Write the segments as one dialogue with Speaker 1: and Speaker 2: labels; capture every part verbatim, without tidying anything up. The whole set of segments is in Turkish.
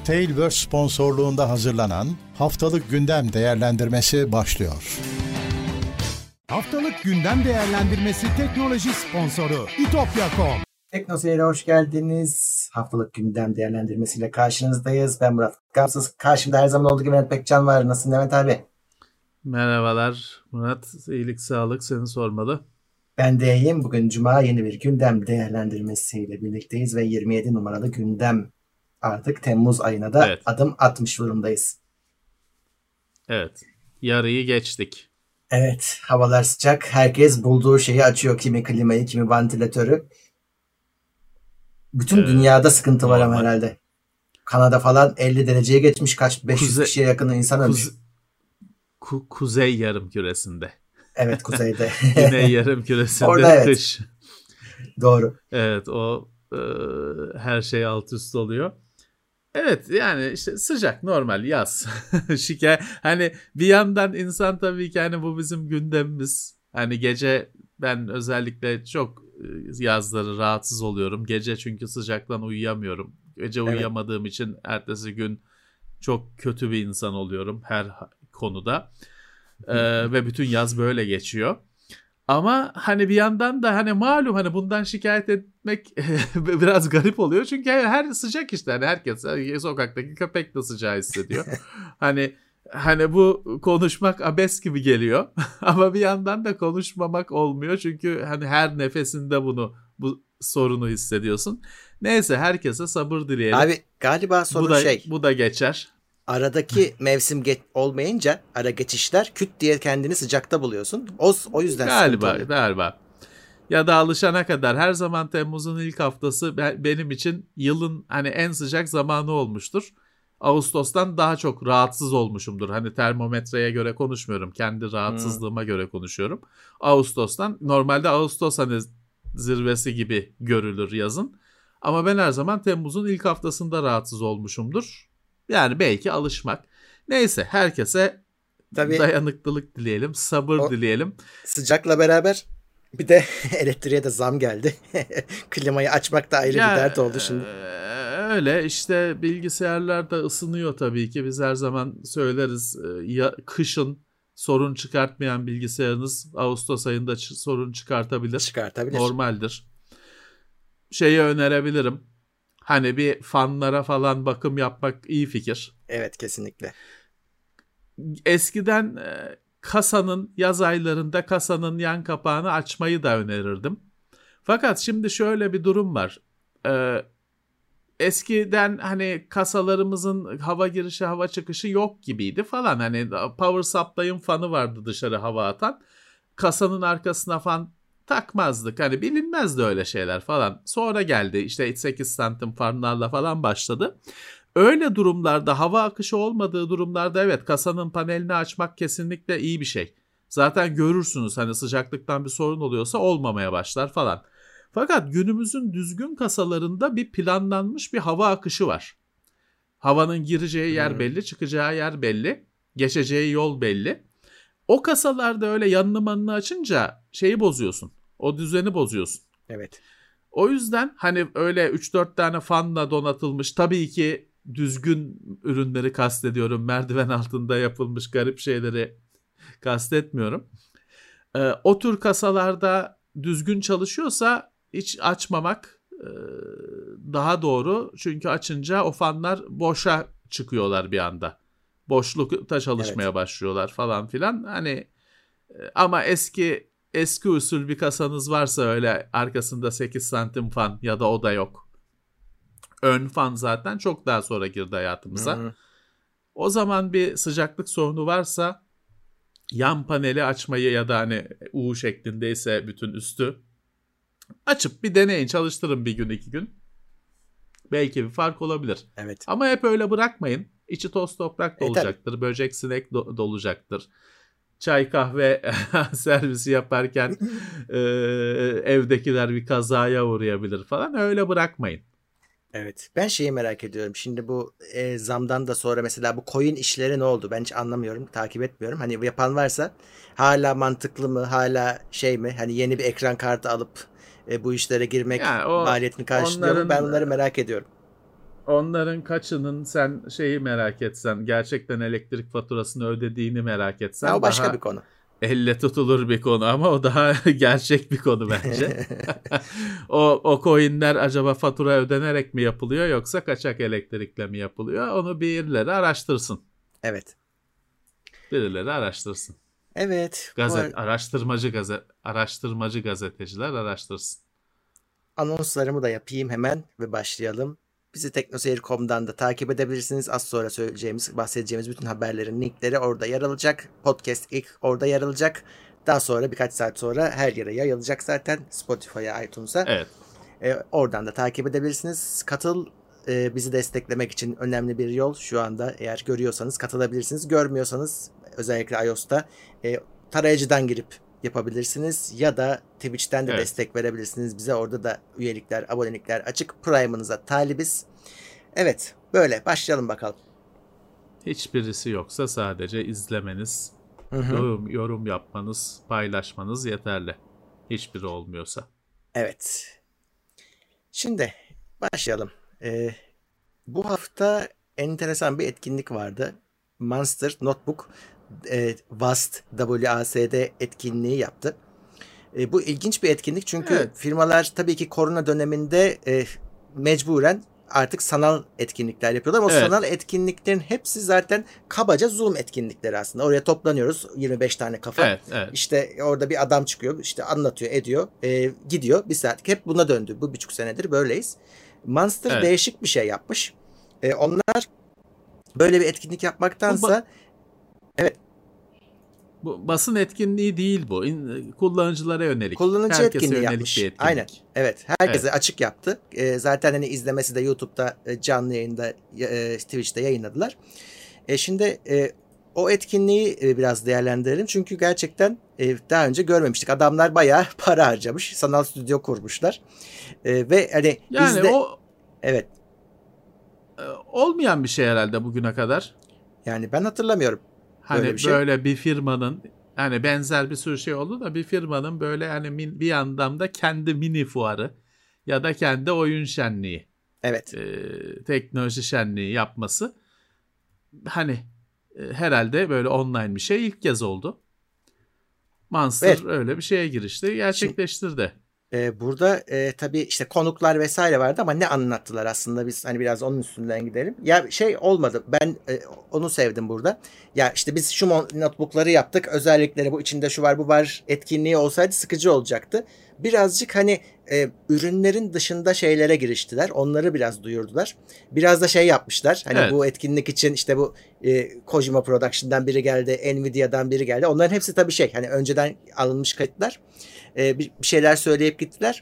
Speaker 1: Tailverse sponsorluğunda hazırlanan Haftalık Gündem Değerlendirmesi başlıyor.
Speaker 2: Haftalık Gündem Değerlendirmesi teknoloji sponsoru itopya nokta com.
Speaker 3: Teknoseyir'e hoş geldiniz. Haftalık Gündem Değerlendirmesiyle karşınızdayız. Ben Murat Gamsız. Karşımda her zaman olduğu gibi Mehmet Pekcan var. Nasılsın Mehmet abi?
Speaker 4: Merhabalar Murat. İyilik, sağlık, seni sormalı.
Speaker 3: Ben de iyiyim. Bugün Cuma, yeni bir gündem değerlendirmesiyle birlikteyiz ve yirmi yedi numaralı gündem. Artık Temmuz ayına da evet. adım atmış durumdayız.
Speaker 4: Evet. Yarıyı geçtik.
Speaker 3: Evet. Havalar sıcak. Herkes bulduğu şeyi açıyor. Kimi klimayı, kimi vantilatörü. Bütün ee, dünyada sıkıntı normal. Var ama herhalde. Kanada falan elli dereceye geçmiş. Kaç? beş yüz Kuze- kişiye yakın insan ölmüş. Kuze-
Speaker 4: Ku- Kuzey Yarımküresi'nde.
Speaker 3: Evet, kuzeyde.
Speaker 4: Güney Yarımküresi'nde
Speaker 3: orada evet.
Speaker 4: kış.
Speaker 3: Doğru.
Speaker 4: Evet, o e, her şey alt üst oluyor. Evet, yani işte sıcak, normal yaz. Şikayet, hani bir yandan insan tabii ki hani bu bizim gündemimiz. Hani gece ben özellikle çok yazları rahatsız oluyorum. Gece çünkü sıcaktan uyuyamıyorum. Gece evet. uyuyamadığım için ertesi gün çok kötü bir insan oluyorum her konuda. Ee, ve bütün yaz böyle geçiyor. Ama hani bir yandan da hani malum hani bundan şikayet etmek biraz garip oluyor. Çünkü her sıcak işte hani herkes sokaktaki köpek de sıcağı hissediyor. hani hani bu konuşmak abes gibi geliyor. Ama bir yandan da konuşmamak olmuyor. Çünkü hani her nefesinde bunu bu sorunu hissediyorsun. Neyse, herkese sabır dileyelim.
Speaker 3: Abi galiba sorun
Speaker 4: bu da,
Speaker 3: şey.
Speaker 4: Bu da geçer.
Speaker 3: Aradaki mevsim geç olmayınca ara geçişler küt diye kendini sıcakta buluyorsun. O, o yüzden
Speaker 4: galiba galiba. Ya da alışana kadar her zaman Temmuz'un ilk haftası benim için yılın hani en sıcak zamanı olmuştur. Ağustos'tan daha çok rahatsız olmuşumdur. Hani termometreye göre konuşmuyorum. Kendi rahatsızlığıma hmm. göre konuşuyorum. Ağustos'tan normalde Ağustos hani zirvesi gibi görülür yazın. Ama ben her zaman Temmuz'un ilk haftasında rahatsız olmuşumdur. Yani belki alışmak. Neyse, herkese tabii, dayanıklılık dileyelim, sabır dileyelim.
Speaker 3: Sıcakla beraber bir de elektriğe de zam geldi. Klimayı açmak da ayrı ya, bir dert oldu şimdi.
Speaker 4: Öyle işte, bilgisayarlar da ısınıyor tabii ki. Biz her zaman söyleriz, ya kışın sorun çıkartmayan bilgisayarınız Ağustos ayında ç- sorun çıkartabilir.
Speaker 3: Çıkartabilir.
Speaker 4: Normaldir. Şeyi önerebilirim. Hani bir fanlara falan bakım yapmak iyi fikir.
Speaker 3: Evet, kesinlikle.
Speaker 4: Eskiden e, kasanın yaz aylarında kasanın yan kapağını açmayı da önerirdim. Fakat şimdi şöyle bir durum var. E, eskiden hani kasalarımızın hava girişi hava çıkışı yok gibiydi falan. Hani power supply'ın fanı vardı dışarı hava atan. Kasanın arkasına fan takmazdık. Hani bilinmezdi öyle şeyler falan. Sonra geldi işte sekiz santim fanlarla falan başladı. Öyle durumlarda, hava akışı olmadığı durumlarda evet, kasanın panelini açmak kesinlikle iyi bir şey. Zaten görürsünüz hani sıcaklıktan bir sorun oluyorsa olmamaya başlar falan. Fakat günümüzün düzgün kasalarında bir planlanmış bir hava akışı var. Havanın gireceği yer belli, çıkacağı yer belli, geçeceği yol belli. O kasalarda öyle yanını manını açınca şeyi bozuyorsun. O düzeni bozuyorsun.
Speaker 3: Evet.
Speaker 4: O yüzden hani öyle üç dört tane fanla donatılmış, tabii ki düzgün ürünleri kastediyorum. Merdiven altında yapılmış garip şeyleri kastetmiyorum. Ee, o tür kasalarda düzgün çalışıyorsa hiç açmamak e, daha doğru. Çünkü açınca o fanlar boşa çıkıyorlar bir anda. Boşlukta çalışmaya evet. başlıyorlar falan filan. Hani ama eski eski usul bir kasanız varsa, öyle arkasında sekiz santim fan ya da o da yok. Ön fan zaten çok daha sonra girdi hayatımıza. Hı-hı. O zaman bir sıcaklık sorunu varsa yan paneli açmayı ya da hani U şeklindeyse bütün üstü açıp bir deneyin, çalıştırın bir gün iki gün. Belki bir fark olabilir.
Speaker 3: Evet.
Speaker 4: Ama hep öyle bırakmayın. İçi toz toprak da
Speaker 3: e,
Speaker 4: olacaktır.
Speaker 3: Tabii.
Speaker 4: Böcek sinek do- dolacaktır. Çay kahve servisi yaparken e, evdekiler bir kazaya uğrayabilir falan. Öyle bırakmayın.
Speaker 3: Evet. Ben şeyi merak ediyorum. Şimdi bu e, zamdan da sonra mesela bu coin işleri ne oldu? Ben hiç anlamıyorum. Takip etmiyorum. Hani yapan varsa hala mantıklı mı? Hala şey mi? Hani yeni bir ekran kartı alıp e, bu işlere girmek yani o, maliyetini karşılıyor onların, mu? Ben bunları merak ediyorum.
Speaker 4: onların kaçının sen şeyi merak etsen, gerçekten elektrik faturasını ödediğini merak etsen
Speaker 3: Ya o başka
Speaker 4: daha
Speaker 3: bir konu.
Speaker 4: elle tutulur bir konu ama o daha gerçek bir konu bence. o, o coinler acaba fatura ödenerek mi yapılıyor yoksa kaçak elektrikle mi yapılıyor? Onu birileri araştırsın.
Speaker 3: Evet.
Speaker 4: Birileri araştırsın.
Speaker 3: Evet.
Speaker 4: Gazet,
Speaker 3: Bu
Speaker 4: araştırmacı gazet, araştırmacı gazeteciler araştırsın.
Speaker 3: anonslarımı da yapayım hemen ve başlayalım. Bizi teknoseyir nokta com'dan da takip edebilirsiniz. Az sonra söyleyeceğimiz, bahsedeceğimiz bütün haberlerin linkleri orada yer alacak. Podcast ilk orada yer alacak. Daha sonra birkaç saat sonra her yere yayılacak zaten. Spotify'a, iTunes'a.
Speaker 4: Evet.
Speaker 3: E, oradan da takip edebilirsiniz. Katıl e, bizi desteklemek için önemli bir yol. Şu anda eğer görüyorsanız katılabilirsiniz. Görmüyorsanız özellikle iOS'ta e, tarayıcıdan girip yapabilirsiniz. Ya da Twitch'ten de
Speaker 4: Evet.
Speaker 3: destek verebilirsiniz. Bize orada da üyelikler, abonelikler açık. Prime'ınıza talibiz. Evet, böyle başlayalım bakalım.
Speaker 4: Hiçbirisi yoksa sadece izlemeniz,
Speaker 3: Hı hı.
Speaker 4: yorum, yorum yapmanız, paylaşmanız yeterli. Hiçbiri olmuyorsa.
Speaker 3: Evet. Şimdi başlayalım. Ee, bu hafta enteresan bir etkinlik vardı. Monster Notebook e, W A S D, W A S D etkinliği yaptı. E, bu ilginç bir etkinlik çünkü
Speaker 4: Evet.
Speaker 3: firmalar tabii ki korona döneminde e, mecburen artık sanal etkinlikler yapıyorlar. Ama o
Speaker 4: Evet.
Speaker 3: sanal etkinliklerin hepsi zaten kabaca Zoom etkinlikleri aslında. Oraya toplanıyoruz yirmi beş tane kafa.
Speaker 4: Evet, evet.
Speaker 3: İşte orada bir adam çıkıyor, işte anlatıyor, ediyor, e, gidiyor bir saat. Hep buna döndü. Bu buçuk senedir böyleyiz. Monster
Speaker 4: Evet.
Speaker 3: değişik bir şey yapmış. E, onlar böyle bir etkinlik yapmaktansa
Speaker 4: Bu basın etkinliği değil bu. İn- Kullanıcılara yönelik.
Speaker 3: kullanıcı
Speaker 4: Herkese
Speaker 3: etkinliği
Speaker 4: yönelik
Speaker 3: yapmış.
Speaker 4: bir etkinlik.
Speaker 3: Aynen. Evet. Herkese açık yaptı. E, zaten hani izlemesi de YouTube'da e, canlı yayında, e, Twitch'te yayınladılar. E, şimdi e, o etkinliği e, biraz değerlendirelim. Çünkü gerçekten e, daha önce görmemiştik. Adamlar bayağı para harcamış. Sanal stüdyo kurmuşlar. E, ve hani
Speaker 4: Yani
Speaker 3: bizde
Speaker 4: o
Speaker 3: evet.
Speaker 4: e, olmayan bir şey herhalde bugüne kadar.
Speaker 3: Yani ben hatırlamıyorum.
Speaker 4: Hani
Speaker 3: Böyle bir şey.
Speaker 4: böyle bir firmanın, hani benzer bir sürü şey oldu da bir firmanın böyle hani min- bir anlamda kendi mini fuarı ya da kendi oyun şenliği,
Speaker 3: Evet.
Speaker 4: e, teknoloji şenliği yapması hani e, herhalde böyle online bir şey ilk kez oldu. Monster
Speaker 3: Evet.
Speaker 4: öyle bir şeye girişti, gerçekleştirdi.
Speaker 3: Ee, burada e, tabii işte konuklar vesaire vardı ama ne anlattılar aslında, biz hani biraz onun üstünden gidelim. Ya şey olmadı, ben e, onu sevdim burada. Ya işte biz şu notebookları yaptık, özellikleri bu, içinde şu var bu var etkinliği olsaydı sıkıcı olacaktı. Birazcık hani e, ürünlerin dışında şeylere giriştiler, onları biraz duyurdular. Biraz da şey yapmışlar hani
Speaker 4: Evet.
Speaker 3: bu etkinlik için işte bu e, Kojima Production'dan biri geldi, Nvidia'dan biri geldi. Onların hepsi tabii şey hani önceden alınmış kayıtlar. Ee, bir bir şeyler söyleyip gittiler.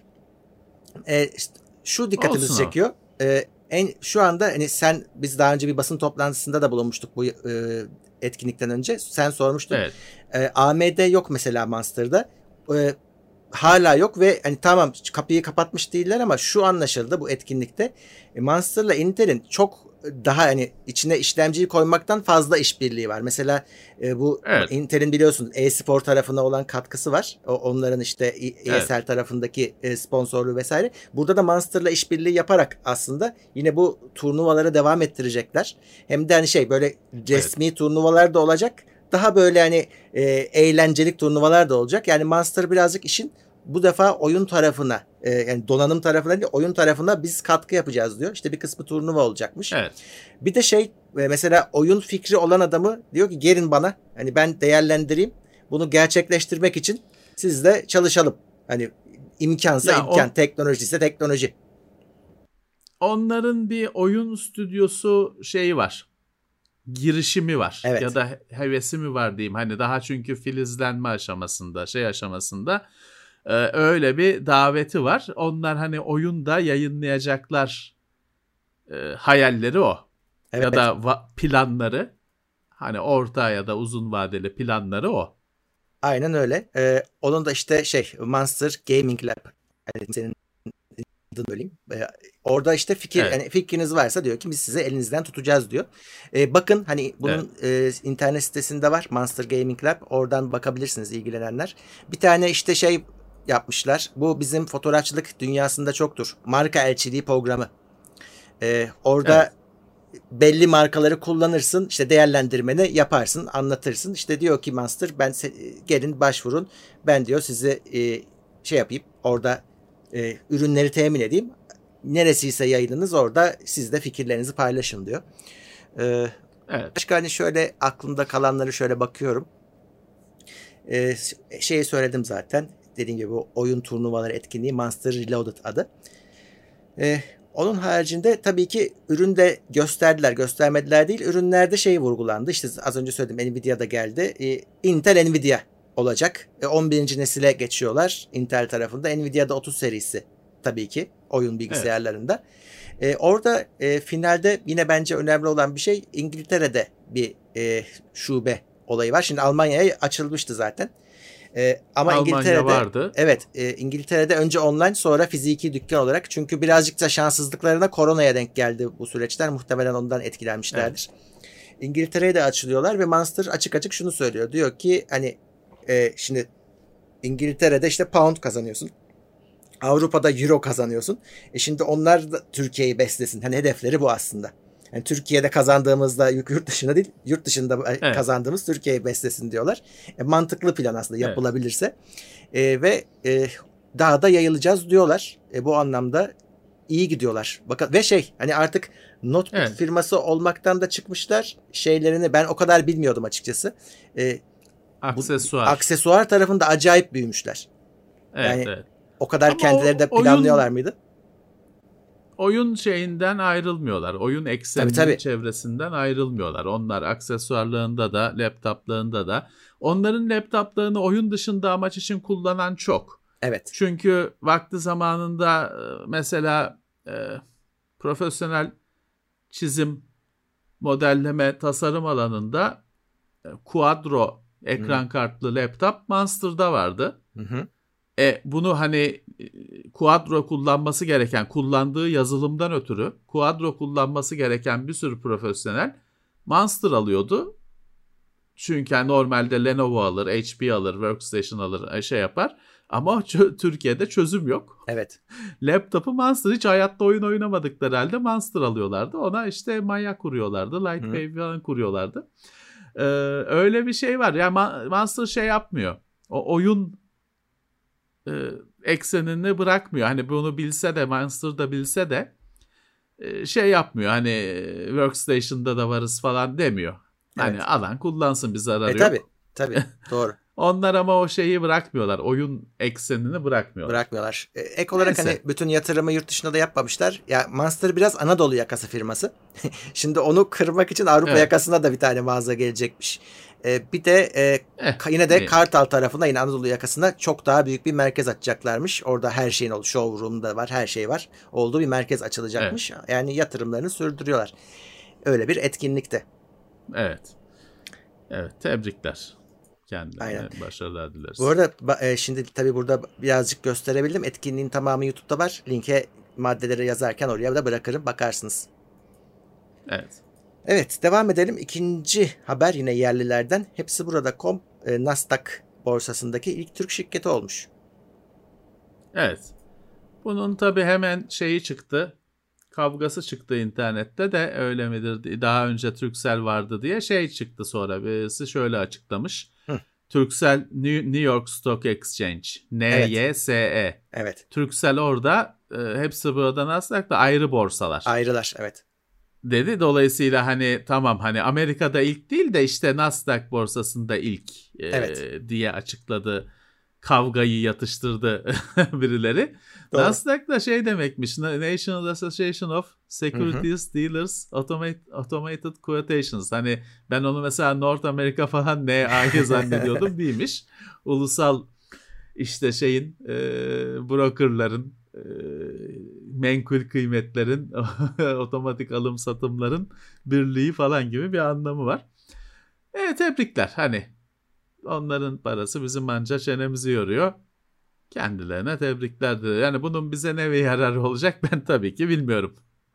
Speaker 3: Ee, işte şu dikkatimizi
Speaker 4: Olsun o.
Speaker 3: çekiyor. Ee, en şu anda hani sen, biz daha önce bir basın toplantısında da bulunmuştuk bu e, etkinlikten önce. Sen sormuştun.
Speaker 4: Evet.
Speaker 3: Ee, A M D yok mesela Monster'da. Ee, hala yok ve hani tamam kapıyı kapatmış değiller ama şu anlaşıldı bu etkinlikte. E, Monster'la Intel'in çok daha hani içine işlemciyi koymaktan fazla işbirliği var. Mesela e, bu
Speaker 4: Evet.
Speaker 3: Intel'in biliyorsun e-spor tarafına olan katkısı var. O, onların işte E-
Speaker 4: Evet.
Speaker 3: ESL tarafındaki e, sponsorluğu vesaire. Burada da Monster'la işbirliği yaparak aslında yine bu turnuvalara devam ettirecekler. Hem de hani şey böyle resmi turnuvalar da olacak. Daha böyle hani e, eğlencelik turnuvalar da olacak. Yani Monster birazcık işin bu defa oyun tarafına, e, yani donanım tarafına değil, oyun tarafına biz katkı yapacağız diyor. İşte bir kısmı turnuva olacakmış.
Speaker 4: Evet.
Speaker 3: Bir de şey e, mesela oyun fikri olan adamı diyor ki gelin bana, hani ben değerlendireyim. Bunu gerçekleştirmek için sizle çalışalım. Hani imkansa
Speaker 4: Ya
Speaker 3: imkan,
Speaker 4: o-
Speaker 3: teknoloji ise teknoloji.
Speaker 4: Onların bir oyun stüdyosu şeyi var. Girişimi var.
Speaker 3: Evet.
Speaker 4: Ya da hevesi mi var diyeyim. Hani daha çünkü filizlenme aşamasında, şey aşamasında e, öyle bir daveti var. Onlar hani oyunda yayınlayacaklar e, hayalleri o.
Speaker 3: Evet.
Speaker 4: Ya da va- planları, hani orta ya da uzun vadeli planları o.
Speaker 3: Aynen öyle. Ee, onun da işte şey Monster Gaming Lab. Yani senin adını söyleyeyim. Ee, orada işte fikir,
Speaker 4: Evet.
Speaker 3: yani fikriniz varsa diyor ki biz size elinizden tutacağız diyor. Ee, bakın hani bunun e, internet sitesinde var Monster Gaming Lab. Oradan bakabilirsiniz ilgilenenler. Bir tane işte şey yapmışlar. Bu bizim fotoğrafçılık dünyasında çoktur. Marka elçiliği programı. E, orada
Speaker 4: Evet.
Speaker 3: belli markaları kullanırsın, işte değerlendirmeni yaparsın, anlatırsın. İşte diyor ki Monster, ben se- gelin başvurun, ben diyor size e, şey yapayım, orada e, ürünleri temin edeyim. Neresiyse yayınınız, orada siz de fikirlerinizi paylaşın diyor. E,
Speaker 4: Evet.
Speaker 3: başka hani şöyle aklımda kalanları şöyle bakıyorum. E, şeyi söyledim zaten. Dediğim gibi bu oyun turnuvaları etkinliği Monster Reloaded adı. E, Onun haricinde tabii ki üründe gösterdiler, göstermediler değil. Ürünlerde şey vurgulandı. İşte az önce söyledim, Nvidia'da geldi. Ee, Intel Nvidia olacak. Ee, on birinci nesile geçiyorlar Intel tarafında. Nvidia'da otuz serisi tabii ki oyun bilgisayarlarında. Ee, orada e, finalde yine bence önemli olan bir şey, İngiltere'de bir e, şube olayı var. Şimdi Almanya'ya açılmıştı zaten. Ee, ama
Speaker 4: Almanya
Speaker 3: İngiltere'de
Speaker 4: vardı.
Speaker 3: evet e, İngiltere'de önce online, sonra fiziki dükkan olarak, çünkü birazcık da şanssızlıklarına koronaya denk geldi bu süreçler, muhtemelen ondan etkilenmişlerdir. Evet. İngiltere'ye de açılıyorlar ve Monster açık açık şunu söylüyor, diyor ki hani e, şimdi İngiltere'de işte pound kazanıyorsun, Avrupa'da euro kazanıyorsun, e şimdi onlar da Türkiye'yi beslesin, hani hedefleri bu aslında. Yani Türkiye'de kazandığımızda yurt dışında değil, yurt dışında evet. kazandığımız Türkiye'yi beslesin diyorlar. E, mantıklı plan aslında yapılabilirse. Evet. E, ve e, daha da yayılacağız diyorlar. E, bu anlamda iyi gidiyorlar. Bakın ve şey, hani artık notebook evet. firması olmaktan da çıkmışlar. Şeylerini ben o kadar bilmiyordum açıkçası. E,
Speaker 4: aksesuar.
Speaker 3: Bu, aksesuar tarafında acayip büyümüşler.
Speaker 4: Evet,
Speaker 3: yani
Speaker 4: evet.
Speaker 3: O kadar Ama kendileri de planlıyorlar oyun... mıydı?
Speaker 4: Oyun şeyinden ayrılmıyorlar. Oyun ekseninin tabii, tabii. çevresinden ayrılmıyorlar. Onlar aksesuarlarında da, laptoplarında da. Onların laptoplarını oyun dışında amaç için kullanan çok.
Speaker 3: Evet.
Speaker 4: Çünkü vakti zamanında mesela e, profesyonel çizim, modelleme, tasarım alanında e, Quadro ekran hı. kartlı laptop Monster'da vardı.
Speaker 3: Hı hı.
Speaker 4: E bunu hani Quadro kullanması gereken, kullandığı yazılımdan ötürü Quadro kullanması gereken bir sürü profesyonel Monster alıyordu. Çünkü yani normalde Lenovo alır, H P alır, Workstation alır, şey yapar. Ama ç- Türkiye'de çözüm yok.
Speaker 3: Evet.
Speaker 4: Laptopu Monster, hiç hayatta oyun oynamadıkları halde Monster alıyorlardı. Ona işte Maya kuruyorlardı, Lightwave falan kuruyorlardı. Ee, öyle bir şey var. Yani Monster şey yapmıyor. O oyun e, eksenini bırakmıyor. Hani bunu bilse de, Monster'da bilse de e, şey yapmıyor. Hani Workstation'da da varız falan demiyor. Hani evet. alan kullansın, bir zararı
Speaker 3: e, tabii,
Speaker 4: yok.
Speaker 3: Tabii doğru.
Speaker 4: Onlar ama o şeyi bırakmıyorlar. Oyun eksenini bırakmıyorlar.
Speaker 3: Bırakmıyorlar. E, ek olarak Neyse. Hani bütün yatırımı yurt dışında da yapmamışlar. Ya Monster biraz Anadolu yakası firması. Şimdi onu kırmak için Avrupa evet. yakasına da bir tane mağaza gelecekmiş. E, bir de e, eh, yine de iyi. Kartal tarafında, yine Anadolu yakasında çok daha büyük bir merkez açacaklarmış. Orada her şeyin olduğu, showroom'da var, her şey var. Olduğu bir merkez açılacakmış. Evet. Yani yatırımlarını sürdürüyorlar. Öyle bir etkinlikte.
Speaker 4: Evet. Evet, tebrikler. Kendilerine başarılar dileriz.
Speaker 3: Bu arada e, şimdi tabii burada birazcık gösterebildim. Etkinliğin tamamı YouTube'da var. Linke maddeleri yazarken oraya da bırakırım. Bakarsınız.
Speaker 4: Evet.
Speaker 3: Evet, devam edelim. İkinci haber yine yerlilerden. Hepsi burada nokta com e, Nasdaq borsasındaki ilk Türk şirketi olmuş.
Speaker 4: Evet. Bunun tabii hemen şeyi çıktı. Kavgası çıktı internette de, öyle midir? Daha önce Turkcell vardı diye şey çıktı sonra. Birisi şöyle açıklamış. Hı. Turkcell New York Stock Exchange. N Y S E. Evet.
Speaker 3: evet.
Speaker 4: Turkcell orada, e, hepsi burada Nasdaq'ta ayrı borsalar.
Speaker 3: Ayrılar, evet.
Speaker 4: Dedi. Dolayısıyla hani tamam, hani Amerika'da ilk değil de işte Nasdaq borsasında ilk e, evet. diye açıkladı. Kavgayı yatıştırdı birileri. Doğru. Nasdaq da şey demekmiş. National Association of Securities hı hı. Dealers Automate, Automated Quotations. Hani ben onu mesela North America falan N A'yı zannediyordum, değilmiş. Ulusal işte şeyin e, brokerların, e, menkul kıymetlerin, otomatik alım satımların birliği falan gibi bir anlamı var. Evet, tebrikler. Hani onların parası bizim anca çenemizi yoruyor. Kendilerine tebriklerdir. Yani bunun bize ne bir yararı olacak, ben tabii ki bilmiyorum.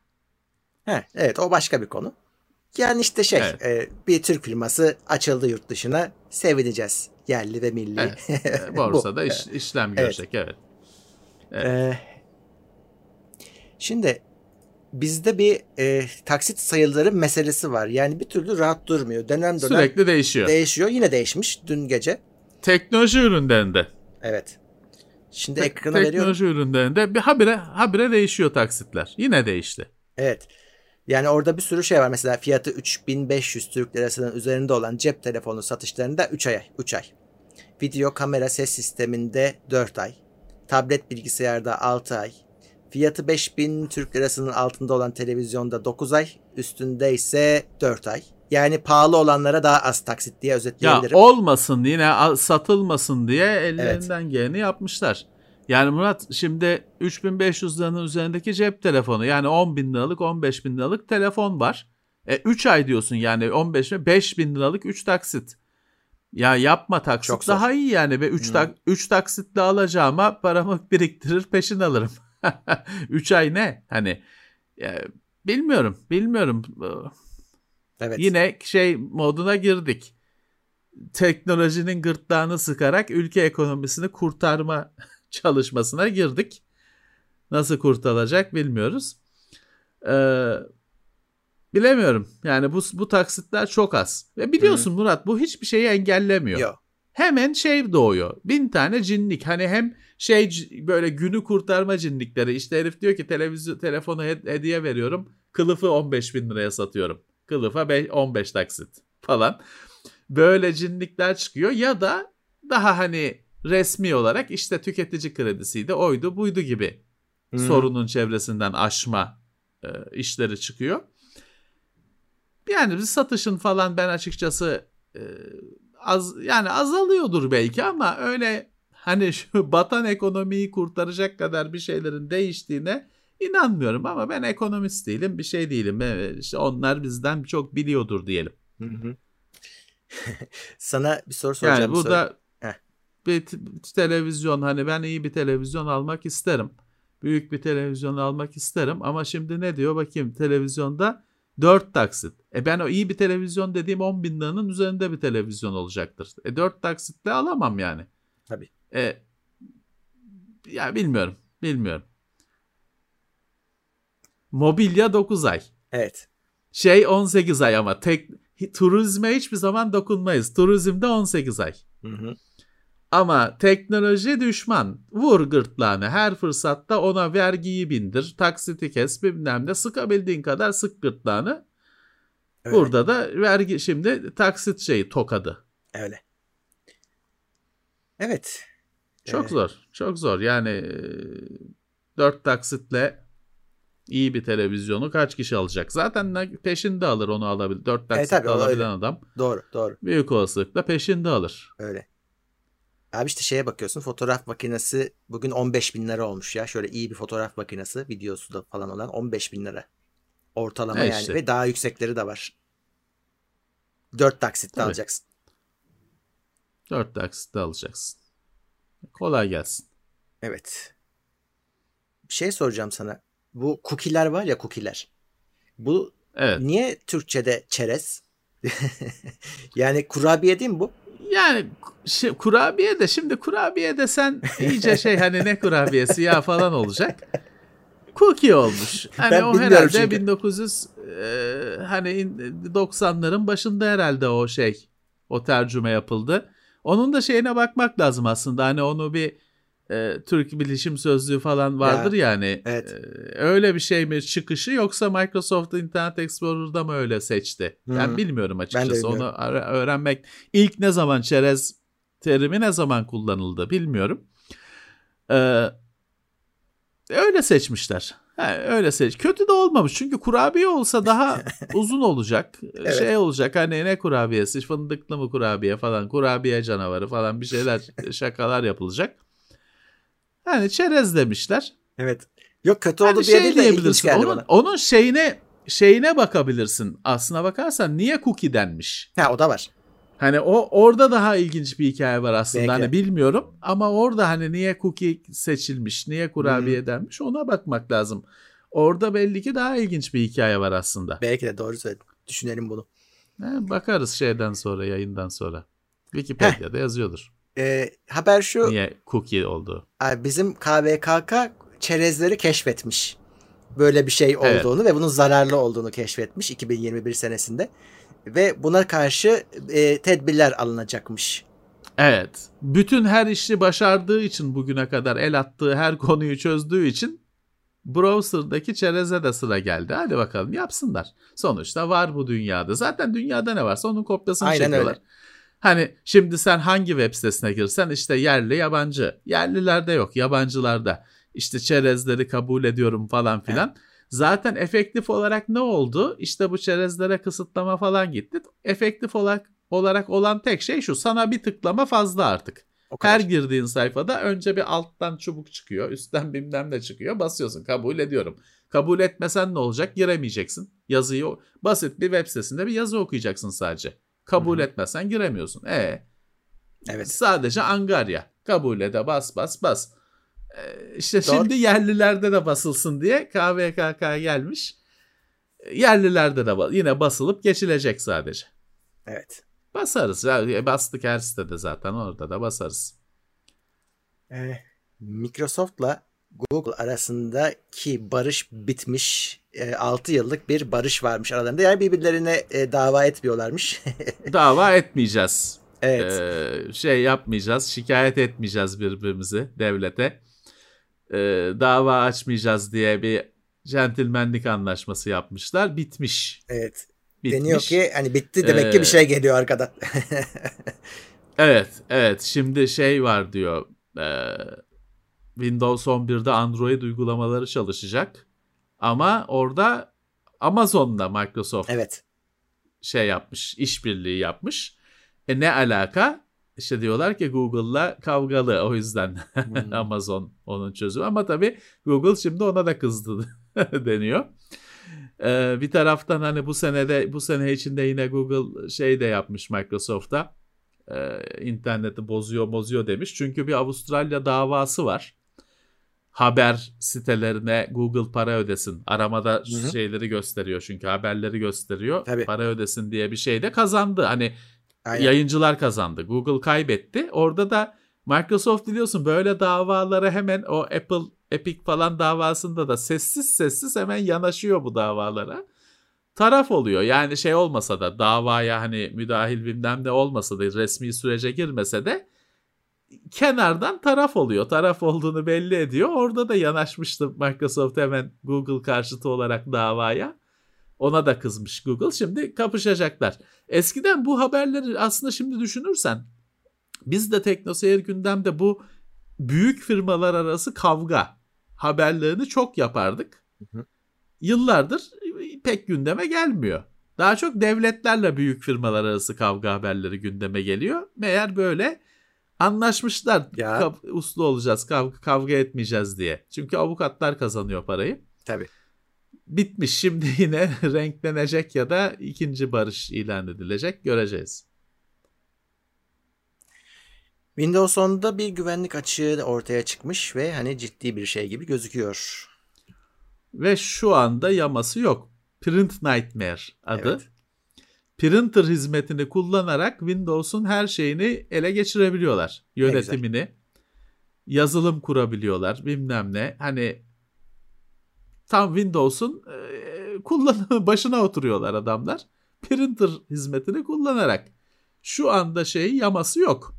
Speaker 3: He, evet, o başka bir konu. Yani işte şey evet. e, bir Türk firması açıldı yurt dışına, sevineceğiz. Yerli ve milli.
Speaker 4: Evet. Borsada iş, işlem görecek. Evet. evet. evet.
Speaker 3: Ee, şimdi bizde bir e, taksit sayıları meselesi var. Yani bir türlü rahat durmuyor. Dönem dönem
Speaker 4: Sürekli değişiyor.
Speaker 3: değişiyor. Yine değişmiş dün gece.
Speaker 4: Teknoloji ürünlerinde.
Speaker 3: Evet. Şimdi
Speaker 4: Te-
Speaker 3: ekrana veriyorum.
Speaker 4: Teknoloji ürünlerinde bir habire habire değişiyor taksitler. Yine değişti.
Speaker 3: Evet. Yani orada bir sürü şey var. Mesela fiyatı üç bin beş yüz Türk Lirası'nın üzerinde olan cep telefonu satışlarında üç ay. üç ay. Video kamera ses sisteminde dört ay. Tablet bilgisayarda altı ay. Fiyatı beş bin Türk Lirası'nın altında olan televizyonda dokuz ay. Üstünde ise dört ay. Yani pahalı olanlara daha az taksit diye
Speaker 4: Ya
Speaker 3: özetleyebilirim.
Speaker 4: olmasın yine a- satılmasın diye ellerinden geleni yapmışlar. Yani Murat şimdi üç bin beş yüz liranın üzerindeki cep telefonu yani on bin liralık on beş bin liralık telefon var. E, üç ay diyorsun yani on beş bin beş bin liralık üç taksit. Ya yapma taksit
Speaker 3: Çok zor.
Speaker 4: daha iyi yani ve üç
Speaker 3: Hmm.
Speaker 4: tak üç taksitle alacağıma paramı biriktirir peşin alırım. üç ay ne? Hani ya, bilmiyorum bilmiyorum.
Speaker 3: Evet.
Speaker 4: Yine şey moduna girdik. Teknolojinin gırtlağını sıkarak ülke ekonomisini kurtarma çalışmasına girdik. Nasıl kurtarılacak bilmiyoruz. Ee, bilemiyorum. Yani bu bu taksitler çok az. Ve biliyorsun Murat bu hiçbir şeyi engellemiyor.
Speaker 3: Yok.
Speaker 4: Hemen şey doğuyor. Bin tane cinlik. Hani hem şey böyle günü kurtarma cinlikleri. İşte herif diyor ki televizyon telefonu hediye veriyorum. Kılıfı on beş bin liraya satıyorum. Kılıfa on beş taksit falan. Böyle cinlikler çıkıyor ya da daha hani resmi olarak işte tüketici kredisiydi oydu buydu gibi
Speaker 3: Hmm.
Speaker 4: sorunun çevresinden aşma e, işleri çıkıyor. Yani bir satışın falan ben açıkçası e, az yani azalıyordur belki ama öyle hani şu batan ekonomiyi kurtaracak kadar bir şeylerin değiştiğine inanmıyorum ama ben ekonomist değilim bir şey değilim. İşte onlar bizden çok biliyordur diyelim.
Speaker 3: Hı hı. Sana bir soru soracağım.
Speaker 4: Yani bu da
Speaker 3: Heh.
Speaker 4: bir t- televizyon hani ben iyi bir televizyon almak isterim. Büyük bir televizyon almak isterim ama şimdi ne diyor bakayım televizyonda dört taksit. E ben o iyi bir televizyon dediğim on bin liranın üzerinde bir televizyon olacaktır. E dört taksitle alamam yani.
Speaker 3: Tabii.
Speaker 4: E, ya bilmiyorum bilmiyorum. Mobilya dokuz ay.
Speaker 3: Evet.
Speaker 4: Şey on sekiz ay ama tek turizme hiçbir zaman dokunmayız. Turizmde on sekiz ay.
Speaker 3: Hı hı.
Speaker 4: Ama teknoloji düşman. Vur gırtlağını. Her fırsatta ona vergiyi bindir. Taksiti kes bilmem ne. Sıkabildiğin kadar sık gırtlağını.
Speaker 3: Öyle.
Speaker 4: Burada da vergi şimdi taksit şeyi tokadı.
Speaker 3: Öyle. Evet.
Speaker 4: Çok
Speaker 3: Ee,
Speaker 4: zor. Çok zor. Yani e, dört taksitle iyi bir televizyonu kaç kişi alacak? Zaten peşinde alır onu alabilir. Dört taksitle
Speaker 3: tabii, o
Speaker 4: alabilen
Speaker 3: öyle.
Speaker 4: adam
Speaker 3: Doğru, doğru.
Speaker 4: büyük olasılıkla peşinde alır.
Speaker 3: Öyle. Abi işte şeye bakıyorsun, fotoğraf makinesi bugün on beş bin lira olmuş ya. Şöyle iyi bir fotoğraf makinesi, videosu da falan olan on beş bin lira. Ortalama
Speaker 4: E
Speaker 3: yani
Speaker 4: işte.
Speaker 3: ve daha yüksekleri de var. Dört taksitle
Speaker 4: Tabii.
Speaker 3: alacaksın.
Speaker 4: Dört taksitle alacaksın. Kolay gelsin.
Speaker 3: Evet. Bir şey soracağım sana. Bu cookie'ler var ya, cookie'ler. Bu
Speaker 4: Evet.
Speaker 3: niye Türkçe'de çerez? Yani kurabiye değil mi bu?
Speaker 4: Yani şey, kurabiye de şimdi kurabiye desen iyice şey hani ne kurabiyesi ya falan olacak. Cookie olmuş. Hani
Speaker 3: Ben
Speaker 4: o
Speaker 3: bilmiyorum
Speaker 4: herhalde
Speaker 3: çünkü.
Speaker 4: bin dokuz yüz e, hani doksanların başında herhalde o şey o tercüme yapıldı. Onun da şeyine bakmak lazım aslında. Hani onu bir e, Türk Bilişim Sözlüğü falan vardır ya, yani.
Speaker 3: evet.
Speaker 4: E, öyle bir şey mi çıkışı yoksa Microsoft Internet Explorer'da mı öyle seçti?
Speaker 3: Hı.
Speaker 4: Ben bilmiyorum açıkçası.
Speaker 3: bilmiyorum.
Speaker 4: Onu ara- öğrenmek ilk ne zaman çerez terimi ne zaman kullanıldı bilmiyorum. E, öyle seçmişler. Ha, öyle seç. Kötü de olmamış. Çünkü kurabiye olsa daha uzun olacak.
Speaker 3: Evet.
Speaker 4: Şey olacak hani ne kurabiyesi? Fındıklı mı kurabiye falan. Kurabiye canavarı falan bir şeyler şakalar yapılacak. Yani çerez demişler.
Speaker 3: Evet. Yok kötü oldu
Speaker 4: Hani
Speaker 3: diye
Speaker 4: şey
Speaker 3: değil de ilginç
Speaker 4: diyebilirsin.
Speaker 3: geldi
Speaker 4: Onun,
Speaker 3: bana.
Speaker 4: onun şeyine şeyine bakabilirsin. Aslına bakarsan niye cookie denmiş?
Speaker 3: Ha, o da var.
Speaker 4: Hani o orada daha ilginç bir hikaye var aslında.
Speaker 3: Belki.
Speaker 4: Hani bilmiyorum ama orada hani niye cookie seçilmiş, niye kurabiye
Speaker 3: Hmm.
Speaker 4: denmiş ona bakmak lazım. Orada belli ki daha ilginç bir hikaye var aslında.
Speaker 3: Belki de doğru söyledin. Düşünelim bunu.
Speaker 4: He, bakarız şeyden sonra, yayından sonra. Wikipedia'da yazıyordur.
Speaker 3: Ee, haber şu.
Speaker 4: Niye cookie oldu?
Speaker 3: Abi bizim K V K K çerezleri keşfetmiş. böyle bir şey olduğunu
Speaker 4: Evet.
Speaker 3: ve bunun zararlı olduğunu keşfetmiş iki bin yirmi bir senesinde. Ve buna karşı e, tedbirler alınacakmış.
Speaker 4: Evet. Bütün her işi başardığı için bugüne kadar el attığı her konuyu çözdüğü için browser'daki çereze de sıra geldi. Hadi bakalım yapsınlar. Sonuçta var bu dünyada. Zaten dünyada ne varsa onun kopyasını
Speaker 3: Aynen
Speaker 4: çekiyorlar.
Speaker 3: öyle.
Speaker 4: Hani şimdi sen hangi web sitesine girsen işte yerli yabancı. Yerlilerde yok, yabancılarda. İşte çerezleri kabul ediyorum falan filan. Evet. Zaten efektif olarak ne oldu? İşte bu çerezlere kısıtlama falan gitti. Efektif olarak olarak olan tek şey şu: sana bir tıklama fazla artık. Her girdiğin sayfada önce bir alttan çubuk çıkıyor, üstten bilmem ne çıkıyor. Basıyorsun kabul ediyorum. Kabul etmesen ne olacak? Giremeyeceksin. Yazıyı, basit bir web sitesinde bir yazı okuyacaksın sadece. Kabul Hı-hı. etmezsen giremiyorsun. E
Speaker 3: Evet.
Speaker 4: Sadece angarya. Kabul ede bas bas bas. E işte Doğru. Şimdi yerlilerde de basılsın diye K V K K gelmiş. Yerlilerde de yine basılıp geçilecek sadece.
Speaker 3: Evet.
Speaker 4: Basarız. Ya, bastık her sitede zaten, orada da basarız.
Speaker 3: Ee, Microsoft'la Google arasındaki barış bitmiş. E, altı yıllık bir barış varmış aralarında. Yani birbirlerine e, dava etmiyorlarmış.
Speaker 4: Dava etmeyeceğiz.
Speaker 3: Evet.
Speaker 4: Ee, şey yapmayacağız. Şikayet etmeyeceğiz birbirimizi devlete. Ee, dava açmayacağız diye bir centilmenlik anlaşması yapmışlar. Bitmiş.
Speaker 3: Evet.
Speaker 4: Bitmiş.
Speaker 3: Deniyor ki hani bitti demek ee, ki bir şey geliyor arkadan.
Speaker 4: evet. Evet. Şimdi şey var diyor. E, Windows on birde Android uygulamaları çalışacak. Ama orada Amazon'la Microsoft
Speaker 3: evet.
Speaker 4: şey yapmış, işbirliği yapmış. E ne alaka? İşte diyorlar ki Google'la kavgalı, o yüzden hmm. Amazon onun çözümü. Ama tabii Google şimdi ona da kızdı deniyor. Ee, bir taraftan hani bu senede bu sene içinde yine Google şey de yapmış Microsoft'a. Ee, interneti bozuyor bozuyor demiş. Çünkü bir Avustralya davası var. Haber sitelerine Google para ödesin. Aramada Hı-hı. şeyleri gösteriyor çünkü haberleri gösteriyor. Tabii. Para ödesin diye bir şey de kazandı. Hani Aynen. Yayıncılar kazandı. Google kaybetti. Orada da Microsoft biliyorsun böyle davalara hemen, o Apple, Epic falan davasında da sessiz sessiz hemen yanaşıyor bu davalara. Taraf oluyor. Yani şey olmasa da, davaya hani müdahil bilmem ne olmasa da, resmi sürece girmese de kenardan taraf oluyor. Taraf olduğunu belli ediyor. Orada da yanaşmıştı Microsoft hemen Google karşıtı olarak davaya. Ona da kızmış Google. Şimdi kapışacaklar. Eskiden bu haberleri aslında şimdi düşünürsen, biz de TeknoSeyir Gündem'de bu büyük firmalar arası kavga haberlerini çok yapardık. Hı hı. Yıllardır pek gündeme gelmiyor. Daha çok devletlerle büyük firmalar arası kavga haberleri gündeme geliyor. Meğer böyle anlaşmışlar. Ya. Kav- uslu olacağız, kav- kavga etmeyeceğiz diye. Çünkü avukatlar kazanıyor parayı.
Speaker 3: Tabii.
Speaker 4: Bitmiş, şimdi yine renklenecek ya da ikinci barış ilan edilecek, göreceğiz.
Speaker 3: Windows on'da bir güvenlik açığı ortaya çıkmış ve hani ciddi bir şey gibi gözüküyor.
Speaker 4: Ve şu anda yaması yok. Print Nightmare adı. Evet. Printer hizmetini kullanarak Windows'un her şeyini ele geçirebiliyorlar. Yönetimini, yazılım kurabiliyorlar, bilmem ne. Hani tam Windows'un e, kullanımı başına oturuyorlar adamlar. Printer hizmetini kullanarak. Şu anda şey yaması yok.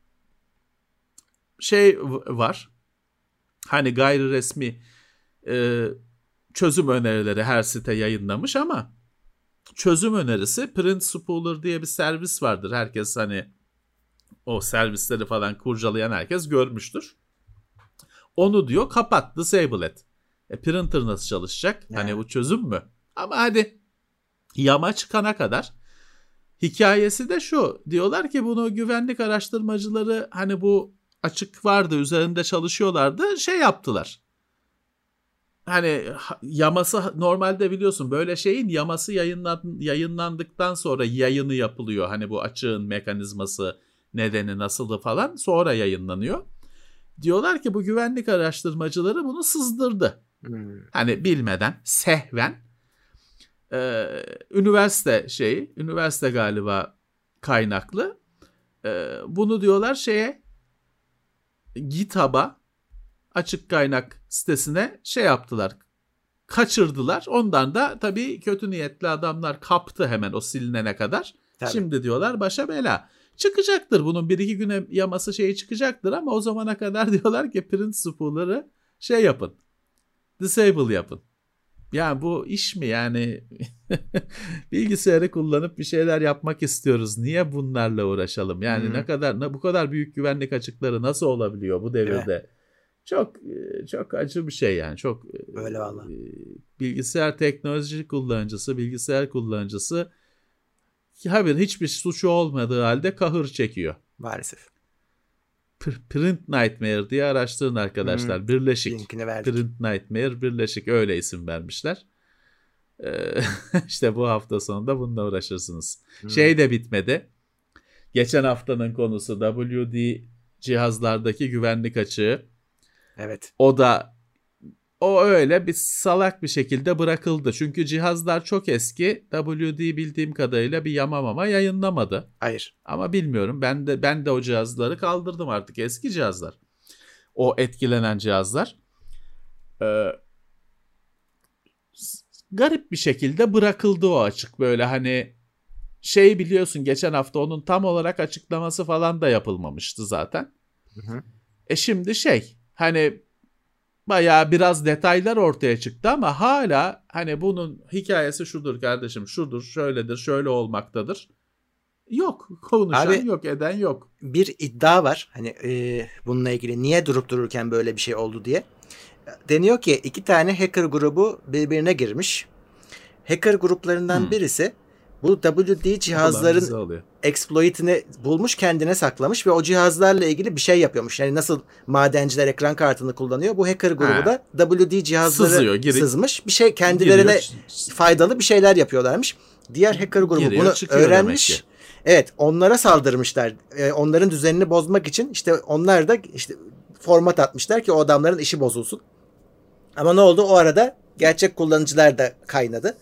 Speaker 4: Şey var. Hani gayri resmi e, çözüm önerileri her site yayınlamış ama çözüm önerisi Print Spooler diye bir servis vardır. Herkes hani o servisleri falan kurcalayan herkes görmüştür. Onu diyor kapat, disable et. E, printer nasıl çalışacak? Yani. Hani bu çözüm mü? Ama hadi yama çıkana kadar. Hikayesi de şu. Diyorlar ki bunu güvenlik araştırmacıları, hani bu açık vardı, üzerinde çalışıyorlardı, şey yaptılar. Hani yaması normalde biliyorsun böyle şeyin yaması yayınlan, yayınlandıktan sonra yayını yapılıyor. Hani bu açığın mekanizması, nedeni, nasılı falan sonra yayınlanıyor. Diyorlar ki bu güvenlik araştırmacıları bunu sızdırdı. Hmm. Hani bilmeden, sehven. Ee, üniversite şeyi, üniversite galiba kaynaklı. Ee, bunu diyorlar şeye, GitHub'a, açık kaynak sitesine şey yaptılar. kaçırdılar. Ondan da tabii kötü niyetli adamlar kaptı hemen o silinene kadar.
Speaker 3: Tabii.
Speaker 4: Şimdi diyorlar başa bela. Çıkacaktır bunun bir iki güne yaması şeyi çıkacaktır ama o zamana kadar diyorlar ki principle'ları şey yapın. Disable yapın. Ya bu iş mi yani? Bilgisayarı kullanıp bir şeyler yapmak istiyoruz. Niye bunlarla uğraşalım? Yani hmm. ne kadar bu kadar büyük güvenlik açıkları nasıl olabiliyor bu devirde? Çok çok acı bir şey yani. Çok
Speaker 3: öyle vallahi.
Speaker 4: Bilgisayar teknoloji kullanıcısı, bilgisayar kullanıcısı haber hiçbir suçu olmadığı halde kahır çekiyor.
Speaker 3: Maalesef.
Speaker 4: Print Nightmare diye araştırın arkadaşlar. Hmm. Birleşik. Print Nightmare Birleşik öyle isim vermişler. Ee, işte bu hafta sonunda bununla uğraşırsınız. Hmm. Şey de bitmedi. Geçen haftanın konusu W D cihazlardaki güvenlik açığı.
Speaker 3: Evet.
Speaker 4: O da o öyle bir salak bir şekilde bırakıldı. Çünkü cihazlar çok eski. W D bildiğim kadarıyla bir yamamama yayınlamadı.
Speaker 3: Hayır.
Speaker 4: Ama bilmiyorum. Ben de ben de o cihazları kaldırdım artık. Eski cihazlar. O etkilenen cihazlar. Ee, garip bir şekilde bırakıldı o açık. Böyle hani şey biliyorsun geçen hafta onun tam olarak açıklaması falan da yapılmamıştı zaten. Hı hı. E şimdi şey hani bayağı biraz detaylar ortaya çıktı ama hala hani bunun hikayesi şudur kardeşim, şudur, şöyledir, şöyle olmaktadır. Yok, konuşan Abi, yok, eden yok.
Speaker 3: Bir iddia var hani e, bununla ilgili niye durup dururken böyle bir şey oldu diye. Deniyor ki iki tane hacker grubu birbirine girmiş. Hacker gruplarından hmm. birisi bu W D cihazların exploit'ini bulmuş, kendine saklamış ve o cihazlarla ilgili bir şey yapıyormuş. Yani nasıl madenciler ekran kartını kullanıyor. Bu hacker grubu ha. da W D cihazları Sızıyor, giri, sızmış. Bir şey kendilerine giriyor. Faydalı bir şeyler yapıyorlarmış. Diğer hacker grubu giriyor, bunu öğrenmiş. Evet, onlara saldırmışlar. Ee, onların düzenini bozmak için işte onlar da işte format atmışlar ki o adamların işi bozulsun. Ama ne oldu? O arada gerçek kullanıcılar da kaynadı.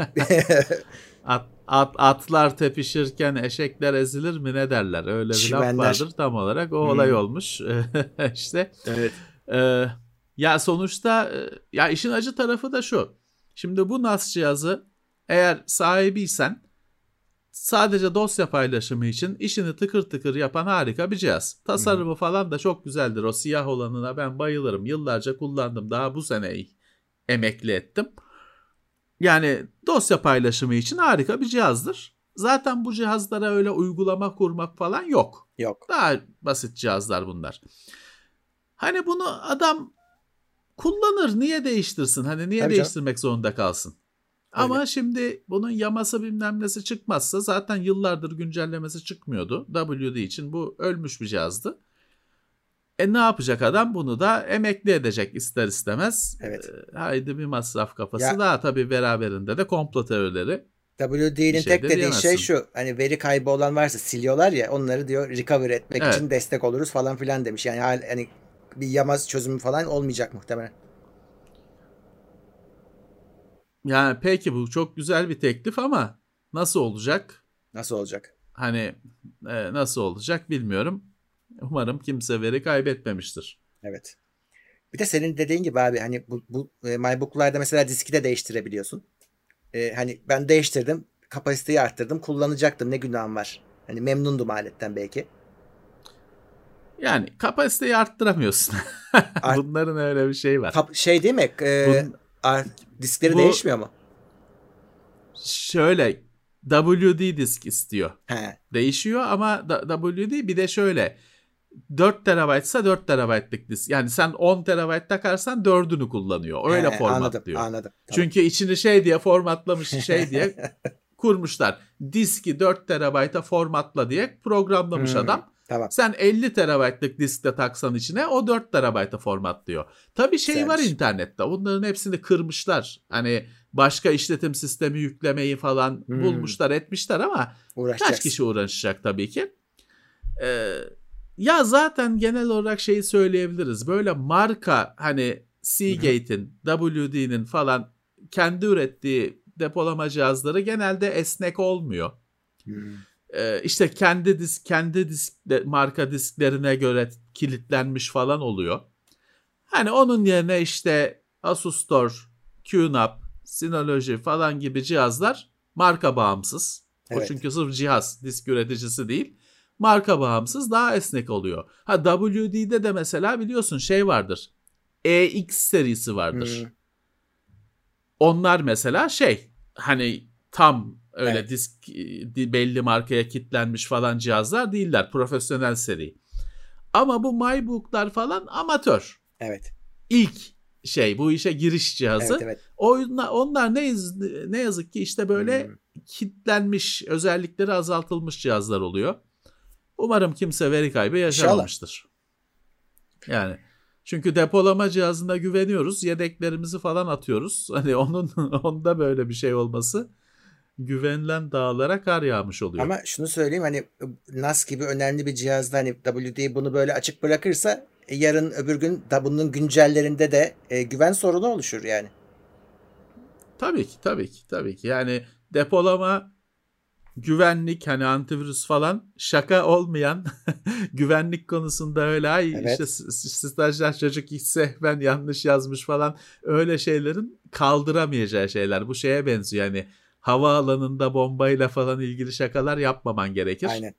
Speaker 4: At, at, atlar tepişirken eşekler ezilir mi ne derler? Öyle bir Çimenler. laf vardır, tam olarak o hmm. olay olmuş. işte.
Speaker 3: Evet.
Speaker 4: E, ya sonuçta ya işin acı tarafı da şu. Şimdi bu N A S cihazı eğer sahibiysen sadece dosya paylaşımı için işini tıkır tıkır yapan harika bir cihaz. Tasarımı hmm. falan da çok güzeldir. O siyah olanına ben bayılırım. Yıllarca kullandım. Daha bu sene emekli ettim. Yani dosya paylaşımı için harika bir cihazdır. Zaten bu cihazlara öyle uygulama kurmak falan yok.
Speaker 3: Yok.
Speaker 4: Daha basit cihazlar bunlar. Hani bunu adam kullanır. Niye değiştirsin? Hani niye Tabii değiştirmek canım. zorunda kalsın? Öyle. Ama şimdi bunun yaması bilmem nesi çıkmazsa zaten yıllardır güncellemesi çıkmıyordu. W D için bu ölmüş bir cihazdı. E ne yapacak adam? Bunu da emekli edecek ister istemez.
Speaker 3: Evet.
Speaker 4: E, haydi bir masraf kafası ya, daha tabii beraberinde de komplo teorileri.
Speaker 3: W D'nin şey tek de dediği şey şu. Hani veri kaybı olan varsa siliyorlar ya, onları diyor recover etmek evet. için destek oluruz falan filan demiş. Yani hani bir yamaz çözümü falan olmayacak muhtemelen.
Speaker 4: Yani peki bu çok güzel bir teklif ama nasıl olacak?
Speaker 3: Nasıl olacak?
Speaker 4: Hani e, nasıl olacak bilmiyorum. Umarım kimse veri kaybetmemiştir.
Speaker 3: Evet. Bir de senin dediğin gibi abi hani bu, bu e, MyBook'larda mesela diski de değiştirebiliyorsun. E, hani ben değiştirdim, kapasiteyi arttırdım, kullanacaktım, ne günahım var. Hani memnundum aletten belki.
Speaker 4: Yani kapasiteyi arttıramıyorsun. Art- Bunların öyle bir şey var.
Speaker 3: Kap- şey değil mi? E, Bunun, art- diskleri bu, değişmiyor mu?
Speaker 4: Şöyle W D disk istiyor.
Speaker 3: He.
Speaker 4: Değişiyor ama W D bir de şöyle dört terabaytsa dört terabaytlık disk. Yani sen on terabayt takarsan dördünü kullanıyor. Öyle He, formatlıyor.
Speaker 3: Anladım, anladım. Tamam.
Speaker 4: Çünkü içini şey diye formatlamış, şey diye kurmuşlar. Diski dört terabayta formatla diye programlamış hmm, adam.
Speaker 3: Tamam.
Speaker 4: Sen elli terabaytlık diskte taksan içine o dört terabayta formatlıyor. Tabii şey Güzelmiş. var internette. Bunların hepsini kırmışlar. Hani başka işletim sistemi yüklemeyi falan hmm. bulmuşlar, etmişler ama kaç kişi uğraşacak tabii ki. Ee, ya zaten genel olarak şeyi söyleyebiliriz. Böyle marka hani Seagate'in, W D'nin falan kendi ürettiği depolama cihazları genelde esnek olmuyor. Hmm. Ee, işte kendi disk, kendi disk marka disklerine göre kilitlenmiş falan oluyor. Hani onun yerine işte Asus Store, Q N A P, Synology falan gibi cihazlar marka bağımsız.
Speaker 3: Evet.
Speaker 4: O çünkü sırf cihaz, disk üreticisi değil. Marka bağımsız, daha esnek oluyor. Ha W D'de de mesela biliyorsun şey vardır. E X serisi vardır.
Speaker 3: Hmm.
Speaker 4: Onlar mesela şey hani tam öyle
Speaker 3: Evet.
Speaker 4: disk belli markaya kitlenmiş falan cihazlar değiller. Profesyonel seri. Ama bu MyBook'lar falan amatör.
Speaker 3: Evet.
Speaker 4: İlk şey bu işe giriş cihazı.
Speaker 3: Evet, evet.
Speaker 4: Onlar, onlar ne, ne yazık ki işte böyle
Speaker 3: Hmm.
Speaker 4: kitlenmiş, özellikleri azaltılmış cihazlar oluyor. Umarım kimse veri kaybı yaşamamıştır. Yani çünkü depolama cihazına güveniyoruz. Yedeklerimizi falan atıyoruz. Hani onun onda böyle bir şey olması güvenilen dağlara kar yağmış oluyor.
Speaker 3: Ama şunu söyleyeyim, hani N A S gibi önemli bir cihazda hani W D bunu böyle açık bırakırsa e, yarın öbür gün da bunun güncellerinde de e, güven sorunu oluşur yani.
Speaker 4: Tabii ki, tabii ki, tabii ki. Yani depolama, güvenlik, hani antivirüs falan şaka olmayan güvenlik konusunda öyle ay
Speaker 3: Evet.
Speaker 4: işte stajyer çocuk ise ben yanlış yazmış falan öyle şeylerin kaldıramayacağı şeyler. Bu şeye benziyor yani havaalanında bombayla falan ilgili şakalar yapmaman gerekir.
Speaker 3: Aynen.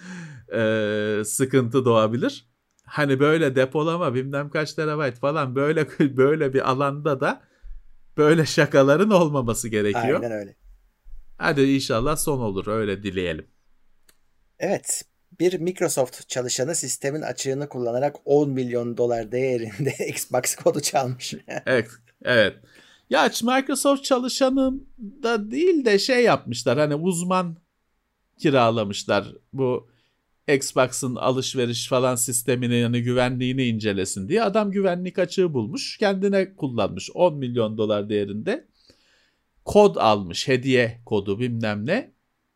Speaker 4: Ee, sıkıntı doğabilir. Hani böyle depolama bilmem kaç terabayt falan böyle böyle bir alanda da böyle şakaların olmaması gerekiyor.
Speaker 3: Aynen öyle.
Speaker 4: Hadi inşallah son olur, öyle dileyelim.
Speaker 3: Evet. Bir Microsoft çalışanı sistemin açığını kullanarak on milyon dolar değerinde Xbox kodu çalmış.
Speaker 4: Evet, evet. Ya Microsoft çalışanı da değil de şey yapmışlar, hani uzman kiralamışlar bu Xbox'ın alışveriş falan sistemini, yani güvenliğini incelesin diye. Adam güvenlik açığı bulmuş, kendine kullanmış, on milyon dolar değerinde kod almış, hediye kodu bilmem ne.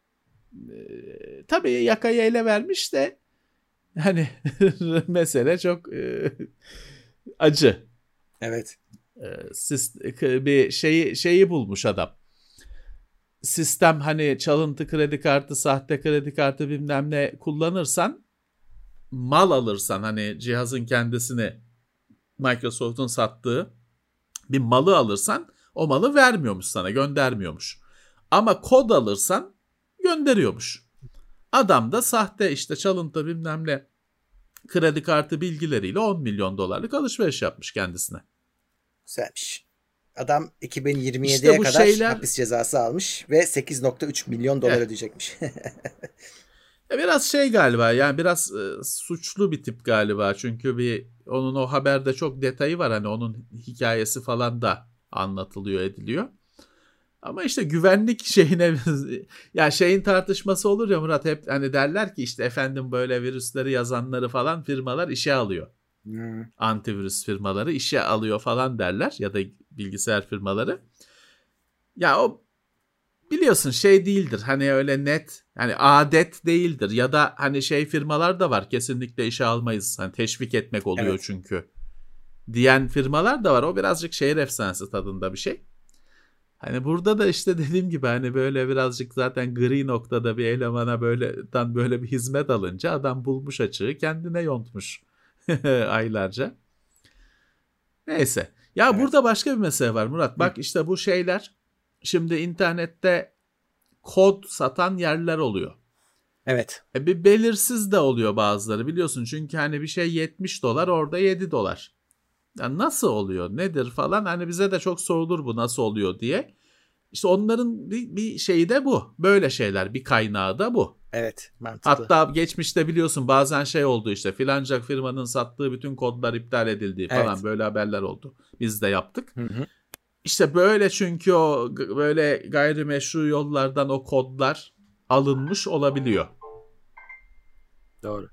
Speaker 4: Ee, tabii yakayı ele vermiş de hani mesele çok e, acı.
Speaker 3: Evet.
Speaker 4: Ee, bir şeyi şeyi bulmuş adam. Sistem hani çalıntı kredi kartı, sahte kredi kartı bilmem ne kullanırsan, mal alırsan, hani cihazın kendisini Microsoft'un sattığı bir malı alırsan o malı vermiyormuş sana, göndermiyormuş. Ama kod alırsan gönderiyormuş. Adam da sahte işte çalıntı bilmem ne kredi kartı bilgileriyle on milyon dolarlık alışveriş yapmış kendisine.
Speaker 3: Güzelmiş. Adam iki bin yirmi yediye
Speaker 4: İşte bu
Speaker 3: kadar
Speaker 4: şeyler-
Speaker 3: hapis cezası almış ve sekiz nokta üç milyon dolar
Speaker 4: Eh.
Speaker 3: ödeyecekmiş.
Speaker 4: Biraz şey galiba, yani biraz e, suçlu bir tip galiba. Çünkü bir onun o haberde çok detayı var, hani onun hikayesi falan da anlatılıyor, ediliyor. Ama işte güvenlik şeyine ya şeyin tartışması olur ya Murat, hep hani derler ki işte efendim böyle virüsleri yazanları falan firmalar işe alıyor.
Speaker 3: Hmm.
Speaker 4: Antivirüs firmaları işe alıyor falan derler ya da bilgisayar firmaları. Ya o biliyorsun şey değildir, hani öyle net, hani adet değildir ya da hani şey firmalar da var, kesinlikle işe almayız, hani teşvik etmek oluyor
Speaker 3: Evet.
Speaker 4: çünkü diyen firmalar da var. O birazcık şehir efsanesi tadında bir şey. Hani burada da işte dediğim gibi hani böyle birazcık zaten gri noktada bir elemana böyleden böyle bir hizmet alınca adam bulmuş açığı, kendine yontmuş aylarca. Neyse. Ya
Speaker 3: Evet.
Speaker 4: burada başka bir mesele var Murat. Bak işte bu şeyler, şimdi internette kod satan yerler oluyor.
Speaker 3: Evet.
Speaker 4: E bir belirsiz de oluyor bazıları, biliyorsun. Çünkü hani bir şey yetmiş dolar, orada yedi dolar. Yani nasıl oluyor, nedir falan, hani bize de çok sorulur bu nasıl oluyor diye. İşte onların bir, bir şeyi de bu. Böyle şeyler, bir kaynağı da bu.
Speaker 3: Evet. Mantıklı.
Speaker 4: Hatta geçmişte biliyorsun bazen şey oldu, işte filanca firmanın sattığı bütün kodlar iptal edildi falan,
Speaker 3: Evet.
Speaker 4: böyle haberler oldu. Biz de yaptık.
Speaker 3: Hı hı.
Speaker 4: İşte böyle, çünkü o g- böyle gayrimeşru yollardan o kodlar alınmış olabiliyor.
Speaker 3: Doğru.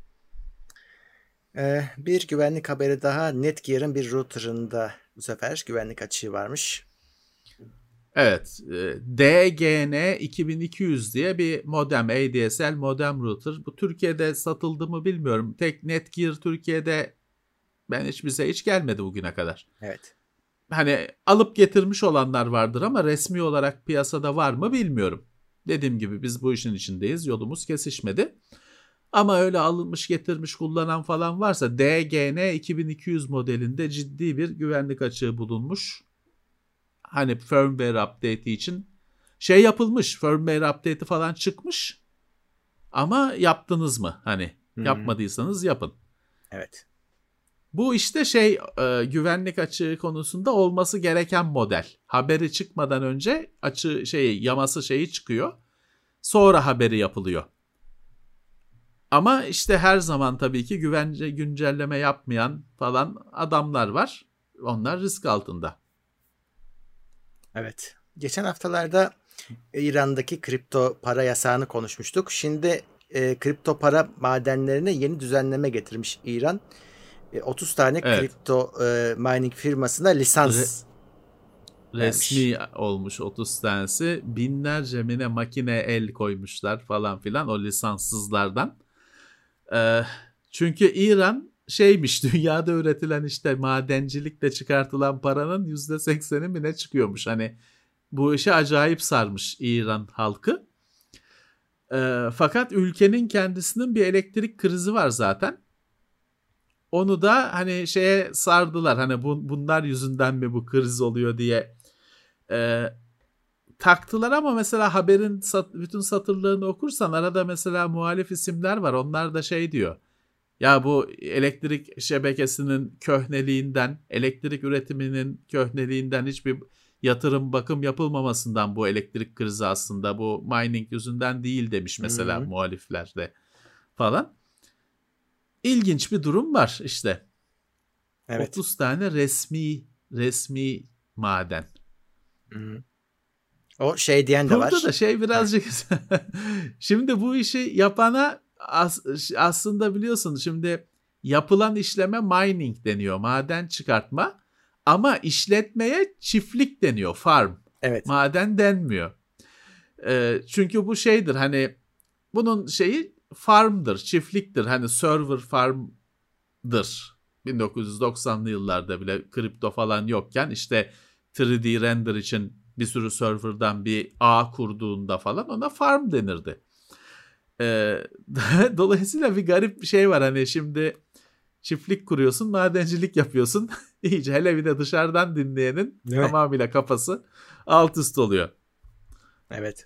Speaker 3: Ee, bir güvenlik haberi daha. Netgear'ın bir router'ında bu sefer güvenlik açığı varmış.
Speaker 4: Evet, e, D G N iki bin iki yüz diye bir modem, A D S L modem router. Bu Türkiye'de satıldı mı bilmiyorum. Tek Netgear Türkiye'de ben hiç bize hiç gelmedi bugüne kadar.
Speaker 3: Evet.
Speaker 4: Hani alıp getirmiş olanlar vardır ama resmi olarak piyasada var mı bilmiyorum. Dediğim gibi biz bu işin içindeyiz. Yolumuz kesişmedi. Ama öyle alınmış getirmiş kullanan falan varsa D G N iki bin iki yüz modelinde ciddi bir güvenlik açığı bulunmuş. hani firmware update'i için şey yapılmış. Firmware update'i falan çıkmış. Ama yaptınız mı? Hani
Speaker 3: Hmm.
Speaker 4: yapmadıysanız yapın.
Speaker 3: Evet.
Speaker 4: Bu işte şey e, güvenlik açığı konusunda olması gereken model. Haberi çıkmadan önce açığı şey yaması şeyi çıkıyor. Sonra haberi yapılıyor. Ama işte her zaman tabii ki güvence güncelleme yapmayan falan adamlar var. Onlar risk altında.
Speaker 3: Evet. Geçen haftalarda İran'daki kripto para yasağını konuşmuştuk. Şimdi e, kripto para madenlerine yeni düzenleme getirmiş İran. E, otuz tane
Speaker 4: Evet.
Speaker 3: kripto e, mining firmasına lisans
Speaker 4: Re-
Speaker 3: vermiş.
Speaker 4: resmi olmuş otuz tanesi. Binlerce mine makine el koymuşlar falan filan o lisanssızlardan. Ee, çünkü İran şeymiş, dünyada üretilen işte madencilikle çıkartılan paranın yüzde sekseni mi ne çıkıyormuş. Hani bu işe acayip sarmış İran halkı. Ee, fakat ülkenin kendisinin bir elektrik krizi var zaten. Onu da hani şeye sardılar. Hani bu, bunlar yüzünden mi bu kriz oluyor diye e, taktılar ama mesela haberin sat, bütün satırlarını okursan arada mesela muhalif isimler var. Onlar da şey diyor. Ya bu elektrik şebekesinin köhneliğinden, elektrik üretiminin köhneliğinden hiçbir yatırım bakım yapılmamasından bu elektrik krizi aslında bu mining yüzünden değil demiş mesela
Speaker 3: Hı-hı.
Speaker 4: muhalifler de falan. İlginç bir durum var işte.
Speaker 3: Evet.
Speaker 4: otuz tane resmi resmi maden.
Speaker 3: Hı-hı. O şey diyen de var.
Speaker 4: Burada da şey birazcık şimdi bu işi yapana as, aslında biliyorsun şimdi yapılan işleme mining deniyor, maden çıkartma ama işletmeye çiftlik deniyor, farm.
Speaker 3: Evet.
Speaker 4: Maden denmiyor. E, çünkü bu şeydir hani bunun şeyi farmdır, çiftliktir. Hani server farm'dır. bin dokuz yüz doksanlı yıllarda bile kripto falan yokken işte üç D render için bir sürü serverdan bir ağ kurduğunda falan ona farm denirdi. Ee, dolayısıyla bir garip bir şey var hani şimdi çiftlik kuruyorsun, madencilik yapıyorsun. İyice hele bir de dışarıdan dinleyenin
Speaker 3: Değil mi?
Speaker 4: tamamıyla kafası alt üst oluyor.
Speaker 3: Evet.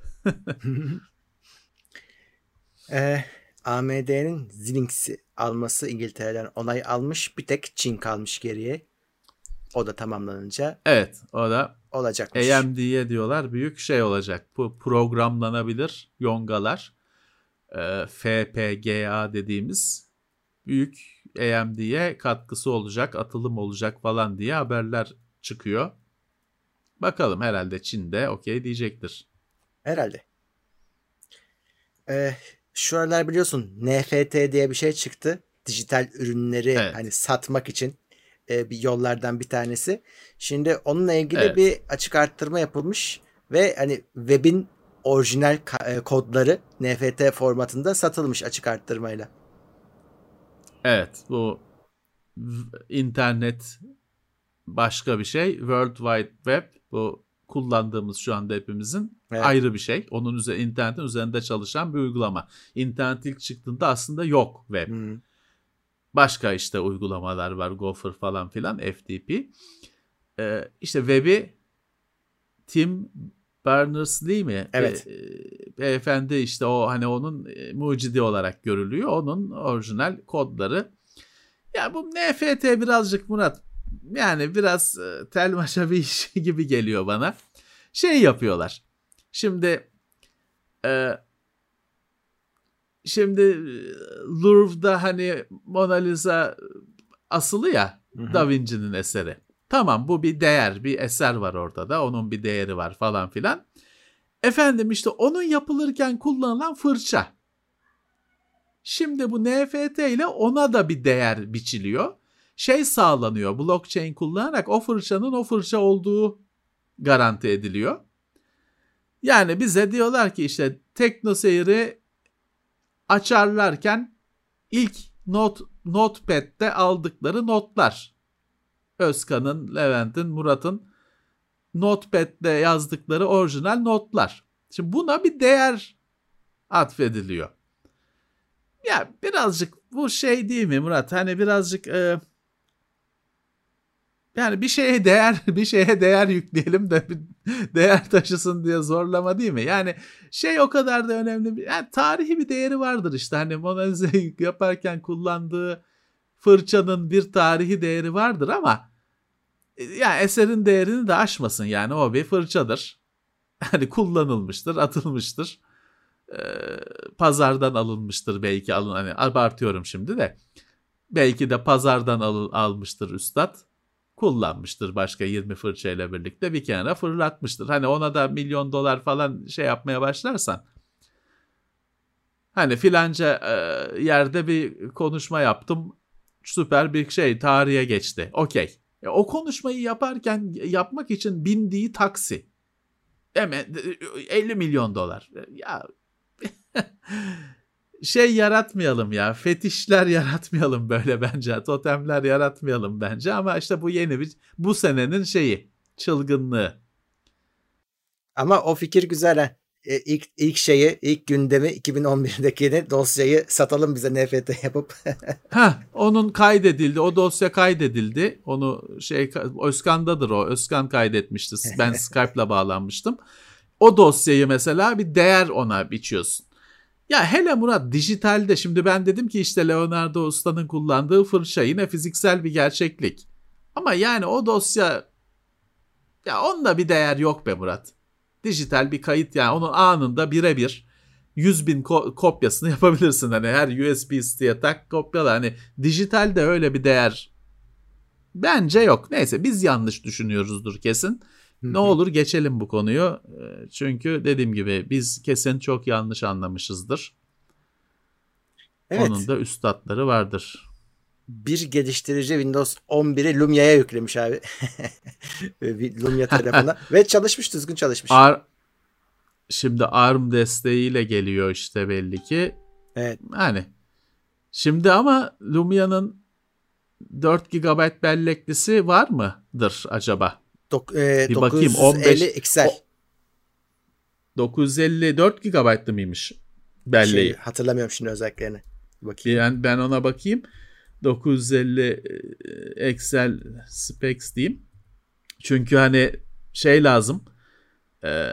Speaker 3: e, A M D'nin Xilinx'i alması İngiltere'den onay almış. Bir tek Çin kalmış geriye. O da tamamlanınca
Speaker 4: Evet, o da
Speaker 3: olacakmış.
Speaker 4: A M D'ye diyorlar büyük şey olacak. Bu programlanabilir yongalar. E, F P G A dediğimiz büyük A M D'ye katkısı olacak, atılım olacak falan diye haberler çıkıyor. Bakalım herhalde Çin'de okey diyecektir.
Speaker 3: Herhalde. Ee, şu aralar biliyorsun N F T diye bir şey çıktı. Dijital ürünleri
Speaker 4: Evet.
Speaker 3: hani satmak için e, bir yollardan bir tanesi. Şimdi onunla ilgili
Speaker 4: Evet.
Speaker 3: bir açık arttırma yapılmış ve hani web'in orijinal ka- e, kodları N F T formatında satılmış açık arttırmayla.
Speaker 4: Evet, bu v- internet başka bir şey. World Wide Web bu kullandığımız şu anda hepimizin
Speaker 3: Evet.
Speaker 4: ayrı bir şey. Onun üzerinde internetin üzerinde çalışan bir uygulama. İnternet ilk çıktığında aslında yok web.
Speaker 3: Hmm.
Speaker 4: Başka işte uygulamalar var, Gopher falan filan, F T P. Ee, işte web'i Tim Berners-Lee mi?
Speaker 3: Evet.
Speaker 4: Be, beyefendi işte o hani onun e, mucidi olarak görülüyor. Onun orijinal kodları. Ya bu N F T birazcık Murat yani biraz e, telmaşa bir iş gibi geliyor bana. Şey yapıyorlar. Şimdi e, şimdi e, Louvre'da hani Mona Lisa asılı ya,
Speaker 3: Hı hı.
Speaker 4: Da Vinci'nin eseri. Tamam bu bir değer, bir eser var ortada. Onun bir değeri var falan filan. Efendim işte onun yapılırken kullanılan fırça. Şimdi bu N F T ile ona da bir değer biçiliyor. Şey sağlanıyor, blockchain kullanarak o fırçanın o fırça olduğu garanti ediliyor. Yani bize diyorlar ki işte TeknoSeyir'i açarlarken ilk not Notepad'de aldıkları notlar. Özkan'ın, Levent'in, Murat'ın Notepad'de yazdıkları orijinal notlar. Şimdi buna bir değer atfediliyor. Ya birazcık bu şey değil mi Murat? Hani birazcık e, yani bir şeye değer bir şeye değer yükleyelim de bir değer taşısın diye zorlama değil mi? Yani şey o kadar da önemli. Yani tarihi bir değeri vardır işte. Hani Mona Lisa'yı yaparken kullandığı fırçanın bir tarihi değeri vardır ama yani eserin değerini de aşmasın yani. O bir fırçadır. Hani kullanılmıştır, atılmıştır. Ee, pazardan alınmıştır belki, alın hani abartıyorum şimdi de. Belki de pazardan al, almıştır üstad. Kullanmıştır başka yirmi fırçayla birlikte, bir kenara fırlatmıştır. Hani ona da milyon dolar falan şey yapmaya başlarsan, hani filanca e, yerde bir konuşma yaptım, süper bir şey tarihe geçti. Okey. E, o konuşmayı yaparken yapmak için bindiği taksi. Hemen elli milyon dolar. Ya şey yaratmayalım ya. Fetişler yaratmayalım böyle bence. Totemler yaratmayalım bence. Ama işte bu yeni bir, bu senenin şeyi. Çılgınlığı.
Speaker 3: Ama o fikir güzel ha. E, ilk, ilk şeyi, ilk gündemi iki bin on birdekini, dosyayı satalım bize N F T yapıp.
Speaker 4: Ha, onun kaydedildi. O dosya kaydedildi. Onu şey Özkan'dadır o. Özkan kaydetmişti. Ben Skype'la bağlanmıştım. O dosyayı mesela bir değer ona biçiyorsun. Ya hele Murat dijitalde, şimdi ben dedim ki işte Leonardo Usta'nın kullandığı fırça yine fiziksel bir gerçeklik. Ama yani o dosya, ya onda bir değer yok be Murat. Dijital bir kayıt, yani onun anında birebir yüz bin ko- kopyasını yapabilirsin. Hani her U S B stick'e tak kopyala. Hani dijitalde öyle bir değer bence yok. Neyse biz yanlış düşünüyoruzdur kesin. Ne olur geçelim bu konuyu. Çünkü dediğim gibi biz kesin çok yanlış anlamışızdır. Evet. Onun da üstatları vardır.
Speaker 3: Bir geliştirici Windows on biri Lumia'ya yüklemiş abi. Lumia telefona. Ve çalışmış, düzgün çalışmış.
Speaker 4: Ar- Şimdi A R M desteğiyle geliyor işte belli ki.
Speaker 3: Evet.
Speaker 4: Yani şimdi ama Lumia'nın dört gigabayt belleklisi var mıdır acaba?
Speaker 3: Dok- e,
Speaker 4: bir
Speaker 3: bakayım.
Speaker 4: bakayım.
Speaker 3: dokuz yüz elli X L.
Speaker 4: dokuz yüz elli dört gigabaytlı mıymış belleği?
Speaker 3: Şey, hatırlamıyorum şimdi özelliklerini. Bakayım.
Speaker 4: Yani ben ona bakayım. dokuz yüz elli X L specs diyeyim. Çünkü hani şey lazım. E,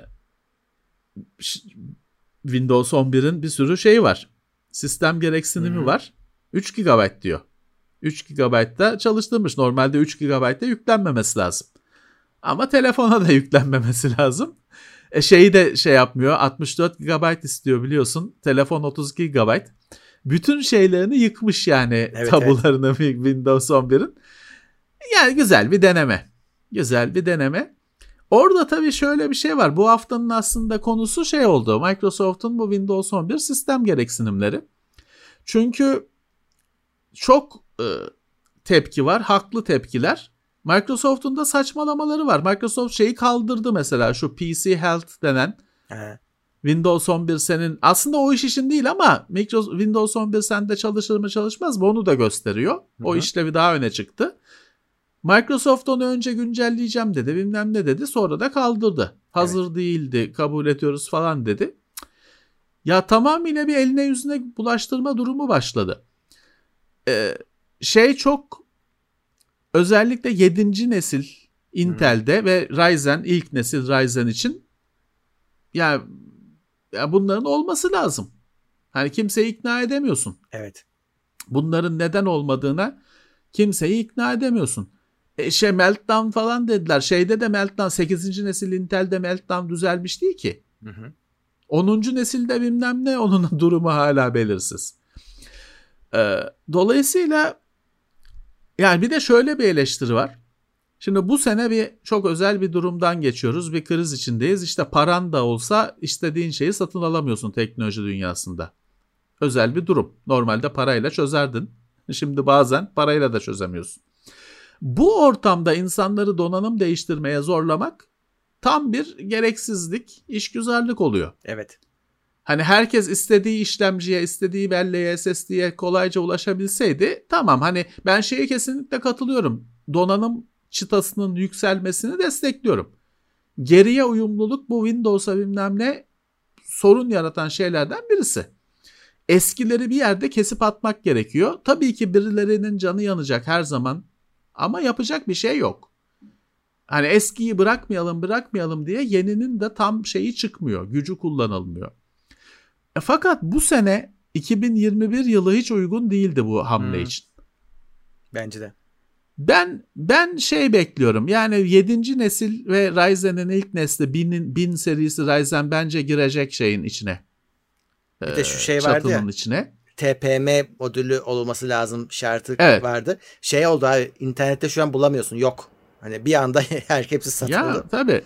Speaker 4: Windows on birin bir sürü şeyi var. Sistem gereksinimi hmm. var. üç gigabayt diyor. üç gigabaytta çalıştırmış. Normalde üç gigabayta yüklenmemesi lazım. Ama telefona da yüklenmemesi lazım. E şeyi de şey yapmıyor. altmış dört gigabayt istiyor biliyorsun. Telefon otuz iki gigabayt. Bütün şeylerini yıkmış yani, evet, tabularını evet. Windows on birin. Yani güzel bir deneme. Güzel bir deneme. Orada tabii şöyle bir şey var. Bu haftanın aslında konusu şey oldu. Microsoft'un bu Windows on bir sistem gereksinimleri. Çünkü çok e, tepki var. Haklı tepkiler. Microsoft'un da saçmalamaları var. Microsoft şeyi kaldırdı mesela, şu P C Health denen. Evet. Windows on bir senin aslında o iş için değil ama Microsoft, Windows on bir sende çalışır mı çalışmaz mı onu da gösteriyor. Hı-hı. O işlevi daha öne çıktı. Microsoft onu önce güncelleyeceğim dedi, bilmem ne dedi, sonra da kaldırdı. Hazır evet. değildi, kabul ediyoruz falan dedi. Ya tamamıyla bir eline yüzüne bulaştırma durumu başladı. Ee, şey çok özellikle yedinci nesil Intel'de hmm. ve Ryzen, ilk nesil Ryzen için ya, ya bunların olması lazım. Hani kimseyi ikna edemiyorsun.
Speaker 3: Evet.
Speaker 4: Bunların neden olmadığına kimseyi ikna edemiyorsun. E şey Meltdown falan dediler. Şeyde de Meltdown, sekizinci nesil Intel'de Meltdown düzelmiş değil ki. Hı hı. onuncu nesilde bilmem ne, onun durumu hala belirsiz. Ee, dolayısıyla yani bir de şöyle bir eleştiri var. Şimdi bu sene bir çok özel bir durumdan geçiyoruz. Bir kriz içindeyiz. İşte paran da olsa istediğin şeyi satın alamıyorsun teknoloji dünyasında. Özel bir durum. Normalde parayla çözerdin. Şimdi bazen parayla da çözemiyorsun. Bu ortamda insanları donanım değiştirmeye zorlamak tam bir gereksizlik, işgüzarlık oluyor.
Speaker 3: Evet.
Speaker 4: Hani herkes istediği işlemciye, istediği belleğe, S S D'ye kolayca ulaşabilseydi tamam, hani ben şeye kesinlikle katılıyorum. Donanım çıtasının yükselmesini destekliyorum. Geriye uyumluluk bu Windows'a bilmem ne sorun yaratan şeylerden birisi. Eskileri bir yerde kesip atmak gerekiyor. Tabii ki birilerinin canı yanacak her zaman ama yapacak bir şey yok. Hani eskiyi bırakmayalım bırakmayalım diye yeninin de tam şeyi çıkmıyor. Gücü kullanılmıyor. E fakat bu sene iki bin yirmi bir yılı hiç uygun değildi bu hamle hmm. için.
Speaker 3: Bence de.
Speaker 4: Ben ben şey bekliyorum. Yani yedinci nesil ve Ryzen'in ilk nesli bin, bin serisi Ryzen bence girecek şeyin içine.
Speaker 3: Bir de şu şey vardı ya.
Speaker 4: içine.
Speaker 3: T P M modülü olması lazım şartı evet. vardı. Şey oldu abi, internette şu an bulamıyorsun. Yok. Hani bir anda her hepsi satıldı.
Speaker 4: Ya tabii.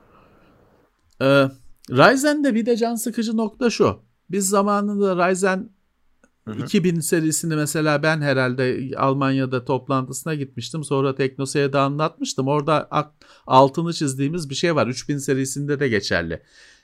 Speaker 4: Ee, Ryzen'de bir de can sıkıcı nokta şu. Biz zamanında Ryzen hı hı. iki bin serisini mesela ben herhalde Almanya'da toplantısına gitmiştim. Sonra Teknoseyir'de anlatmıştım. Orada altını çizdiğimiz bir şey var. üç bin serisinde de geçerli.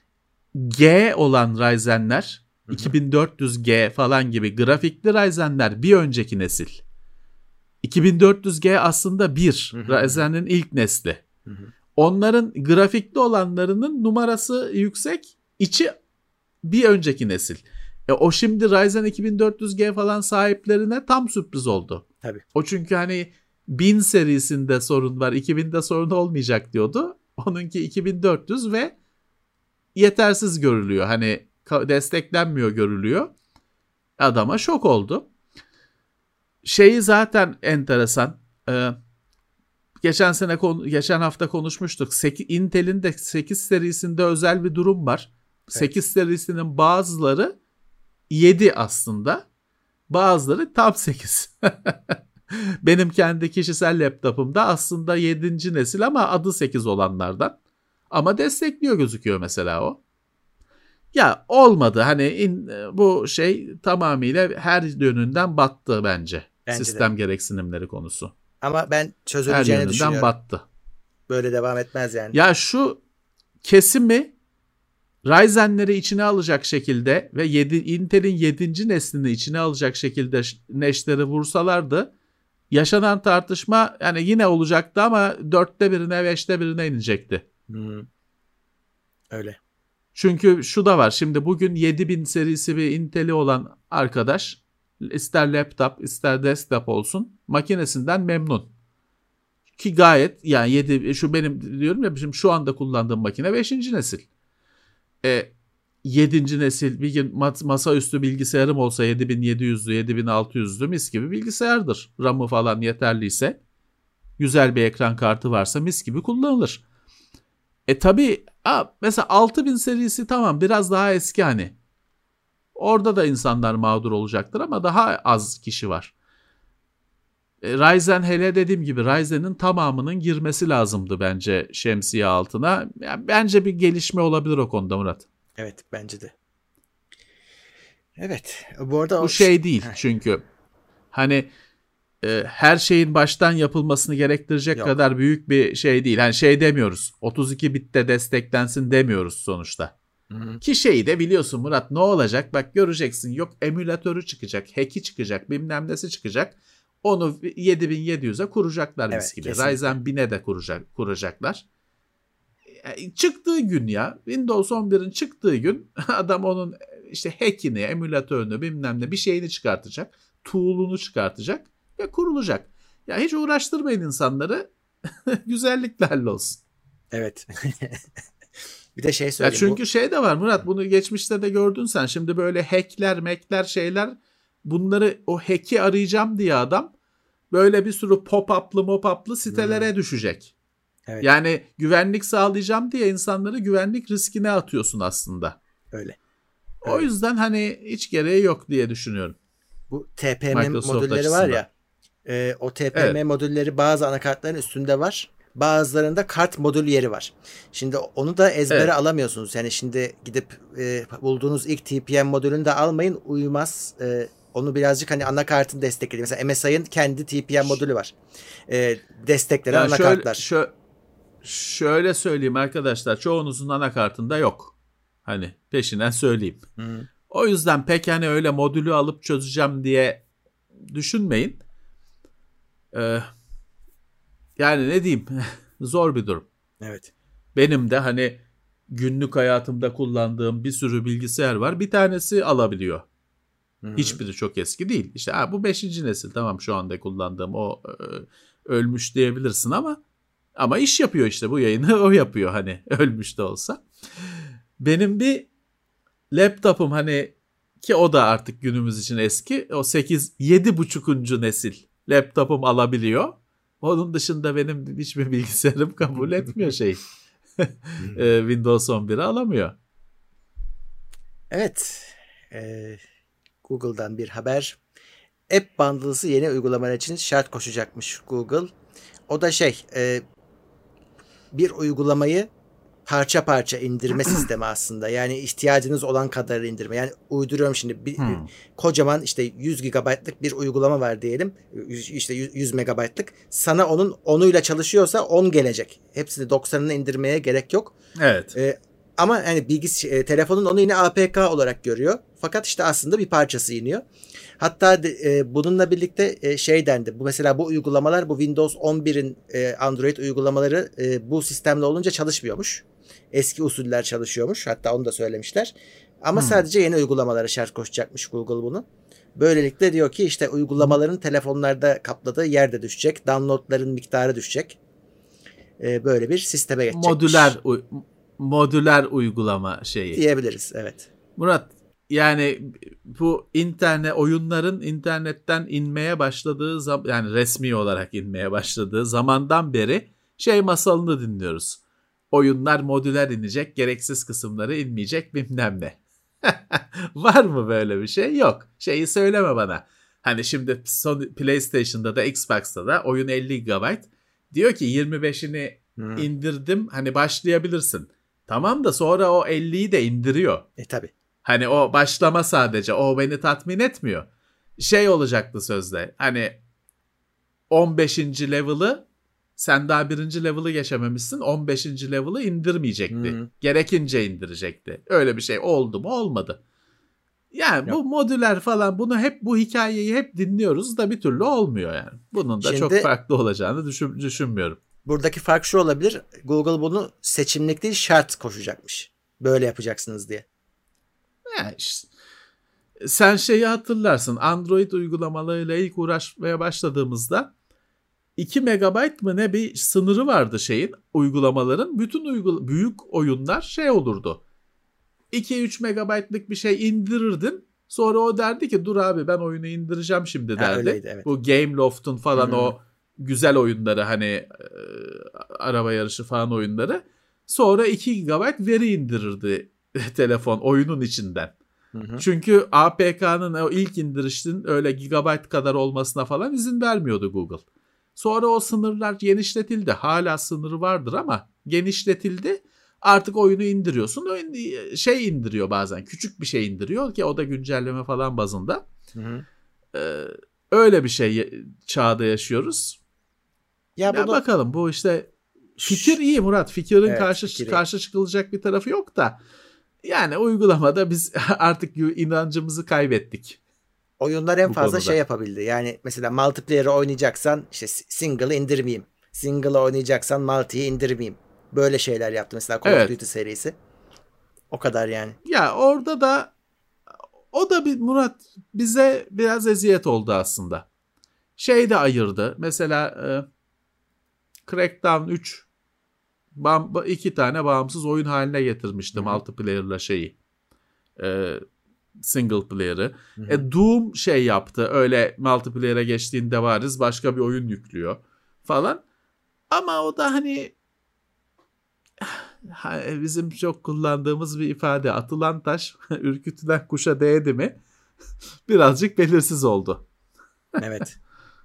Speaker 4: G olan Ryzen'ler hı hı. iki bin dört yüz G falan gibi grafikli Ryzen'ler bir önceki nesil. iki bin dört yüz G aslında bir. Hı hı. Ryzen'in ilk nesli. Hı hı. Onların grafikli olanlarının numarası yüksek. İçi bir önceki nesil. E o şimdi Ryzen iki bin dört yüz G falan sahiplerine tam sürpriz oldu.
Speaker 3: Tabii.
Speaker 4: O çünkü hani bin serisinde sorun var, iki binde sorun olmayacak diyordu. Onunki iki bin dört yüz ve yetersiz görülüyor. Hani desteklenmiyor görülüyor. Adama şok oldu. Şeyi zaten enteresan. Ee, geçen sene geçen hafta konuşmuştuk. Intel'in de sekiz serisinde özel bir durum var. Evet. sekiz serisinin bazıları yedi aslında. Bazıları tam sekiz. Benim kendi kişisel laptopumda aslında yedinci nesil ama adı sekiz olanlardan. Ama destekliyor gözüküyor mesela o. Ya olmadı. Hani in, bu şey tamamıyla her yönünden battı bence. bence Sistem de. Gereksinimleri konusu.
Speaker 3: Ama ben çözüleceğini düşünüyorum.
Speaker 4: Her yönünden battı.
Speaker 3: Böyle devam etmez yani.
Speaker 4: Ya şu kesimi Ryzen'leri içine alacak şekilde ve yedi, Intel'in yedinci neslini içine alacak şekilde neşleri vursalardı yaşanan tartışma yani yine olacaktı ama dörtte birine beşte birine inecekti.
Speaker 3: Hmm. Öyle.
Speaker 4: Çünkü şu da var, şimdi bugün yedi bin serisi bir Intel'i olan arkadaş ister laptop ister desktop olsun makinesinden memnun. Ki gayet yani yedi şu benim diyorum ya şimdi şu anda kullandığım makine beşinci nesil. E, yedinci nesil bir gün masaüstü bilgisayarım olsa yedi bin yedi yüzlü yedi bin altı yüzlü mis gibi bilgisayardır. RAM'ı falan yeterliyse, güzel bir ekran kartı varsa mis gibi kullanılır. E tabi mesela altı bin serisi tamam biraz daha eski hani. Orada da insanlar mağdur olacaktır ama daha az kişi var. E, Ryzen hele dediğim gibi Ryzen'in tamamının girmesi lazımdı bence şemsiye altına. Yani bence bir gelişme olabilir o konuda Murat.
Speaker 3: Evet bence de. Evet. Bu arada
Speaker 4: bu şey değil çünkü hani e, her şeyin baştan yapılmasını gerektirecek Yok. kadar büyük bir şey değil. Hani şey demiyoruz. otuz iki bitte desteklensin demiyoruz sonuçta. Hı-hı. Ki şeyi de biliyorsun Murat, ne olacak? Bak göreceksin. Yok emülatörü çıkacak, hack'i çıkacak, bilmem nesi çıkacak. Onu yedi bin yedi yüze kuracaklar evet, mis gibi. Kesinlikle. Ryzen bine de kuracak, kuracaklar. Yani çıktığı gün ya Windows on birin çıktığı gün adam onun işte hack'ini, emülatörünü bilmem ne bir şeyini çıkartacak. Tool'unu çıkartacak ve kurulacak. Ya hiç uğraştırmayın insanları. Güzelliklerle olsun.
Speaker 3: Evet. Bir de şey söyleyeyim.
Speaker 4: Ya çünkü bu... şey de var Murat, bunu geçmişte de gördün sen. Şimdi böyle hackler, mekler şeyler, bunları o hack'i arayacağım diye adam böyle bir sürü pop-up'lı mop-up'lı sitelere hmm. düşecek. Evet. Yani güvenlik sağlayacağım diye insanları güvenlik riskine atıyorsun aslında.
Speaker 3: Öyle.
Speaker 4: O
Speaker 3: Öyle.
Speaker 4: yüzden hani hiç gereği yok diye düşünüyorum.
Speaker 3: Bu T P M Microsoft modülleri açısından var ya. E, o T P M evet. modülleri bazı anakartların üstünde var. Bazılarında kart modül yeri var. Şimdi onu da ezbere evet. alamıyorsunuz. Yani şimdi gidip e, bulduğunuz ilk T P M modülünü de almayın, uymaz. E, onu birazcık hani anakartın desteklediği. Mesela M S I'ın kendi T P M modülü var. E, destekleri yani anakartlar.
Speaker 4: Şöyle, şö- şöyle söyleyeyim arkadaşlar. Çoğunuzun anakartında yok. Hani peşinden söyleyeyim. Hı. O yüzden pek hani öyle modülü alıp çözeceğim diye düşünmeyin. Ee, yani ne diyeyim? Zor bir durum.
Speaker 3: Evet.
Speaker 4: Benim de hani günlük hayatımda kullandığım bir sürü bilgisayar var. Bir tanesi alabiliyor. Hı-hı. Hiçbiri çok eski değil. İşte ha, bu beşinci nesil tamam şu anda kullandığım o e, ölmüş diyebilirsin ama Ama iş yapıyor işte, bu yayını o yapıyor hani ölmüş de olsa. Benim bir laptopum hani ki o da artık günümüz için eski, o sekiz yedi buçukuncu nesil laptopum alabiliyor. Onun dışında benim hiçbir bilgisayarım kabul etmiyor şey. Windows on bir'i alamıyor.
Speaker 3: Evet. Ee, Google'dan bir haber. App bundle'sı yeni uygulamalar için şart koşacakmış Google. O da şey e, bir uygulamayı parça parça indirme sistemi aslında. Yani ihtiyacınız olan kadar indirme. Yani uyduruyorum şimdi bir, hmm. kocaman işte yüz gigabaytlık bir uygulama var diyelim. İşte yüz megabaytlık. Sana onun onuyla çalışıyorsa on gelecek. Hepsini doksanını indirmeye gerek yok.
Speaker 4: Evet.
Speaker 3: Ee, ama hani bilgis e, telefonun onu yine A P K olarak görüyor. Fakat işte aslında bir parçası iniyor. Hatta de, e, bununla birlikte e, şey dendi. Bu mesela bu uygulamalar, bu Windows on bir'in e, Android uygulamaları e, bu sistemle olunca çalışmıyormuş. Eski usuller çalışıyormuş. Hatta onu da söylemişler. Ama hmm. sadece yeni uygulamalara şart koşacakmış Google bunu. Böylelikle diyor ki işte uygulamaların telefonlarda kapladığı yer de düşecek. Downloadların miktarı düşecek. E, böyle bir sisteme geçecekmiş.
Speaker 4: Modüler modüler uygulama şeyi.
Speaker 3: Diyebiliriz, evet.
Speaker 4: Murat, yani bu internet oyunların internetten inmeye başladığı zaman, yani resmi olarak inmeye başladığı zamandan beri şey masalını dinliyoruz. Oyunlar modüler inecek, gereksiz kısımları inmeyecek bilmem ne. Var mı böyle bir şey? Yok. Şeyi söyleme bana. Hani şimdi Sony, PlayStation'da da Xbox'ta da oyun elli gigabayt. Diyor ki yirmi beşini hmm. indirdim, hani başlayabilirsin. Tamam da sonra o elliyi de indiriyor.
Speaker 3: E tabi.
Speaker 4: Hani o başlama sadece. O beni tatmin etmiyor. Şey olacaktı sözde. Hani on beşinci level'ı sen daha birinci level'ı geçememişsin. on beşinci level'ı indirmeyecekti. Hmm. Gerekince indirecekti. Öyle bir şey oldu mu? Olmadı. Yani Yok. Bu modüler falan, bunu hep, bu hikayeyi hep dinliyoruz da bir türlü olmuyor yani. Bunun da Şimdi, çok farklı olacağını düşün, düşünmüyorum.
Speaker 3: Buradaki fark şu olabilir. Google bunu seçimlik değil şart koşacakmış. Böyle yapacaksınız diye.
Speaker 4: Yani işte, sen şeyi hatırlarsın. Android uygulamalarıyla ilk uğraşmaya başladığımızda iki megabayt mı ne bir sınırı vardı şeyin, uygulamaların. Bütün uygula- büyük oyunlar şey olurdu. iki üç megabaytlık bir şey indirirdin. Sonra o derdi ki dur abi ben oyunu indireceğim şimdi derdi. Ha, öyleydi, evet. Bu Gameloft'un falan Hı-hı. o güzel oyunları, hani e, araba yarışı falan oyunları. Sonra iki gigabayt veri indirirdi telefon oyunun içinden. Hı hı. Çünkü A P K'nın o ilk indirişinin öyle gigabayt kadar olmasına falan izin vermiyordu Google. Sonra o sınırlar genişletildi. Hala sınırı vardır ama genişletildi. Artık oyunu indiriyorsun. Oyun şey indiriyor bazen. Küçük bir şey indiriyor ki o da güncelleme falan bazında. Hı hı. Ee, öyle bir şey çağda yaşıyoruz. Ya, ya bunu... bakalım bu işte fikir iyi Murat. Fikrin evet, karşı fikri. karşı çıkılacak bir tarafı yok da. Yani uygulamada biz artık inancımızı kaybettik.
Speaker 3: Oyunlar en fazla şey yapabildi. Yani mesela multiplayer'ı oynayacaksan işte single'ı indirmeyeyim. Single'ı oynayacaksan multi'yi indirmeyeyim. Böyle şeyler yaptı mesela Call evet. of Duty serisi. O kadar yani.
Speaker 4: Ya orada da o da bir Murat bize biraz eziyet oldu aslında. Şey de ayırdı. Mesela e, Crackdown üç iki tane bağımsız oyun haline getirmişti Hı-hı. multiplayer'la şeyi. E, single player'ı. E, Doom şey yaptı. Öyle multiplayer'e geçtiğinde varız başka bir oyun yüklüyor falan. Ama o da hani bizim çok kullandığımız bir ifade, atılan taş ürkütülen kuşa değdi mi birazcık belirsiz oldu.
Speaker 3: Evet.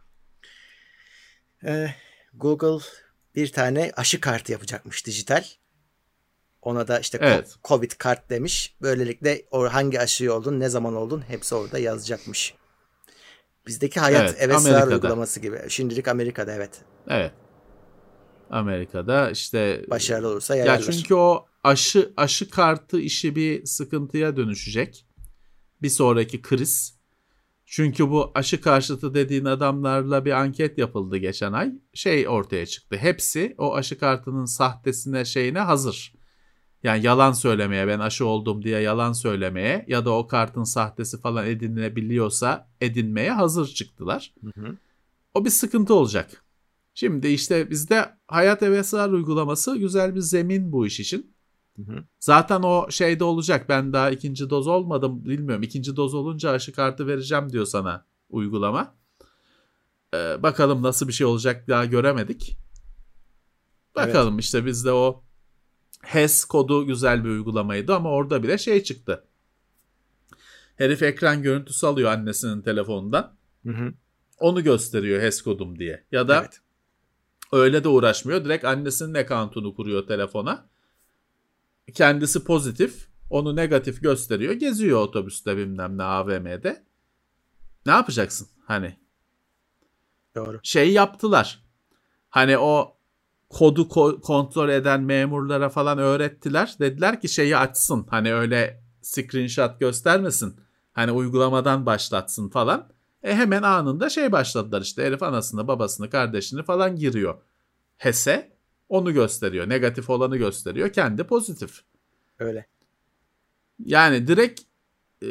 Speaker 3: Ee, Google bir tane aşı kartı yapacakmış dijital. Ona da işte evet. Covid kart demiş. Böylelikle hangi aşıyı oldun, ne zaman oldun hepsi orada yazacakmış. Bizdeki hayat evet, evet sığar uygulaması gibi. Şimdilik Amerika'da evet.
Speaker 4: Evet. Amerika'da işte
Speaker 3: başarılı olursa yayarlar.
Speaker 4: Ya çünkü o aşı aşı kartı işi bir sıkıntıya dönüşecek. Bir sonraki kriz. Çünkü bu aşı karşıtı dediğin adamlarla bir anket yapıldı geçen ay. Şey ortaya çıktı. Hepsi o aşı kartının sahtesine şeyine hazır. Yani yalan söylemeye, ben aşı oldum diye yalan söylemeye ya da o kartın sahtesi falan edinilebiliyorsa edinmeye hazır çıktılar. Hı hı. O bir sıkıntı olacak. Şimdi işte bizde Hayat Eve Sığar uygulaması güzel bir zemin bu iş için.
Speaker 3: Hı hı.
Speaker 4: Zaten o şeyde olacak. Ben daha ikinci doz olmadım, bilmiyorum. İkinci doz olunca aşı kartı vereceğim diyor sana uygulama. Ee, bakalım nasıl bir şey olacak, daha göremedik. Bakalım evet. işte bizde o H E S kodu güzel bir uygulamaydı ama orada bile şey çıktı. Herif ekran görüntüsü alıyor annesinin telefonundan.
Speaker 3: Hı hı.
Speaker 4: Onu gösteriyor H E S kodum diye. Ya da evet. öyle de uğraşmıyor. Direkt annesinin account'unu kuruyor telefona. Kendisi pozitif. Onu negatif gösteriyor. Geziyor otobüste bilmem ne A V M'de. Ne yapacaksın? Hani.
Speaker 3: Doğru.
Speaker 4: Şey yaptılar. Hani o kodu ko- kontrol eden memurlara falan öğrettiler. Dediler ki şeyi açsın. Hani öyle screenshot göstermesin. Hani uygulamadan başlatsın falan. E hemen anında şey başladılar işte. Herif anasını, babasını, kardeşini falan giriyor. H E S'e onu gösteriyor. Negatif olanı gösteriyor. Kendi pozitif.
Speaker 3: Öyle.
Speaker 4: Yani direkt e,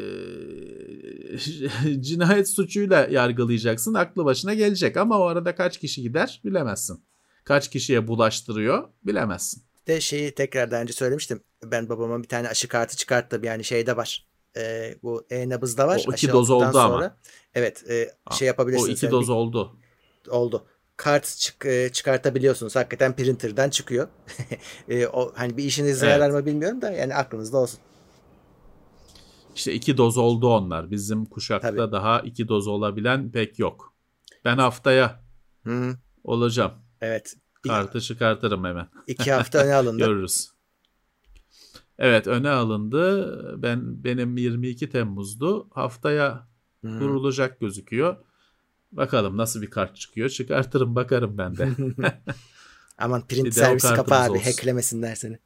Speaker 4: cinayet suçuyla yargılayacaksın. Aklı başına gelecek. Ama o arada kaç kişi gider bilemezsin. Kaç kişiye bulaştırıyor bilemezsin.
Speaker 3: De şeyi tekrar daha önce söylemiştim. Ben babama bir tane aşı kartı çıkarttım. Yani şeyde var. E, bu e-nabızda var.
Speaker 4: O iki doz oldu
Speaker 3: sonra,
Speaker 4: ama.
Speaker 3: Evet. E, şey yapabilirsiniz.
Speaker 4: O iki
Speaker 3: yani
Speaker 4: doz
Speaker 3: bir,
Speaker 4: oldu.
Speaker 3: Oldu. Kart çık, e, çıkartabiliyorsunuz. Hakikaten printer'dan çıkıyor. e, o hani bir işinize evet. yarar mı bilmiyorum da yani aklınızda olsun.
Speaker 4: İşte iki doz oldu onlar. Bizim kuşakta Tabii. daha iki doz olabilen pek yok. Ben haftaya Hı. olacağım.
Speaker 3: Evet.
Speaker 4: Kartı çıkartırım hemen.
Speaker 3: İki hafta öne alındı.
Speaker 4: Görürüz. Evet, öne alındı. Ben benim yirmi iki Temmuz'du. Haftaya hmm. kurulacak gözüküyor. Bakalım nasıl bir kart çıkıyor. Çıkartırım bakarım ben de.
Speaker 3: Aman print servisi kapa abi. Olsun. Hacklemesinler seni.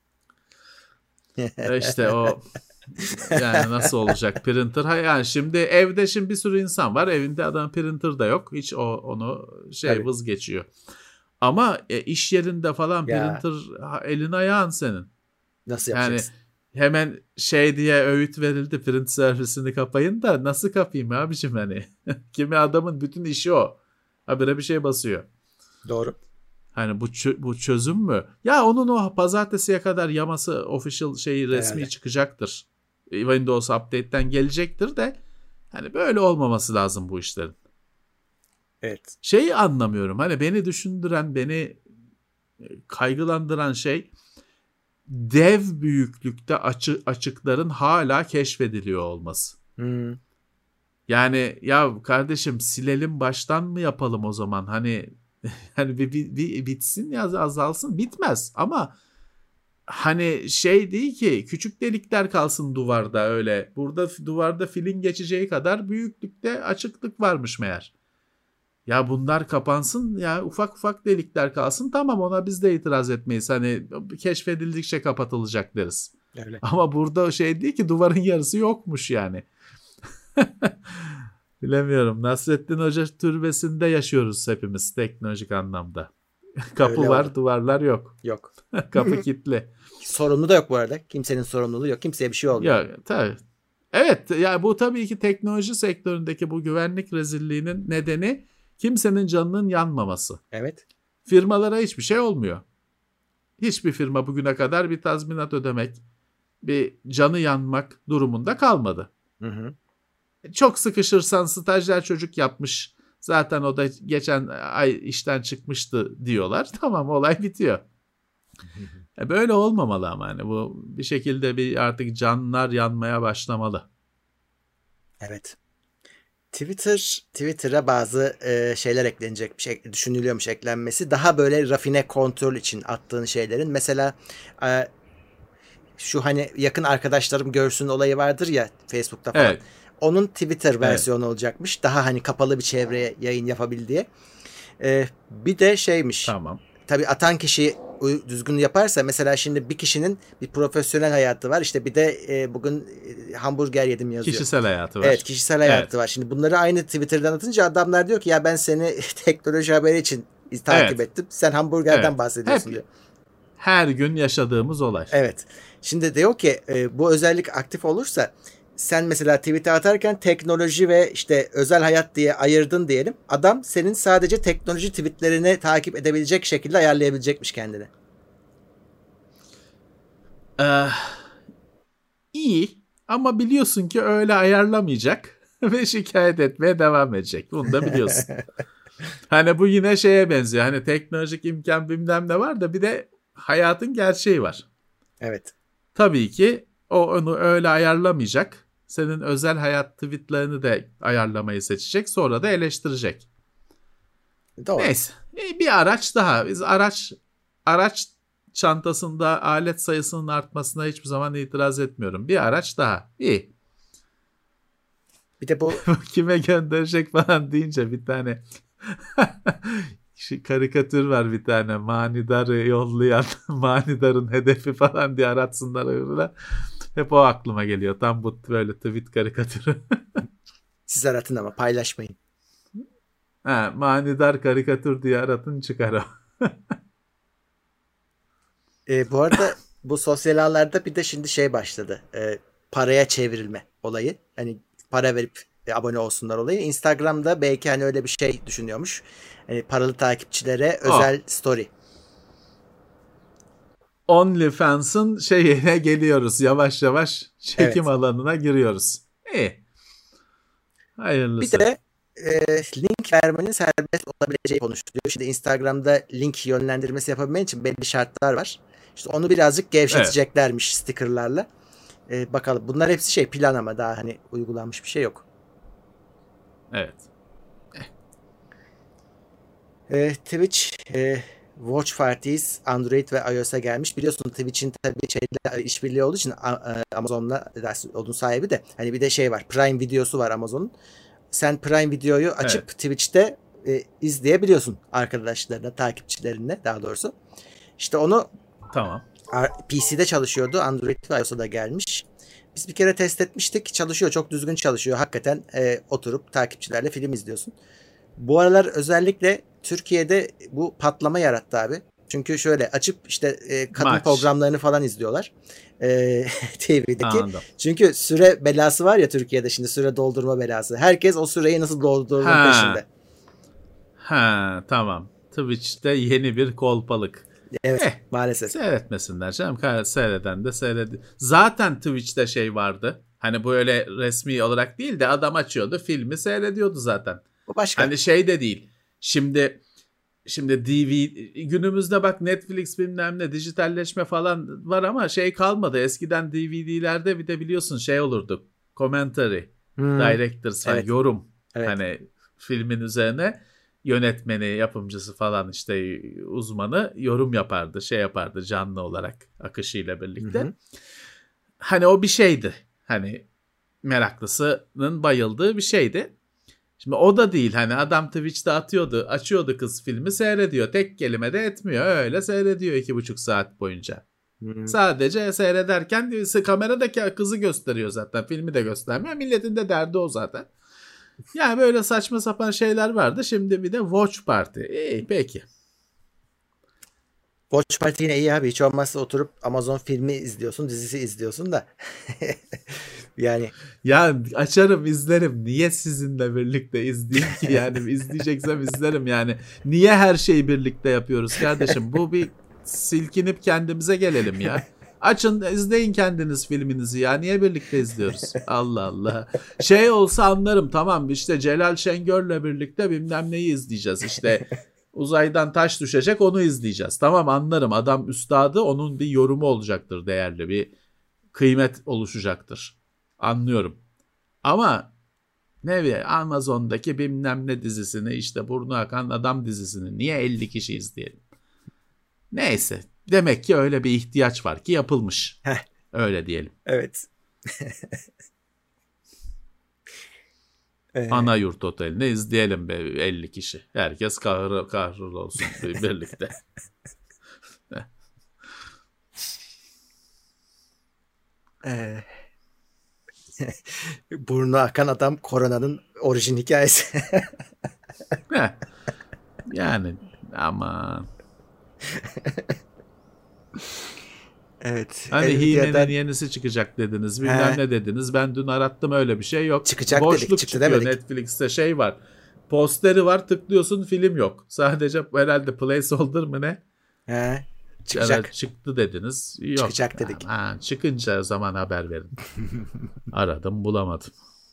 Speaker 4: İşte o yani nasıl olacak printer? Yani şimdi evde şimdi bir sürü insan var. Evinde adam printer da yok. Hiç o onu şey Tabii. vız geçiyor. Ama e, iş yerinde falan ya. printer elin ayağın senin.
Speaker 3: Nasıl yapacaksın?
Speaker 4: Yani hemen şey diye öğüt verildi, print servisini kapayın da nasıl kapayım abicim hani? Kimi adamın bütün işi o. Habire bir şey basıyor.
Speaker 3: Doğru.
Speaker 4: Hani bu çö- bu çözüm mü? Ya onun o pazartesiye kadar yaması official şeyi resmi Herhalde. çıkacaktır. Windows Update'ten gelecektir de hani böyle olmaması lazım bu işlerin.
Speaker 3: Evet.
Speaker 4: Şeyi anlamıyorum. Hani beni düşündüren, beni kaygılandıran şey dev büyüklükte açı, açıkların hala keşfediliyor olması.
Speaker 3: Hmm.
Speaker 4: Yani ya kardeşim silelim baştan mı yapalım o zaman? Hani hani bir, bir, bir bitsin ya azalsın, bitmez ama hani şey değil ki küçük delikler kalsın duvarda öyle. Burada duvarda filin geçeceği kadar büyüklükte açıklık varmış meğer. Ya bunlar kapansın ya ufak ufak delikler kalsın tamam ona biz de itiraz etmeyiz. Hani keşfedildikçe kapatılacak deriz.
Speaker 3: Öyle.
Speaker 4: Ama burada şey değil ki duvarın yarısı yokmuş yani. Bilemiyorum. Nasrettin Hoca türbesinde yaşıyoruz hepimiz teknolojik anlamda. Kapı Öyle var oldu. Duvarlar yok.
Speaker 3: Yok.
Speaker 4: Kapı kilitli.
Speaker 3: Sorumlu da yok bu arada. Kimsenin sorumluluğu yok. Kimseye bir şey olmuyor.
Speaker 4: Ya tabii. Evet yani bu tabii ki teknoloji sektöründeki bu güvenlik rezilliğinin nedeni kimsenin canının yanmaması.
Speaker 3: Evet.
Speaker 4: Firmalara hiçbir şey olmuyor. Hiçbir firma bugüne kadar bir tazminat ödemek, bir canı yanmak durumunda kalmadı.
Speaker 3: Hı hı.
Speaker 4: Çok sıkışırsan stajyer çocuk yapmış. Zaten o da geçen ay işten çıkmıştı diyorlar. Tamam olay bitiyor. Böyle olmamalı ama hani bu bir şekilde bir artık canlar yanmaya başlamalı.
Speaker 3: Evet. Twitter Twitter'a bazı e, şeyler eklenecek, bir şey düşünülüyormuş eklenmesi. Daha böyle rafine kontrol için attığın şeylerin. Mesela e, şu hani yakın arkadaşlarım görsün olayı vardır ya Facebook'ta falan. Evet. Onun Twitter versiyonu evet. olacakmış. Daha hani kapalı bir çevreye yayın yapabil diye. E, bir de şeymiş.
Speaker 4: Tamam.
Speaker 3: Tabii atan kişi düzgün yaparsa mesela şimdi bir kişinin bir profesyonel hayatı var. İşte bir de e, bugün e, hamburger yedim yazıyor.
Speaker 4: Kişisel hayatı var.
Speaker 3: Evet kişisel hayatı evet. var. Şimdi bunları aynı Twitter'dan atınca adamlar diyor ki ya ben seni teknoloji haberi için takip evet. ettim. Sen hamburgerden evet. bahsediyorsun Hep, diyor.
Speaker 4: Her gün yaşadığımız olay.
Speaker 3: Evet. Şimdi diyor ki e, bu özellik aktif olursa sen mesela tweet'e atarken teknoloji ve işte özel hayat diye ayırdın diyelim. Adam senin sadece teknoloji tweetlerini takip edebilecek şekilde ayarlayabilecekmiş kendini.
Speaker 4: Ee, iyi ama biliyorsun ki öyle ayarlamayacak ve şikayet etmeye devam edecek. Bunu da biliyorsun. Hani bu yine şeye benziyor. Hani teknolojik imkan bilmem ne var da bir de hayatın gerçeği var.
Speaker 3: Evet.
Speaker 4: Tabii ki o onu öyle ayarlamayacak. Senin özel hayat tweetlerini de ayarlamayı seçecek. Sonra da eleştirecek.
Speaker 3: Doğru.
Speaker 4: Neyse. Bir araç daha. Biz araç araç çantasında alet sayısının artmasına hiçbir zaman itiraz etmiyorum. Bir araç daha. İyi.
Speaker 3: Bir de bu
Speaker 4: kime gönderecek falan deyince bir tane şu karikatür var bir tane. Manidarı yollayan manidarın hedefi falan diye aratsınlar öyle. Hep o aklıma geliyor. Tam bu böyle tweet karikatürü.
Speaker 3: siz aratın ama paylaşmayın.
Speaker 4: Ha, manidar karikatür diye aratın çıkar o.
Speaker 3: E, bu arada bu sosyal ağlarda bir de şimdi şey başladı. E, paraya çevrilme olayı. Hani para verip e, abone olsunlar olayı. Instagram'da belki hani öyle bir şey düşünüyormuş. Hani paralı takipçilere özel oh. story.
Speaker 4: OnlyFans'ın şeyine geliyoruz. Yavaş yavaş çekim evet. alanına giriyoruz. İyi. Hayırlısı.
Speaker 3: Bir de e, link vermenin serbest olabileceği konuşuluyor. Şimdi Instagram'da link yönlendirmesi yapabilmen için belli şartlar var. İşte onu birazcık gevşeteceklermiş evet. stickerlarla. E, bakalım. Bunlar hepsi şey plan ama daha hani uygulanmış bir şey yok.
Speaker 4: Evet.
Speaker 3: E, Twitch e, Watch Parties Android ve iOS'a gelmiş. Biliyorsun Twitch'in tabii şeyle işbirliği olduğu için Amazon'la onun sahibi de hani bir de şey var. Prime videosu var Amazon'un. Sen Prime videoyu açıp evet. Twitch'te e, izleyebiliyorsun arkadaşlarına, takipçilerinle daha doğrusu. İşte onu
Speaker 4: tamam.
Speaker 3: P C'de çalışıyordu. Android ve iOS'a da gelmiş. Biz bir kere test etmiştik. Çalışıyor. Çok düzgün çalışıyor. Hakikaten e, oturup takipçilerle film izliyorsun. Bu aralar özellikle Türkiye'de bu patlama yarattı abi. Çünkü şöyle açıp işte e, kadın Maç. programlarını falan izliyorlar. E, T V'deki. Anladım. Çünkü süre belası var ya Türkiye'de şimdi süre doldurma belası. Herkes o süreyi nasıl doldurma peşinde.
Speaker 4: Ha tamam. Twitch'te yeni bir kolpalık.
Speaker 3: Evet eh, maalesef.
Speaker 4: Seyretmesinler canım. Seyreden de seyredi. Zaten Twitch'te şey vardı. Hani böyle resmi olarak değil de adam açıyordu filmi seyrediyordu zaten.
Speaker 3: Bu başka.
Speaker 4: Hani şey de değil. Şimdi şimdi D V D günümüzde bak Netflix bilmem ne dijitalleşme falan var ama şey kalmadı. Eskiden D V D'lerde bir de biliyorsun şey olurdu. Commentary, hmm. directors falan evet. yorum. Evet. Hani filmin üzerine yönetmeni, yapımcısı falan işte uzmanı yorum yapardı, şey yapardı canlı olarak akışıyla birlikte. Hı hı. Hani o bir şeydi. Hani meraklısının bayıldığı bir şeydi. Şimdi o da değil. Hani adam Twitch'te atıyordu, açıyordu kız filmi seyrediyor. Tek kelime de etmiyor. Öyle seyrediyor iki buçuk saat boyunca. Hmm. Sadece seyrederken kameradaki kızı gösteriyor zaten. Filmi de göstermiyor. Milletin de derdi o zaten. Yani böyle saçma sapan şeyler vardı. Şimdi bir de Watch Party. İyi peki.
Speaker 3: Watch Party yine iyi abi. Hiç olmazsa oturup Amazon filmi izliyorsun, dizisi izliyorsun da. Yani.
Speaker 4: Ya açarım izlerim. Niye sizinle birlikte izleyeyim ki? Yani izleyeceksem izlerim yani. Niye her şeyi birlikte yapıyoruz kardeşim? Bu bir silkinip kendimize gelelim ya. Açın izleyin kendiniz filminizi ya. Niye birlikte izliyoruz? Allah Allah. Şey olsa anlarım tamam işte Celal Şengör'le birlikte bilmem neyi izleyeceğiz. İşte uzaydan taş düşecek onu izleyeceğiz. Tamam anlarım adam üstadı onun bir yorumu olacaktır değerli bir kıymet oluşacaktır. Anlıyorum. Ama ne bileyim Amazon'daki bilmem ne dizisini işte burnu akan adam dizisini niye elli kişi izleyelim? Neyse. Demek ki öyle bir ihtiyaç var ki yapılmış. Heh. Öyle diyelim.
Speaker 3: Evet.
Speaker 4: Ana yurt otelini izleyelim be elli kişi. Herkes kahrı, kahrol olsun birlikte.
Speaker 3: Ee, burnu akan adam koronanın orijin hikayesi.
Speaker 4: Yani aman.
Speaker 3: Evet.
Speaker 4: Hani
Speaker 3: Nvidia'dan
Speaker 4: He-Man'in yenisi çıkacak dediniz. Bilmem
Speaker 3: He.
Speaker 4: ne dediniz. Ben dün arattım, öyle bir şey yok.
Speaker 3: Çıkacak
Speaker 4: Boşluk
Speaker 3: dedik, çıktı
Speaker 4: çıkıyor.
Speaker 3: demedik.
Speaker 4: Netflix'te şey var. Posteri var, tıklıyorsun, film yok. Sadece herhalde placeholder mı ne?
Speaker 3: He. Çıkacak.
Speaker 4: Evet, çıktı dediniz. Yok.
Speaker 3: Çıkacak dedik.
Speaker 4: Ha, çıkınca zaman haber verin. Aradım, bulamadım.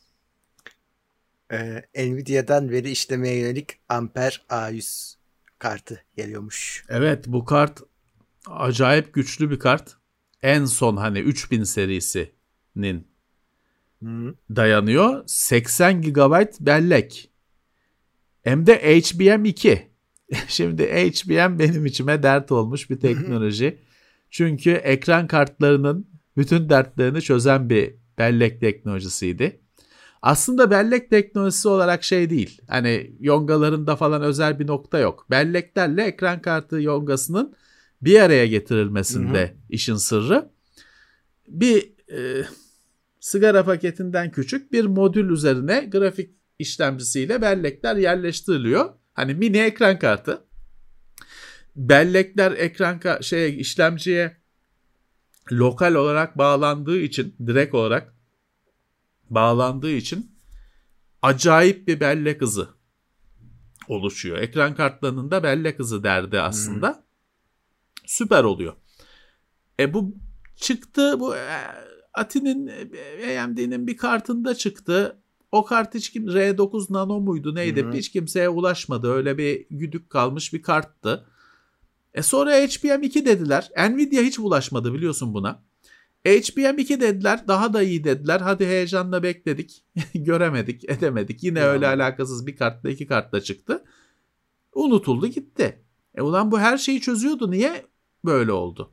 Speaker 3: Ee, Nvidia'dan veri işlemeye yönelik Ampere A yüz kartı geliyormuş.
Speaker 4: Evet, bu kart acayip güçlü bir kart. En son hani üç bin serisinin
Speaker 3: Hı.
Speaker 4: dayanıyor. seksen gigabayt bellek. Hem de H B M iki. Şimdi H B M benim içime dert olmuş bir teknoloji. Çünkü ekran kartlarının bütün dertlerini çözen bir bellek teknolojisiydi. Aslında bellek teknolojisi olarak şey değil. Hani yongalarında falan özel bir nokta yok. Belleklerle ekran kartı yongasının bir araya getirilmesinde hı hı. işin sırrı. Bir e, sigara paketinden küçük bir modül üzerine grafik işlemcisiyle bellekler yerleştiriliyor. Hani mini ekran kartı. Bellekler ekran ka- şeye işlemciye lokal olarak bağlandığı için, direkt olarak bağlandığı için acayip bir bellek hızı oluşuyor. Ekran kartlarının da bellek hızı derdi aslında. Hmm. Süper oluyor. E bu çıktı, bu A T I'nin, A M D'nin bir kartında çıktı. O kart hiç kim R dokuz Nano muydu neydi? Hmm. Hiç kimseye ulaşmadı. Öyle bir güdük kalmış bir karttı. E sonra H B M iki dediler. Nvidia hiç ulaşmadı biliyorsun buna. H B M iki dediler, daha da iyi dediler. Hadi heyecanla bekledik. Göremedik, edemedik. Yine ya. Öyle alakasız bir kartla iki kartla çıktı. Unutuldu gitti. E ulan bu her şeyi çözüyordu. Niye böyle oldu?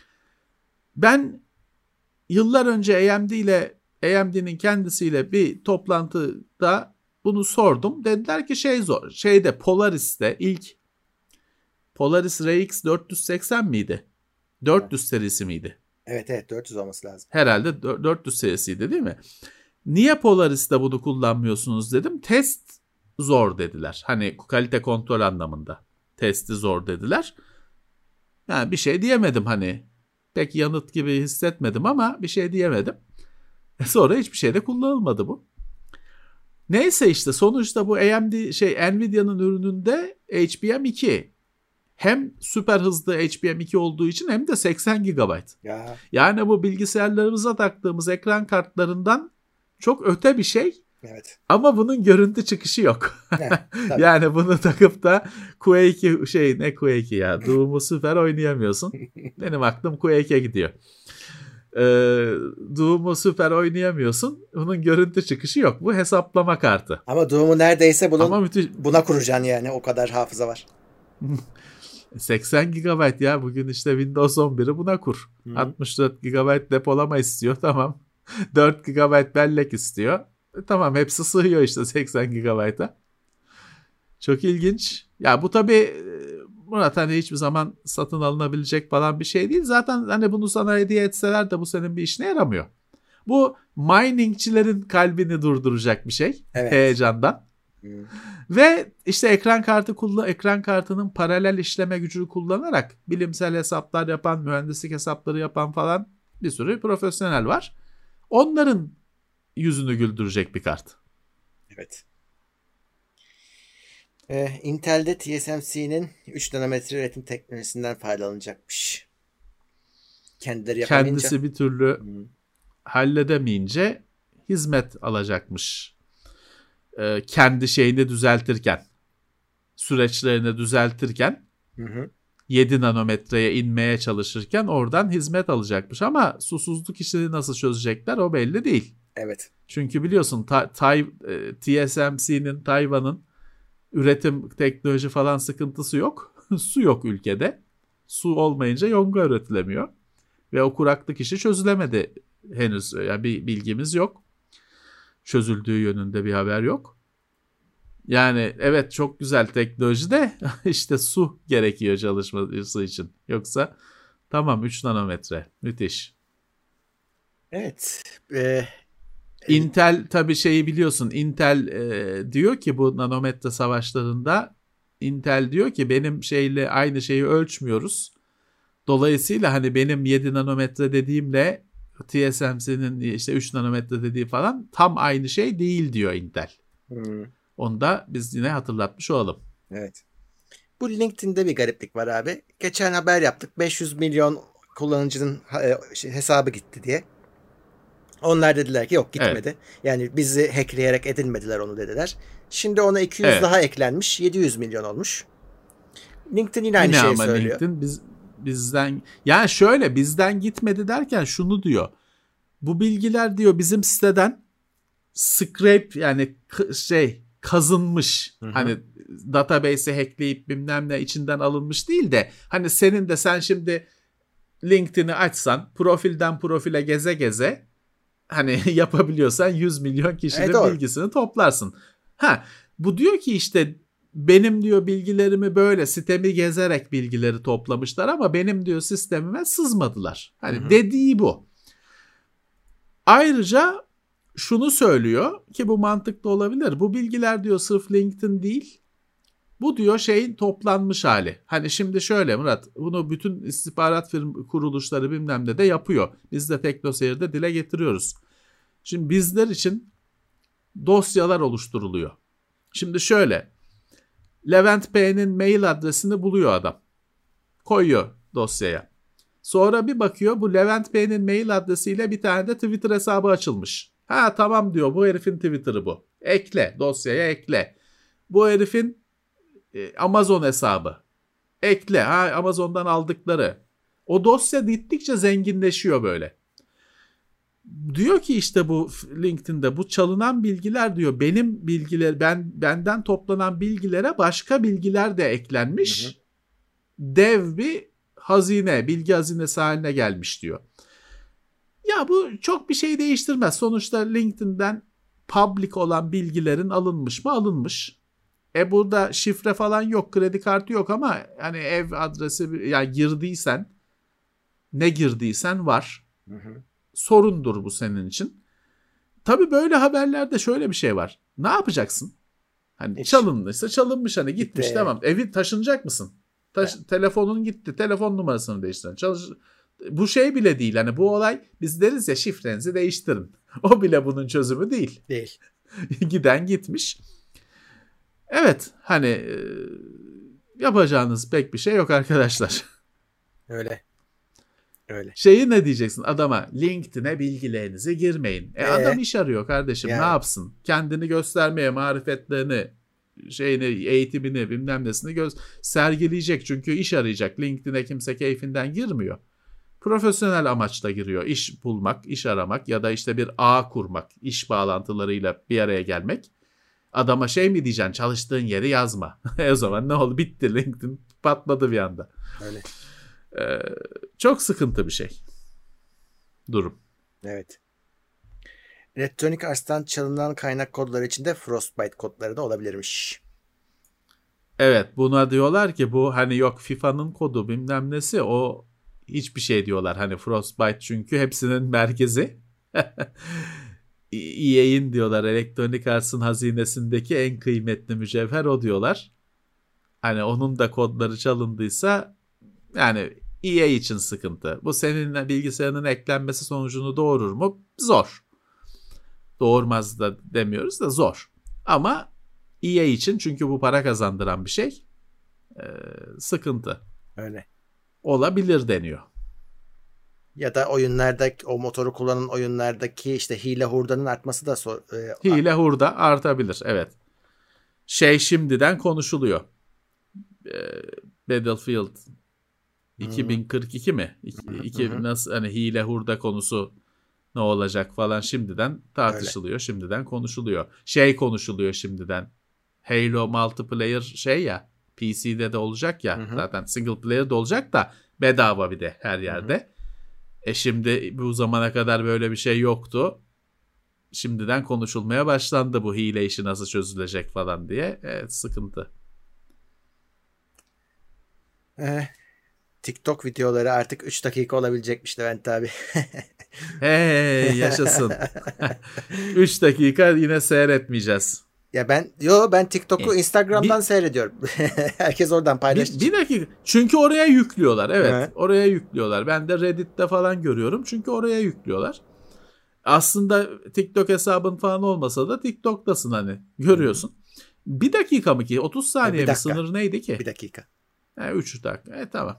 Speaker 4: Ben yıllar önce A M D ile A M D'nin kendisiyle bir toplantıda bunu sordum. Dediler ki şey zor. Şeyde Polaris'te ilk Polaris R X dört yüz seksen miydi? dört yüz evet. serisi miydi?
Speaker 3: Evet evet dört yüz olması lazım.
Speaker 4: Herhalde dört yüz serisiydi değil mi? Niye Polaris'te bunu kullanmıyorsunuz dedim. Test zor dediler. Hani kalite kontrol anlamında. Testi zor dediler. Yani bir şey diyemedim hani. Pek yanıt gibi hissetmedim ama bir şey diyemedim. Sonra hiçbir şeyde kullanılmadı bu. Neyse işte sonuçta bu A M D şey Nvidia'nın ürününde H B M iki. Hem süper hızlı H B M iki olduğu için hem de seksen gigabayt. Ya. Yani bu bilgisayarlarımıza taktığımız ekran kartlarından çok öte bir şey.
Speaker 3: Evet.
Speaker 4: Ama bunun görüntü çıkışı yok. Evet, yani bunu takıp da Quake şey ne Quake ya Doom'u süper oynayamıyorsun. Benim aklım Quake'e gidiyor. Ee, Doom'u süper oynayamıyorsun. Bunun görüntü çıkışı yok. Bu hesaplama kartı.
Speaker 3: Ama Doom'u neredeyse bunun, müthiş... buna kuracaksın yani. O kadar hafıza var.
Speaker 4: seksen gigabayt ya. Bugün işte Windows on biri buna kur. Hı-hı. altmış dört gigabayt depolama istiyor. Tamam. dört gigabayt bellek istiyor. E, tamam hepsi sığıyor işte seksen gigabayta. Çok ilginç. Ya bu tabii Murat hani hiçbir zaman satın alınabilecek falan bir şey değil. Zaten hani bunu sana hediye etseler de bu senin bir işine yaramıyor. Bu miningçilerin kalbini durduracak bir şey. Evet. Heyecandan. Hmm. Ve işte ekran kartı kullan ekran kartının paralel işleme gücünü kullanarak bilimsel hesaplar yapan, mühendislik hesapları yapan falan bir sürü profesyonel var. Onların yüzünü güldürecek bir kart.
Speaker 3: Evet. Ee, Intel'de T S M C'nin üç nanometre üretim teknolojisinden faydalanacakmış. Kendileri yapamayınca.
Speaker 4: Kendisi bir türlü hmm. halledemeyince hizmet alacakmış. Ee, kendi şeyini düzeltirken, süreçlerini düzeltirken hı hı. yedi nanometreye inmeye çalışırken oradan hizmet alacakmış. Ama susuzluk işini nasıl çözecekler o belli değil.
Speaker 3: Evet.
Speaker 4: Çünkü biliyorsun ta, ta, T S M C'nin, Tayvan'ın üretim teknoloji falan sıkıntısı yok. Su yok ülkede. Su olmayınca yonga üretilemiyor. Ve o kuraklık işi çözülemedi henüz. Yani bir bilgimiz yok. Çözüldüğü yönünde bir haber yok. Yani evet çok güzel teknoloji de işte su gerekiyor çalışması için. Yoksa tamam üç nanometre. Müthiş.
Speaker 3: Evet. Ee,
Speaker 4: Intel tabii şeyi biliyorsun. Intel e, diyor ki bu nanometre savaşlarında Intel diyor ki benim şeyle aynı şeyi ölçmüyoruz. Dolayısıyla hani benim yedi nanometre dediğimle T S M C'nin işte üç nanometre dediği falan tam aynı şey değil diyor Intel.
Speaker 3: Hmm.
Speaker 4: Onu da biz yine hatırlatmış olalım.
Speaker 3: Evet. Bu LinkedIn'de bir gariplik var abi. Geçen haber yaptık. beş yüz milyon kullanıcının hesabı gitti diye. Onlar dediler ki yok gitmedi. Evet. Yani bizi hackleyerek edinmediler onu dediler. Şimdi ona iki yüz evet. daha eklenmiş. yedi yüz milyon olmuş. LinkedIn yine aynı şeyi söylüyor.
Speaker 4: LinkedIn biz, bizden yani şöyle bizden gitmedi derken şunu diyor. Bu bilgiler diyor bizim siteden scrape yani şey kazınmış. Hı hı. Hani database'i hackleyip bilmem ne içinden alınmış değil de hani senin de sen şimdi LinkedIn'i açsan profilden profile geze geze hani yapabiliyorsan yüz milyon kişinin evet, bilgisini toplarsın. Ha bu diyor ki işte benim diyor bilgilerimi böyle sitemi gezerek bilgileri toplamışlar ama benim diyor sistemime sızmadılar. Hani hı hı. dediği bu. Ayrıca şunu söylüyor ki bu mantıklı olabilir. Bu bilgiler diyor sırf LinkedIn değil. Bu diyor şeyin toplanmış hali. Hani şimdi şöyle Murat, bunu bütün istihbarat firm kuruluşları bilmem ne de yapıyor. Biz de TeknoSeyir'de dile getiriyoruz. Şimdi bizler için dosyalar oluşturuluyor. Şimdi şöyle, Levent Bey'in mail adresini buluyor adam. Koyuyor dosyaya. Sonra bir bakıyor bu Levent Bey'in mail adresiyle bir tane de Twitter hesabı açılmış. Ha tamam diyor bu herifin Twitter'ı bu. Ekle dosyaya ekle. Bu herifin Amazon hesabı. Ekle. Ha, Amazon'dan aldıkları. O dosya gittikçe zenginleşiyor böyle. Diyor ki işte bu LinkedIn'de bu çalınan bilgiler diyor benim bilgiler ben benden toplanan bilgilere başka bilgiler de eklenmiş. Hı hı. Dev bir hazine, bilgi hazinesi haline gelmiş diyor. Ya bu çok bir şey değiştirmez. Sonuçta LinkedIn'den public olan bilgilerin alınmış mı? Alınmış. E burada şifre falan yok, kredi kartı yok ama hani ev adresi yani girdiysen ne girdiysen var. Hı hı. Sorundur bu senin için. Tabii böyle haberlerde şöyle bir şey var. Ne yapacaksın? Hani hiç. Çalınmışsa çalınmış hani gitmiş Gitti. Tamam. Evi taşınacak mısın? Taş, evet. Telefonun gitti. Telefon numarasını değiştirin. Çalış Bu şey bile değil. Hani bu olay biz deriz ya şifrenizi değiştirin. O bile bunun çözümü değil.
Speaker 3: Değil.
Speaker 4: Giden gitmiş. Evet hani e, yapacağınız pek bir şey yok arkadaşlar.
Speaker 3: Öyle. Öyle.
Speaker 4: Şeyi ne diyeceksin adama? LinkedIn'e bilgilerinizi girmeyin. E ee, adam iş arıyor kardeşim yani. Ne yapsın? Kendini göstermeye, marifetlerini, şeyini, eğitimini, bilmem nesini göz sergileyecek. Çünkü iş arayacak. LinkedIn'e kimse keyfinden girmiyor. Profesyonel amaçla giriyor. İş bulmak, iş aramak ya da işte bir ağ kurmak, iş bağlantılarıyla bir araya gelmek. Adama şey mi diyeceksin? Çalıştığın yeri yazma. E o zaman ne oldu? Bitti. LinkedIn patladı bir anda.
Speaker 3: Öyle.
Speaker 4: Ee, çok sıkıntı bir şey. Durum.
Speaker 3: Evet. Electronic Arts'tan çalınan kaynak kodları içinde Frostbite kodları da olabilirmiş.
Speaker 4: Evet. Buna diyorlar ki bu hani yok FIFA'nın kodu bilmem nesi o hiçbir şey diyorlar. Hani Frostbite çünkü hepsinin merkezi. E A'in diyorlar Electronic Arts'ın hazinesindeki en kıymetli mücevher o diyorlar. Hani onun da kodları çalındıysa yani E A için sıkıntı. Bu senin bilgisayarının eklenmesi sonucunu doğurur mu? Zor. Doğurmaz da demiyoruz da zor. Ama E A için çünkü bu para kazandıran bir şey ee, sıkıntı.
Speaker 3: Öyle.
Speaker 4: Olabilir deniyor.
Speaker 3: Ya da oyunlarda o motoru kullanan oyunlardaki işte hile hurdanın artması da sor, e,
Speaker 4: hile hurda artabilir. Evet. Şey şimdiden konuşuluyor. Ee, Battlefield iki bin kırk iki mi? İki, hı hı. Nasıl hani hile hurda konusu ne olacak falan şimdiden tartışılıyor. Öyle. Şimdiden konuşuluyor. Şey konuşuluyor şimdiden. Halo multiplayer şey ya P C'de de olacak ya. Hı hı. Zaten single player de olacak da bedava bir de her yerde. Hı hı. E şimdi bu zamana kadar böyle bir şey yoktu. Şimdiden konuşulmaya başlandı bu hile işi nasıl çözülecek falan diye. Evet sıkıntı.
Speaker 3: Eh, TikTok videoları artık üç dakika olabilecekmiş Levent abi.
Speaker 4: Hey yaşasın. üç dakika yine seyretmeyeceğiz.
Speaker 3: Ya ben yo ben TikTok'u
Speaker 4: E,
Speaker 3: Instagram'dan
Speaker 4: bir-
Speaker 3: seyrediyorum. Herkes oradan paylaşıyor.
Speaker 4: Bir, bir dakika. Çünkü oraya yüklüyorlar. Evet.
Speaker 3: Hı.
Speaker 4: Oraya yüklüyorlar. Ben de Reddit'te falan görüyorum. Çünkü oraya yüklüyorlar. Aslında TikTok hesabın falan olmasa da TikTok'tasın hani. Görüyorsun. Bir dakika mı ki? otuz saniye
Speaker 3: Bir
Speaker 4: mi?
Speaker 3: dakika.
Speaker 4: Sınır neydi ki?
Speaker 3: Bir dakika.
Speaker 4: He, üç dakika. E tamam.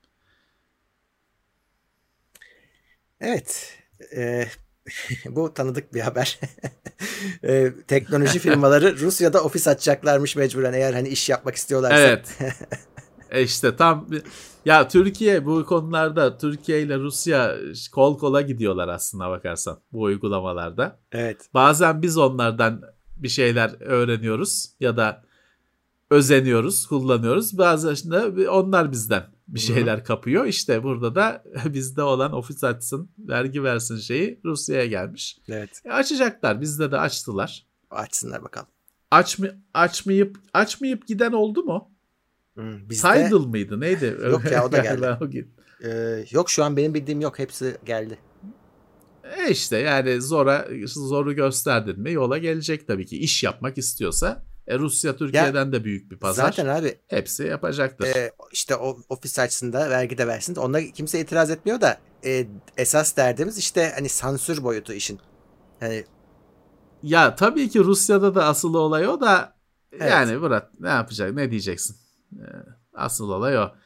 Speaker 3: Evet. Ee, bu tanıdık bir haber. Ee, teknoloji firmaları Rusya'da ofis açacaklarmış mecburen eğer hani iş yapmak istiyorlarsa.
Speaker 4: Evet. E işte tam bir- ya Türkiye bu konularda Türkiye ile Rusya kol kola gidiyorlar aslına bakarsan bu uygulamalarda.
Speaker 3: Evet.
Speaker 4: Bazen biz onlardan bir şeyler öğreniyoruz ya da özeniyoruz, kullanıyoruz. Bazen de onlar bizden bir şeyler kapıyor. İşte burada da bizde olan ofis açsın, vergi versin şeyi Rusya'ya gelmiş.
Speaker 3: Evet.
Speaker 4: E açacaklar. Bizde de açtılar.
Speaker 3: Açsınlar bakalım.
Speaker 4: Aç mı açmayıp açmayıp giden oldu mu?
Speaker 3: Hmm, bizde
Speaker 4: Saydıl mıydı? Neydi?
Speaker 3: Yok ya, o da geldi.
Speaker 4: Galiba o gün.
Speaker 3: e, yok şu an benim bildiğim yok. Hepsi geldi.
Speaker 4: E işte yani zora zoru gösterdin mi yola gelecek tabii ki. İş yapmak istiyorsa. E Rusya Türkiye'den de büyük bir pazar.
Speaker 3: Zaten abi
Speaker 4: Hepsi yapacaktır.
Speaker 3: e, işte o ofis açısında vergi de versin. Ona kimse itiraz etmiyor da e, esas derdimiz işte hani sansür boyutu işin. Hani
Speaker 4: Ya tabii ki Rusya'da da asıl olay o da
Speaker 3: Evet.
Speaker 4: yani Murat ne yapacak ne diyeceksin? E, Asıl olay o.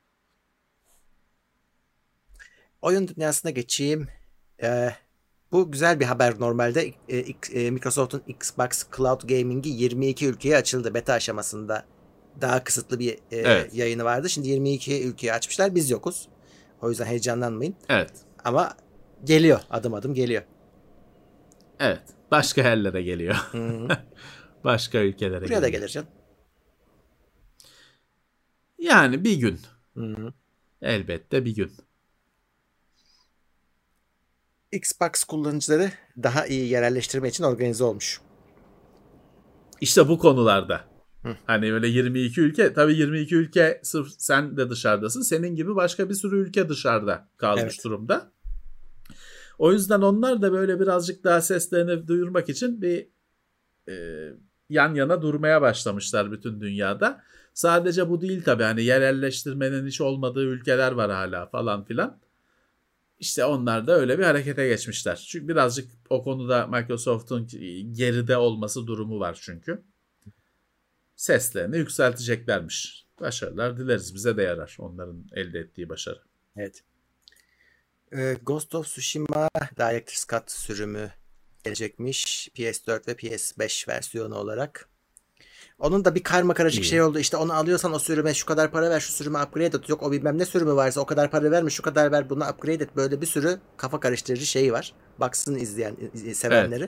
Speaker 3: oyun dünyasına geçeyim. E, bu güzel bir haber normalde. E, X- e, Microsoft'un Xbox Cloud Gaming'i yirmi iki ülkeye açıldı beta aşamasında. Daha kısıtlı bir e,
Speaker 4: Evet.
Speaker 3: yayını vardı. Şimdi yirmi iki ülkeye açmışlar. Biz yokuz. O yüzden heyecanlanmayın.
Speaker 4: Evet.
Speaker 3: Ama geliyor. Adım adım geliyor.
Speaker 4: Evet. Başka yerlere geliyor.
Speaker 3: Hı-hı.
Speaker 4: Başka ülkelere
Speaker 3: Buraya
Speaker 4: geliyor.
Speaker 3: da gelir canım.
Speaker 4: Yani bir gün.
Speaker 3: Hı-hı.
Speaker 4: Elbette bir gün.
Speaker 3: Xbox kullanıcıları daha iyi yerelleştirme için organize olmuş.
Speaker 4: İşte bu konularda.
Speaker 3: Hı.
Speaker 4: Hani öyle yirmi iki ülke, tabii yirmi iki ülke sırf sen de dışarıdasın. Senin gibi başka bir sürü ülke dışarıda kalmış
Speaker 3: Evet.
Speaker 4: durumda. O yüzden onlar da böyle birazcık daha seslerini duyurmak için bir e, yan yana durmaya başlamışlar bütün dünyada. Sadece bu değil tabii, hani yerelleştirmenin hiç olmadığı ülkeler var hala falan filan. İşte onlar da öyle bir harekete geçmişler. Çünkü birazcık o konuda Microsoft'un geride olması durumu var çünkü. Seslerini yükselteceklermiş. Başarılar dileriz. Bize de yarar onların elde ettiği başarı.
Speaker 3: Evet. Ee, Ghost of Tsushima Director's Cut sürümü gelecekmiş. P S dört ve P S beş versiyonu olarak. Onun da bir karma karışık
Speaker 4: İyi.
Speaker 3: şey oldu. İşte onu alıyorsan o sürüme şu kadar para ver, şu sürüme upgrade et. Yok o bilmem ne sürümü varsa o kadar para verme, şu kadar ver, buna upgrade et. Böyle bir sürü kafa karıştırıcı şeyi var. Baksın izleyen, iz- sevenleri.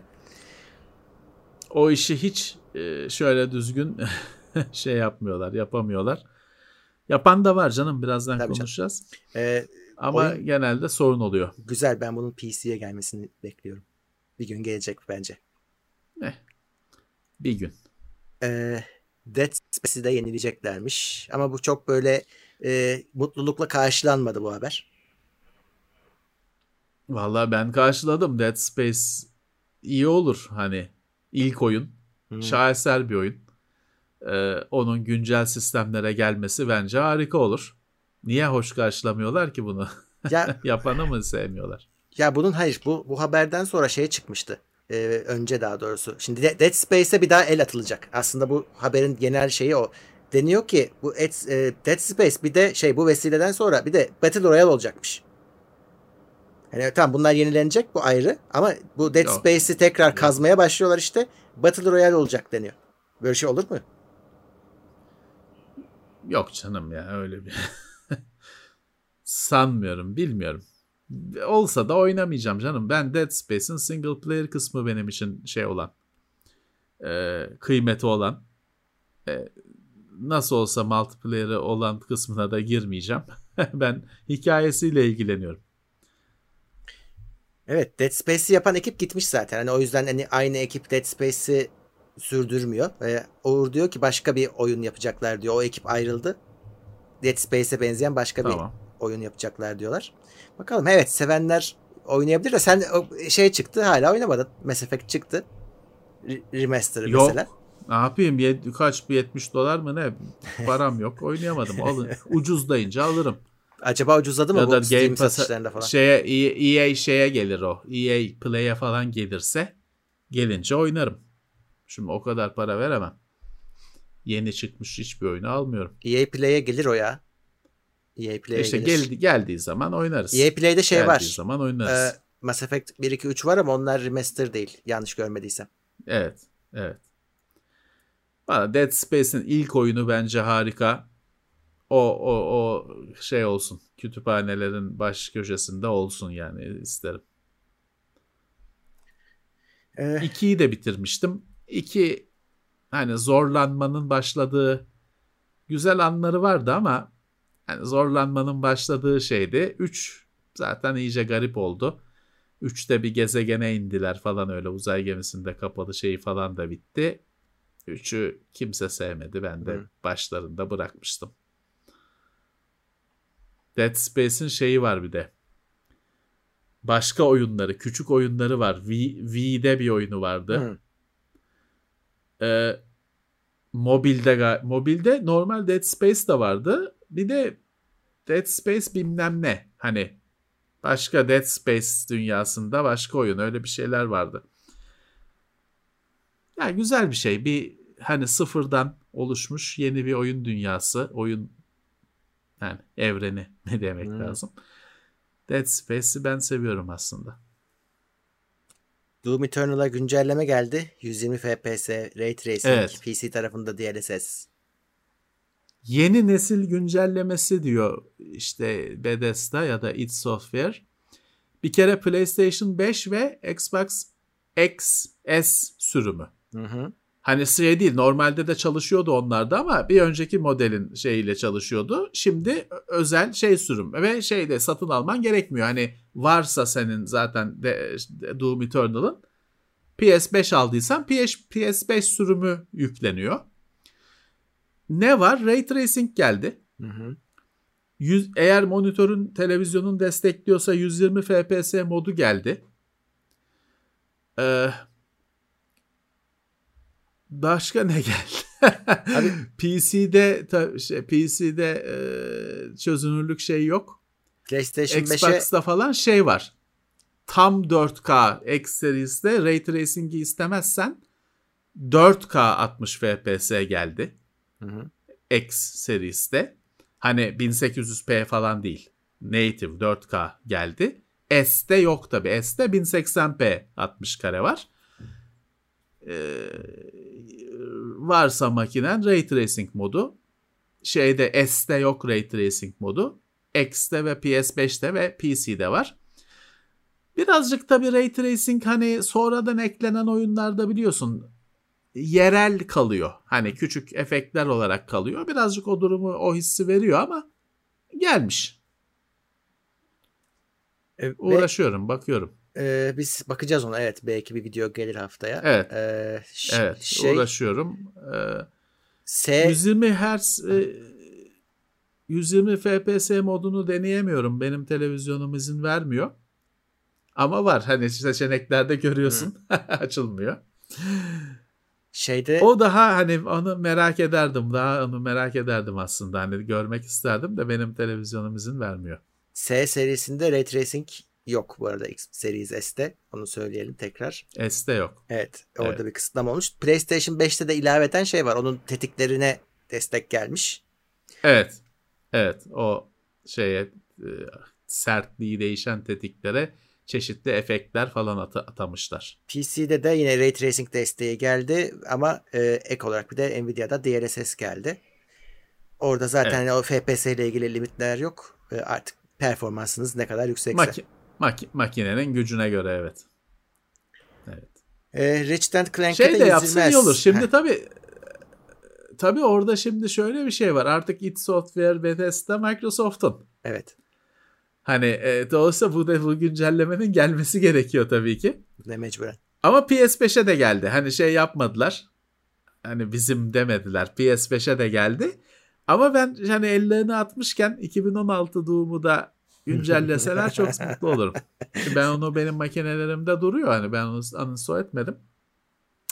Speaker 4: O işi hiç e, şöyle düzgün şey yapmıyorlar, yapamıyorlar. Yapan da var canım, birazdan
Speaker 3: Tabii canım.
Speaker 4: konuşacağız.
Speaker 3: Ee,
Speaker 4: Ama
Speaker 3: oyun-
Speaker 4: genelde sorun oluyor.
Speaker 3: güzel, ben bunun P C'ye gelmesini bekliyorum. Bir gün gelecek bence.
Speaker 4: Eh, bir gün.
Speaker 3: Ee, Dead Space'i de yenileyeceklermiş. Ama bu çok böyle e, mutlulukla karşılanmadı bu haber.
Speaker 4: Vallahi ben karşıladım. Dead Space iyi olur. Hani ilk oyun.
Speaker 3: Hmm.
Speaker 4: Şaheser bir oyun. Ee, onun güncel sistemlere gelmesi bence harika olur. Niye hoş karşılamıyorlar ki bunu?
Speaker 3: Ya
Speaker 4: Yapanı mı sevmiyorlar?
Speaker 3: ya bunun hayır bu bu haberden sonra şey çıkmıştı. Ee, önce daha doğrusu. Şimdi De- Dead Space'e bir daha el atılacak. Aslında bu haberin genel şeyi o. Deniyor ki bu et, e, Dead Space bir de şey bu vesileden sonra bir de Battle Royale olacakmış. Hani tamam bunlar yenilenecek, bu ayrı, ama bu Dead
Speaker 4: Yok.
Speaker 3: Space'i tekrar kazmaya başlıyorlar işte. Battle Royale olacak deniyor. Böyle şey olur mu?
Speaker 4: Yok canım ya, öyle bir sanmıyorum, bilmiyorum. Olsa da oynamayacağım canım. Ben Dead Space'in single player kısmı benim için şey olan, e, kıymeti olan. E, nasıl olsa multiplayer'ı olan kısmına da girmeyeceğim. Ben hikayesiyle ilgileniyorum.
Speaker 3: Evet, Dead Space'i yapan ekip gitmiş zaten. Hani o yüzden hani aynı ekip Dead Space'i sürdürmüyor. Ee, Uğur diyor ki başka bir oyun yapacaklar diyor. O ekip ayrıldı. Dead Space'e benzeyen başka
Speaker 4: Tamam.
Speaker 3: bir oyun yapacaklar diyorlar. Bakalım, evet, sevenler oynayabilir de sen o şey çıktı hala oynamadın. Mass Effect çıktı. Re- Remaster'ı
Speaker 4: Yok.
Speaker 3: mesela.
Speaker 4: Ne yapayım? Yed- kaç bir yetmiş dolar mı ne? Param yok. Oynayamadım. Alın. Ucuzlayınca alırım.
Speaker 3: Acaba ucuzladı mı
Speaker 4: Ya da
Speaker 3: bu Steam
Speaker 4: Game Pass'a
Speaker 3: satışlarında falan?
Speaker 4: şeye E A şeye gelir o. E A Play'e falan gelirse gelince oynarım. Şimdi o kadar para veremem. Yeni çıkmış hiçbir oyunu almıyorum.
Speaker 3: E A Play'e gelir o ya. E A Play'e
Speaker 4: İşte
Speaker 3: gelir.
Speaker 4: geldi, geldiği zaman oynarız.
Speaker 3: E A Play'de şey
Speaker 4: geldiği
Speaker 3: var.
Speaker 4: zaman oynarız.
Speaker 3: Ee, Mass Effect bir, iki, üç var ama onlar remaster değil. Yanlış görmediysem.
Speaker 4: Evet. Evet. Bana Dead Space'in ilk oyunu bence harika. O o o şey olsun. Kütüphanelerin baş köşesinde olsun yani isterim.
Speaker 3: Ee,
Speaker 4: ikiyi de bitirmiştim. İki hani zorlanmanın başladığı güzel anları vardı ama yani zorlanmanın başladığı şeydi. Üç zaten iyice garip oldu. Üçte bir gezegene indiler falan öyle uzay gemisinde kapalı şeyi falan da bitti. Üçü kimse sevmedi. Ben de
Speaker 3: Hı.
Speaker 4: başlarında bırakmıştım. Dead Space'in şeyi var bir de. Başka oyunları, küçük oyunları var. V, V'de bir oyunu vardı.
Speaker 3: Hı.
Speaker 4: Ee, mobilde mobilde normal Dead Space de vardı. Bir de Dead Space bilmem ne. Hani başka Dead Space dünyasında başka oyun öyle bir şeyler vardı. Yani güzel bir şey. Bir hani sıfırdan oluşmuş yeni bir oyun dünyası, oyun yani evreni ne demek
Speaker 3: Hmm.
Speaker 4: lazım. Dead Space'i ben seviyorum aslında.
Speaker 3: Doom Eternal'a güncelleme geldi. yüz yirmi F P S, Ray Tracing,
Speaker 4: Evet.
Speaker 3: P C tarafında D L S S.
Speaker 4: Yeni nesil güncellemesi diyor işte Bethesda ya da id Software. Bir kere PlayStation beş ve Xbox X S sürümü.
Speaker 3: Hı hı.
Speaker 4: Hani şey değil normalde de çalışıyordu onlarda ama bir önceki modelin şeyiyle çalışıyordu. Şimdi özel şey sürüm ve şeyde satın alman gerekmiyor. Hani varsa senin zaten de, de Doom Eternal'ın P S beş aldıysan P S beş sürümü yükleniyor. Ne var? Ray Tracing geldi.
Speaker 3: Hı hı.
Speaker 4: yüz, eğer monitörün televizyonun destekliyorsa yüz yirmi F P S modu geldi. Ee, başka ne geldi?
Speaker 3: Abi,
Speaker 4: P C'de şey, P C'de e, çözünürlük şey yok.
Speaker 3: PlayStation beşe
Speaker 4: Xbox'ta falan şey var. Tam dört K X serisinde Ray Tracing'i istemezsen dört K altmış F P S geldi.
Speaker 3: hı hı.
Speaker 4: X seriste. Hani bin sekiz yüz p falan değil. Native dört K geldi. S'te yok tabi. S'te bin seksen p altmış kare var. Ee, varsa makinen Ray Tracing modu. Şeyde S'te yok Ray Tracing modu. X'te ve P S beşte ve P C'de var. Birazcık tabi Ray Tracing hani sonradan eklenen oyunlarda biliyorsun yerel kalıyor. Hani küçük efektler olarak kalıyor. Birazcık o durumu, o hissi veriyor ama gelmiş.
Speaker 3: E, ve,
Speaker 4: Uğraşıyorum, bakıyorum.
Speaker 3: e, biz bakacağız ona. Evet, belki bir video gelir haftaya.
Speaker 4: Evet.
Speaker 3: E, ş-
Speaker 4: Evet,
Speaker 3: şey,
Speaker 4: uğraşıyorum. Ee,
Speaker 3: S
Speaker 4: yüz yirmi Hz e, yüz yirmi F P S modunu deneyemiyorum. Benim televizyonum izin vermiyor. Ama var. Hani seçeneklerde görüyorsun. Açılmıyor.
Speaker 3: şeyde
Speaker 4: O daha hani onu merak ederdim. Daha onu merak ederdim aslında. Hani görmek isterdim de benim televizyonum izin vermiyor.
Speaker 3: S serisinde Ray Tracing yok bu arada X Series S'te. Onu söyleyelim tekrar.
Speaker 4: S'te yok.
Speaker 3: Evet, orada
Speaker 4: Evet.
Speaker 3: bir kısıtlama olmuş. PlayStation beşte de ilaveten şey var. Onun tetiklerine destek gelmiş.
Speaker 4: Evet. Evet. O şeye e, sertliği değişen tetiklere çeşitli efektler falan at- atamışlar.
Speaker 3: P C'de de yine Ray Tracing desteği geldi ama e, ek olarak bir de Nvidia'da D L S S geldi. Orada zaten
Speaker 4: Evet.
Speaker 3: o F P S ile ilgili limitler yok. E, artık performansınız ne kadar yüksekse.
Speaker 4: Maki- maki- makinenin gücüne göre evet. Evet.
Speaker 3: E, Ratchet Clank'e
Speaker 4: Şey
Speaker 3: de
Speaker 4: de yapsın iyi olur. Şimdi
Speaker 3: Heh.
Speaker 4: tabii tabii orada şimdi şöyle bir şey var. Artık id Software, Bethesda, Microsoft'un.
Speaker 3: Evet.
Speaker 4: Hani e, dolayısıyla bu da bu güncellemenin gelmesi gerekiyor tabii ki.
Speaker 3: Ne mecburen.
Speaker 4: Ama P S beşe de geldi. Hani şey yapmadılar. Hani bizim demediler. P S beşe de geldi. Ama ben hani ellerini atmışken iki bin on altı Doom'u da güncelleseler çok mutlu olurum. Ben onu benim makinelerimde duruyor. Hani ben onu uninstall etmedim.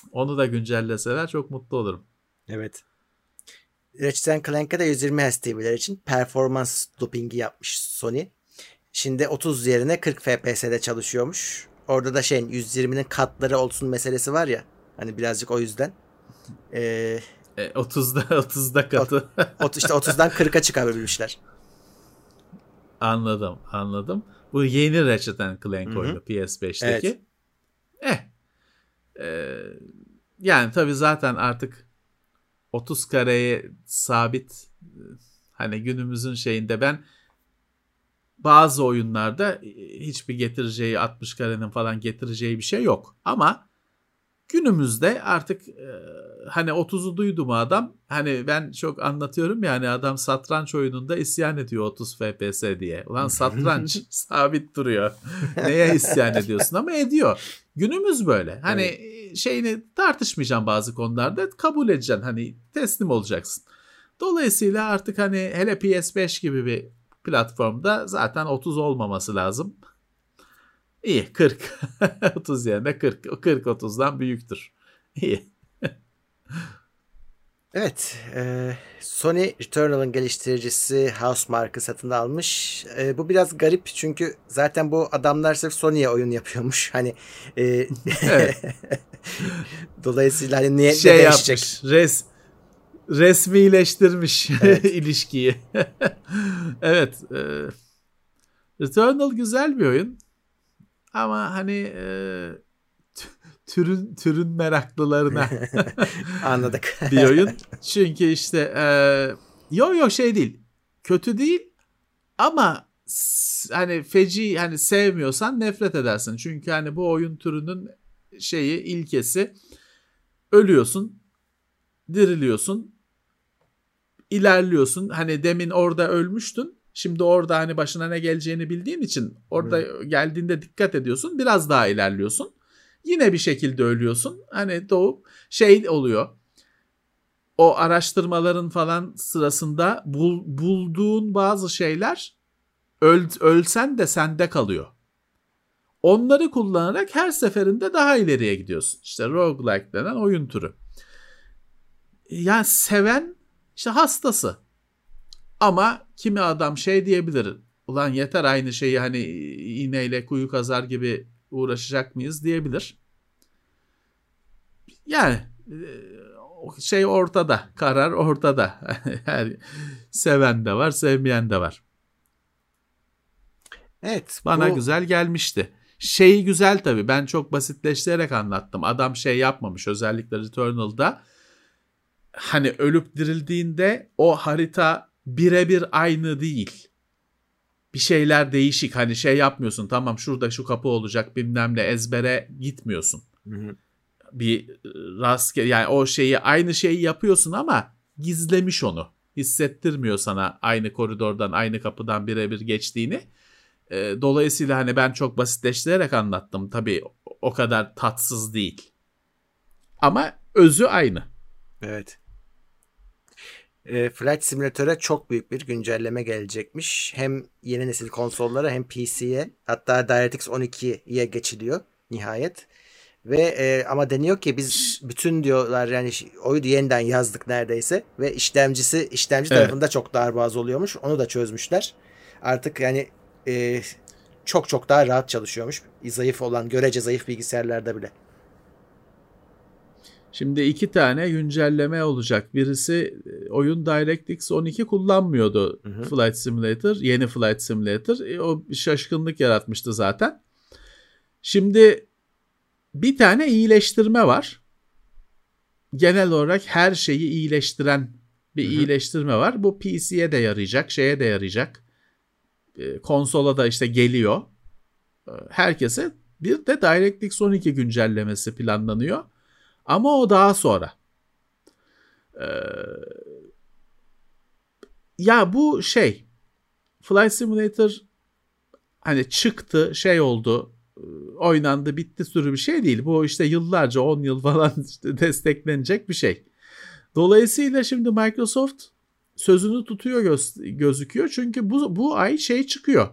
Speaker 4: Onu da güncelleseler çok mutlu olurum.
Speaker 3: Evet. Ratchet and Clank'e de yüz yirmi Hz T V'ler için performans dopingi yapmış Sony. Şimdi otuz yerine kırk F P S'de çalışıyormuş. Orada da şey yüz yirminin katları olsun meselesi var ya. Hani birazcık o yüzden. Ee,
Speaker 4: e, otuzda otuzda katı.
Speaker 3: ot, işte otuzdan kırka çıkarabilmişler.
Speaker 4: Anladım, anladım. Bu yeni Ratchet and Clank oyunu P S beşteki. Evet. Eh. E, yani tabii zaten artık otuz kareye sabit, hani günümüzün şeyinde ben bazı oyunlarda hiçbir getireceği altmış karenin falan getireceği bir şey yok. Ama günümüzde artık e, hani otuzu duydu mu adam, hani ben çok anlatıyorum yani adam satranç oyununda isyan ediyor otuz F P S diye. Ulan satranç sabit duruyor. Neye isyan ediyorsun, ama ediyor. Günümüz böyle. Hani evet. Şeyini tartışmayacağım bazı konularda, kabul edeceksin, hani teslim olacaksın. Dolayısıyla artık hani hele P S beş gibi bir platformda zaten otuz olmaması lazım. İyi, kırk. otuz yerine kırk. kırk otuzdan büyüktür. İyi.
Speaker 3: Evet. E, Sony Returnal'ın geliştiricisi Housemarque'ı satın almış. E, bu biraz garip çünkü zaten bu adamlar sırf Sony'ye oyun yapıyormuş. Hani e, dolayısıyla hani niye
Speaker 4: şey
Speaker 3: ne değişecek?
Speaker 4: Yapmış, res, resmileştirmiş evet. ilişkiyi. Evet. E, Returnal güzel bir oyun. Ama hani e, türün türün meraklılarına
Speaker 3: anladık
Speaker 4: bir oyun. Çünkü işte e, yo yo şey değil. Kötü değil ama hani feci, hani sevmiyorsan nefret edersin. Çünkü hani bu oyun türünün şeyi, ilkesi ölüyorsun, diriliyorsun, ilerliyorsun. Hani demin orada ölmüştün. Şimdi orada hani başına ne geleceğini bildiğin için orada hmm. geldiğinde dikkat ediyorsun. Biraz daha ilerliyorsun. Yine bir şekilde ölüyorsun. Hani doğup şey oluyor. O araştırmaların falan sırasında bul, bulduğun bazı şeyler öl, ölsen de sende kalıyor. Onları kullanarak her seferinde daha ileriye gidiyorsun. İşte roguelike denen oyun türü. Yani seven işte hastası. Ama kimi adam şey diyebilir. Ulan yeter aynı şeyi hani iğneyle kuyu kazar gibi uğraşacak mıyız diyebilir. Yani şey ortada. Karar ortada. Her seven de var, sevmeyen de var.
Speaker 3: Evet.
Speaker 4: Bana
Speaker 3: bu...
Speaker 4: güzel gelmişti. Şey güzel tabii. Ben çok basitleştirerek anlattım. Adam şey yapmamış. Özellikle Returnal'da hani ölüp dirildiğinde o harita birebir aynı değil. Bir şeyler değişik. Hani şey yapmıyorsun. Tamam şurada şu kapı olacak bilmem ne, ezbere gitmiyorsun. Hı hı. Bir rastgele, yani o şeyi, aynı şeyi yapıyorsun ama gizlemiş onu. Hissettirmiyor sana aynı koridordan, aynı kapıdan birebir geçtiğini. E, dolayısıyla hani ben çok basitleştirerek anlattım. Tabii o kadar tatsız değil. Ama özü aynı.
Speaker 3: Evet. E, Flight Simulator'a çok büyük bir güncelleme gelecekmiş. Hem yeni nesil konsollara hem P C'ye, hatta DirectX on ikiye geçiliyor nihayet. Ve e, ama deniyor ki biz bütün diyorlar yani oyunu yeniden yazdık neredeyse ve işlemcisi işlemci evet. tarafında çok darboğaz oluyormuş. Onu da çözmüşler. Artık yani e, çok çok daha rahat çalışıyormuş. Zayıf olan, görece zayıf bilgisayarlarda bile.
Speaker 4: Şimdi iki tane güncelleme olacak. Birisi oyun DirectX on iki kullanmıyordu, hı hı. Flight Simulator, yeni Flight Simulator. E, o bir şaşkınlık yaratmıştı zaten. Şimdi bir tane iyileştirme var. Genel olarak her şeyi iyileştiren bir hı hı. iyileştirme var. Bu P C'ye de yarayacak, şeye de yarayacak. E, konsola da işte geliyor. E, herkese bir de DirectX on iki güncellemesi planlanıyor. Ama o daha sonra. Ee, ya bu şey, Flight Simulator hani çıktı, şey oldu, oynandı, bitti sürü bir şey değil. Bu işte yıllarca, on yıl falan işte desteklenecek bir şey. Dolayısıyla şimdi Microsoft sözünü tutuyor göz, gözüküyor. Çünkü bu, bu ay şey çıkıyor.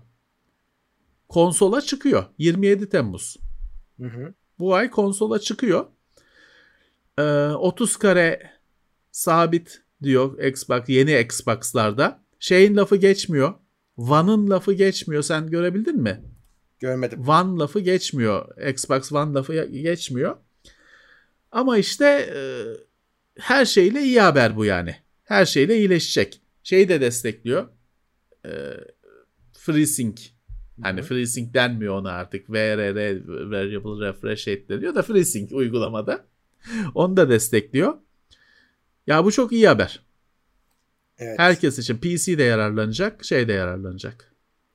Speaker 4: Konsola çıkıyor. yirmi yedi Temmuz. Hı hı. Bu ay konsola çıkıyor. e, otuz kare sabit diyor Xbox, yeni Xbox'larda. Şeyin lafı geçmiyor. One'ın lafı geçmiyor. Sen görebildin mi?
Speaker 3: Görmedim.
Speaker 4: One lafı geçmiyor. Xbox One lafı geçmiyor. Ama işte e, her şeyle iyi haber bu yani. Her şeyle iyileşecek. Şeyi de destekliyor. E, FreeSync. Hani FreeSync denmiyor ona artık. V R R, Variable Refresh Rate deniyor da FreeSync uygulamada. Onu da destekliyor. Ya bu çok iyi haber.
Speaker 3: Evet.
Speaker 4: Herkes için P C de yararlanacak, şey de yararlanacak.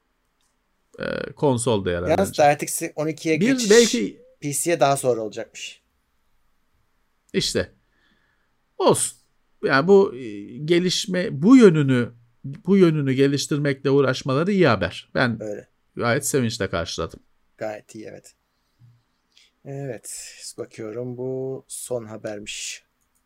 Speaker 4: Ee, konsol da yararlanacak.
Speaker 3: Yalnız D R T X on ikiye
Speaker 4: Bir
Speaker 3: geçiş
Speaker 4: belki
Speaker 3: P C'ye daha sonra olacakmış.
Speaker 4: işte olsun. Yani bu gelişme, bu yönünü bu yönünü geliştirmekle uğraşmaları iyi haber. Ben
Speaker 3: Öyle.
Speaker 4: gayet sevinçle karşıladım.
Speaker 3: Gayet iyi, evet. Evet. Bakıyorum, bu son habermiş.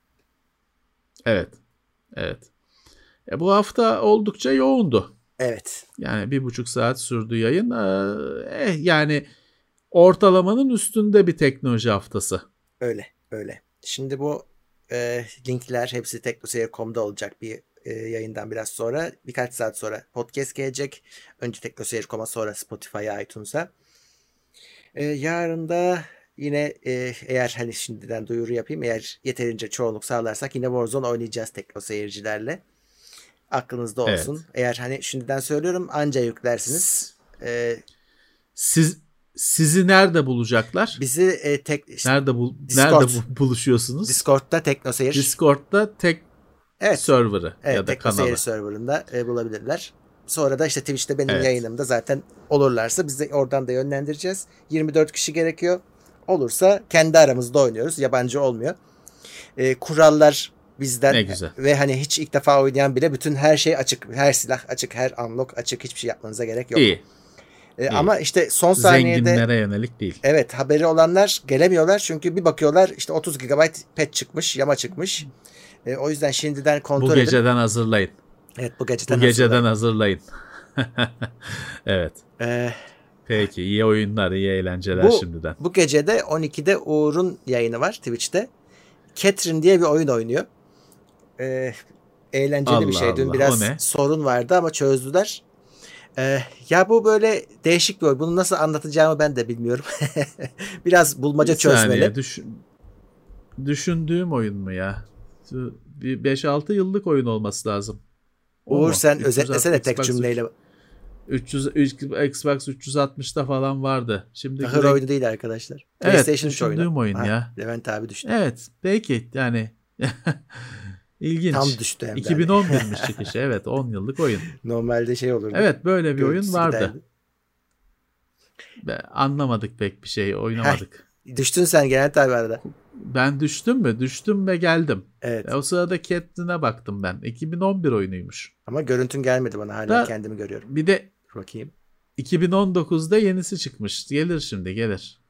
Speaker 4: Evet. Evet. E, bu hafta oldukça yoğundu.
Speaker 3: Evet.
Speaker 4: Yani bir buçuk saat sürdü yayın. Ee, eh, yani ortalamanın üstünde bir teknoloji haftası.
Speaker 3: Öyle. Öyle. Şimdi bu e, linkler hepsi teknoseyir nokta com'da olacak bir e, yayından biraz sonra. Birkaç saat sonra podcast gelecek. Önce teknoseyir nokta com'a, sonra Spotify'a, iTunes'a. E, yarın da yine e, eğer hani şimdiden duyuru yapayım, eğer yeterince çoğunluk sağlarsak yine Warzone oynayacağız teknoseyircilerle. Aklınızda olsun. Evet. Eğer hani şimdiden söylüyorum, anca yüklersiniz. E,
Speaker 4: Siz sizi nerede bulacaklar?
Speaker 3: Bizi e, tek işte,
Speaker 4: nerede bul
Speaker 3: Discord.
Speaker 4: nerede bu, buluşuyorsunuz?
Speaker 3: Discord'da teknoseyir.
Speaker 4: Discord'da tek
Speaker 3: evet.
Speaker 4: server'ı
Speaker 3: evet,
Speaker 4: ya da
Speaker 3: teknoseyir
Speaker 4: kanalı.
Speaker 3: server'ında e, bulabilirler. Sonra da işte Twitch'te benim
Speaker 4: Evet.
Speaker 3: yayınımda zaten olurlarsa biz de oradan da yönlendireceğiz. yirmi dört kişi gerekiyor. Olursa kendi aramızda oynuyoruz. Yabancı olmuyor. E, kurallar bizden.
Speaker 4: Ne güzel.
Speaker 3: Ve hani hiç ilk defa oynayan bile bütün her şey açık. Her silah açık, her unlock açık. Hiçbir şey yapmanıza gerek yok.
Speaker 4: İyi.
Speaker 3: E,
Speaker 4: İyi.
Speaker 3: ama işte son saniyede
Speaker 4: Zenginlere yönelik değil.
Speaker 3: evet, haberi olanlar gelemiyorlar. Çünkü bir bakıyorlar işte otuz gigabayt patch çıkmış, yama çıkmış. E, o yüzden şimdiden kontrol
Speaker 4: Bu
Speaker 3: edin.
Speaker 4: geceden hazırlayın.
Speaker 3: Evet, bu geceden,
Speaker 4: Bu geceden hazırlayın. Evet.
Speaker 3: Ee,
Speaker 4: Peki, iyi oyunlar, iyi eğlenceler
Speaker 3: bu,
Speaker 4: şimdiden.
Speaker 3: Bu gecede on ikide Uğur'un yayını var Twitch'te. Catherine diye bir oyun oynuyor. Ee, eğlenceli
Speaker 4: Allah
Speaker 3: bir şey. Dün
Speaker 4: Allah,
Speaker 3: biraz
Speaker 4: o ne?
Speaker 3: sorun vardı ama çözdüler. Ee, ya bu böyle değişik bir oyun. Bunu nasıl anlatacağımı ben de bilmiyorum. Biraz bulmaca
Speaker 4: Bir saniye,
Speaker 3: çözmeli.
Speaker 4: düşün, düşündüğüm oyun mu ya? Bir beş altı yıllık oyun olması lazım. O
Speaker 3: Uğur
Speaker 4: mu?
Speaker 3: sen
Speaker 4: üç yüz altmış
Speaker 3: özetlesene tek
Speaker 4: Xbox
Speaker 3: cümleyle.
Speaker 4: üç yüz, Xbox üç yüz altmışta falan vardı. Şimdi
Speaker 3: Hır
Speaker 4: direkt...
Speaker 3: oyunu değil arkadaşlar.
Speaker 4: Evet,
Speaker 3: PlayStation üç oyunu.
Speaker 4: düşündüğüm oyun
Speaker 3: Ha,
Speaker 4: ya.
Speaker 3: Levent abi düştü.
Speaker 4: Evet, peki yani ilginç.
Speaker 3: Tam düştü hem de.
Speaker 4: iki bin on birmiş çıkışı. Evet, on yıllık oyun.
Speaker 3: Normalde şey olurdu.
Speaker 4: Evet, böyle bir oyun
Speaker 3: Görüntüsü
Speaker 4: vardı.
Speaker 3: giderdi.
Speaker 4: Be, anlamadık pek bir şey, oynamadık.
Speaker 3: Düştün sen Levent abi arada.
Speaker 4: Ben düştüm mü? Düştüm ve geldim.
Speaker 3: Evet.
Speaker 4: E, o sırada Catherine'e baktım ben. iki bin on bir oyunuymuş.
Speaker 3: Ama görüntün gelmedi bana. Hala
Speaker 4: Da-
Speaker 3: kendimi görüyorum.
Speaker 4: Bir de
Speaker 3: Dur bakayım.
Speaker 4: iki bin on dokuzda yenisi çıkmış. Gelir şimdi, gelir.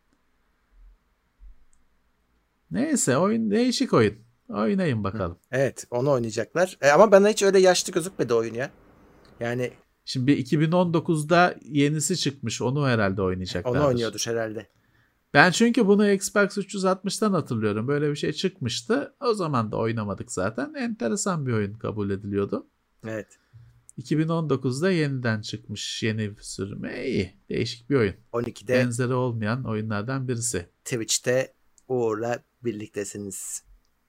Speaker 4: Neyse, oyun değişik oyun. Oynayın bakalım.
Speaker 3: Evet, onu oynayacaklar. E, ama bana hiç öyle yaşlı gözükmedi oyun ya. Yani
Speaker 4: Şimdi iki bin on dokuzda yenisi çıkmış. Onu herhalde oynayacaklar.
Speaker 3: onu oynuyordur herhalde.
Speaker 4: Ben çünkü bunu Xbox üç yüz altmıştan hatırlıyorum. Böyle bir şey çıkmıştı. O zaman da oynamadık zaten. Enteresan bir oyun kabul ediliyordu.
Speaker 3: Evet.
Speaker 4: iki bin on dokuzda yeniden çıkmış yeni bir sürümü. İyi. Değişik bir oyun.
Speaker 3: on ikide
Speaker 4: Benzeri olmayan oyunlardan birisi.
Speaker 3: Twitch'te Uğur'la birliktesiniz.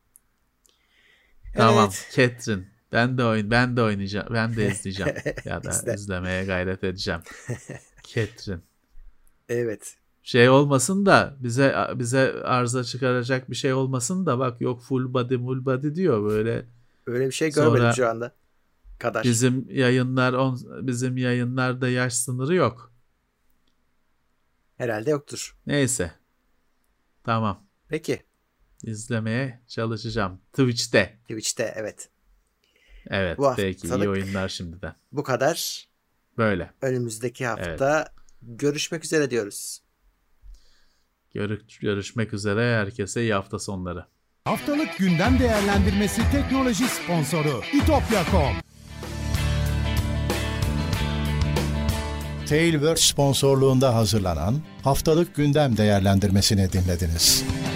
Speaker 4: Tamam.
Speaker 3: Evet.
Speaker 4: Catherine. Ben de oyun, ben de oynayacağım. Ben de izleyeceğim. Ya da
Speaker 3: İzle.
Speaker 4: izlemeye gayret edeceğim. Catherine.
Speaker 3: Evet.
Speaker 4: Şey olmasın da bize bize arıza çıkaracak bir şey olmasın da bak yok full body full body diyor böyle.
Speaker 3: Öyle bir şey
Speaker 4: Sonra
Speaker 3: görmedim şu anda. Kadar.
Speaker 4: Bizim yayınlar on, bizim yayınlarda yaş sınırı yok.
Speaker 3: Herhalde yoktur.
Speaker 4: Neyse. Tamam.
Speaker 3: Peki.
Speaker 4: İzlemeye çalışacağım. Twitch'te.
Speaker 3: Twitch'te evet.
Speaker 4: Evet.
Speaker 3: Bu
Speaker 4: Peki
Speaker 3: haftalık
Speaker 4: iyi oyunlar şimdiden.
Speaker 3: Bu kadar.
Speaker 4: Böyle.
Speaker 3: Önümüzdeki hafta görüşmek üzere diyoruz.
Speaker 4: Görü- görüşmek üzere. Herkese iyi hafta sonları.
Speaker 2: Haftalık gündem değerlendirmesi teknoloji sponsoru itopya nokta com.
Speaker 1: Tailwords sponsorluğunda hazırlanan haftalık gündem değerlendirmesini dinlediniz.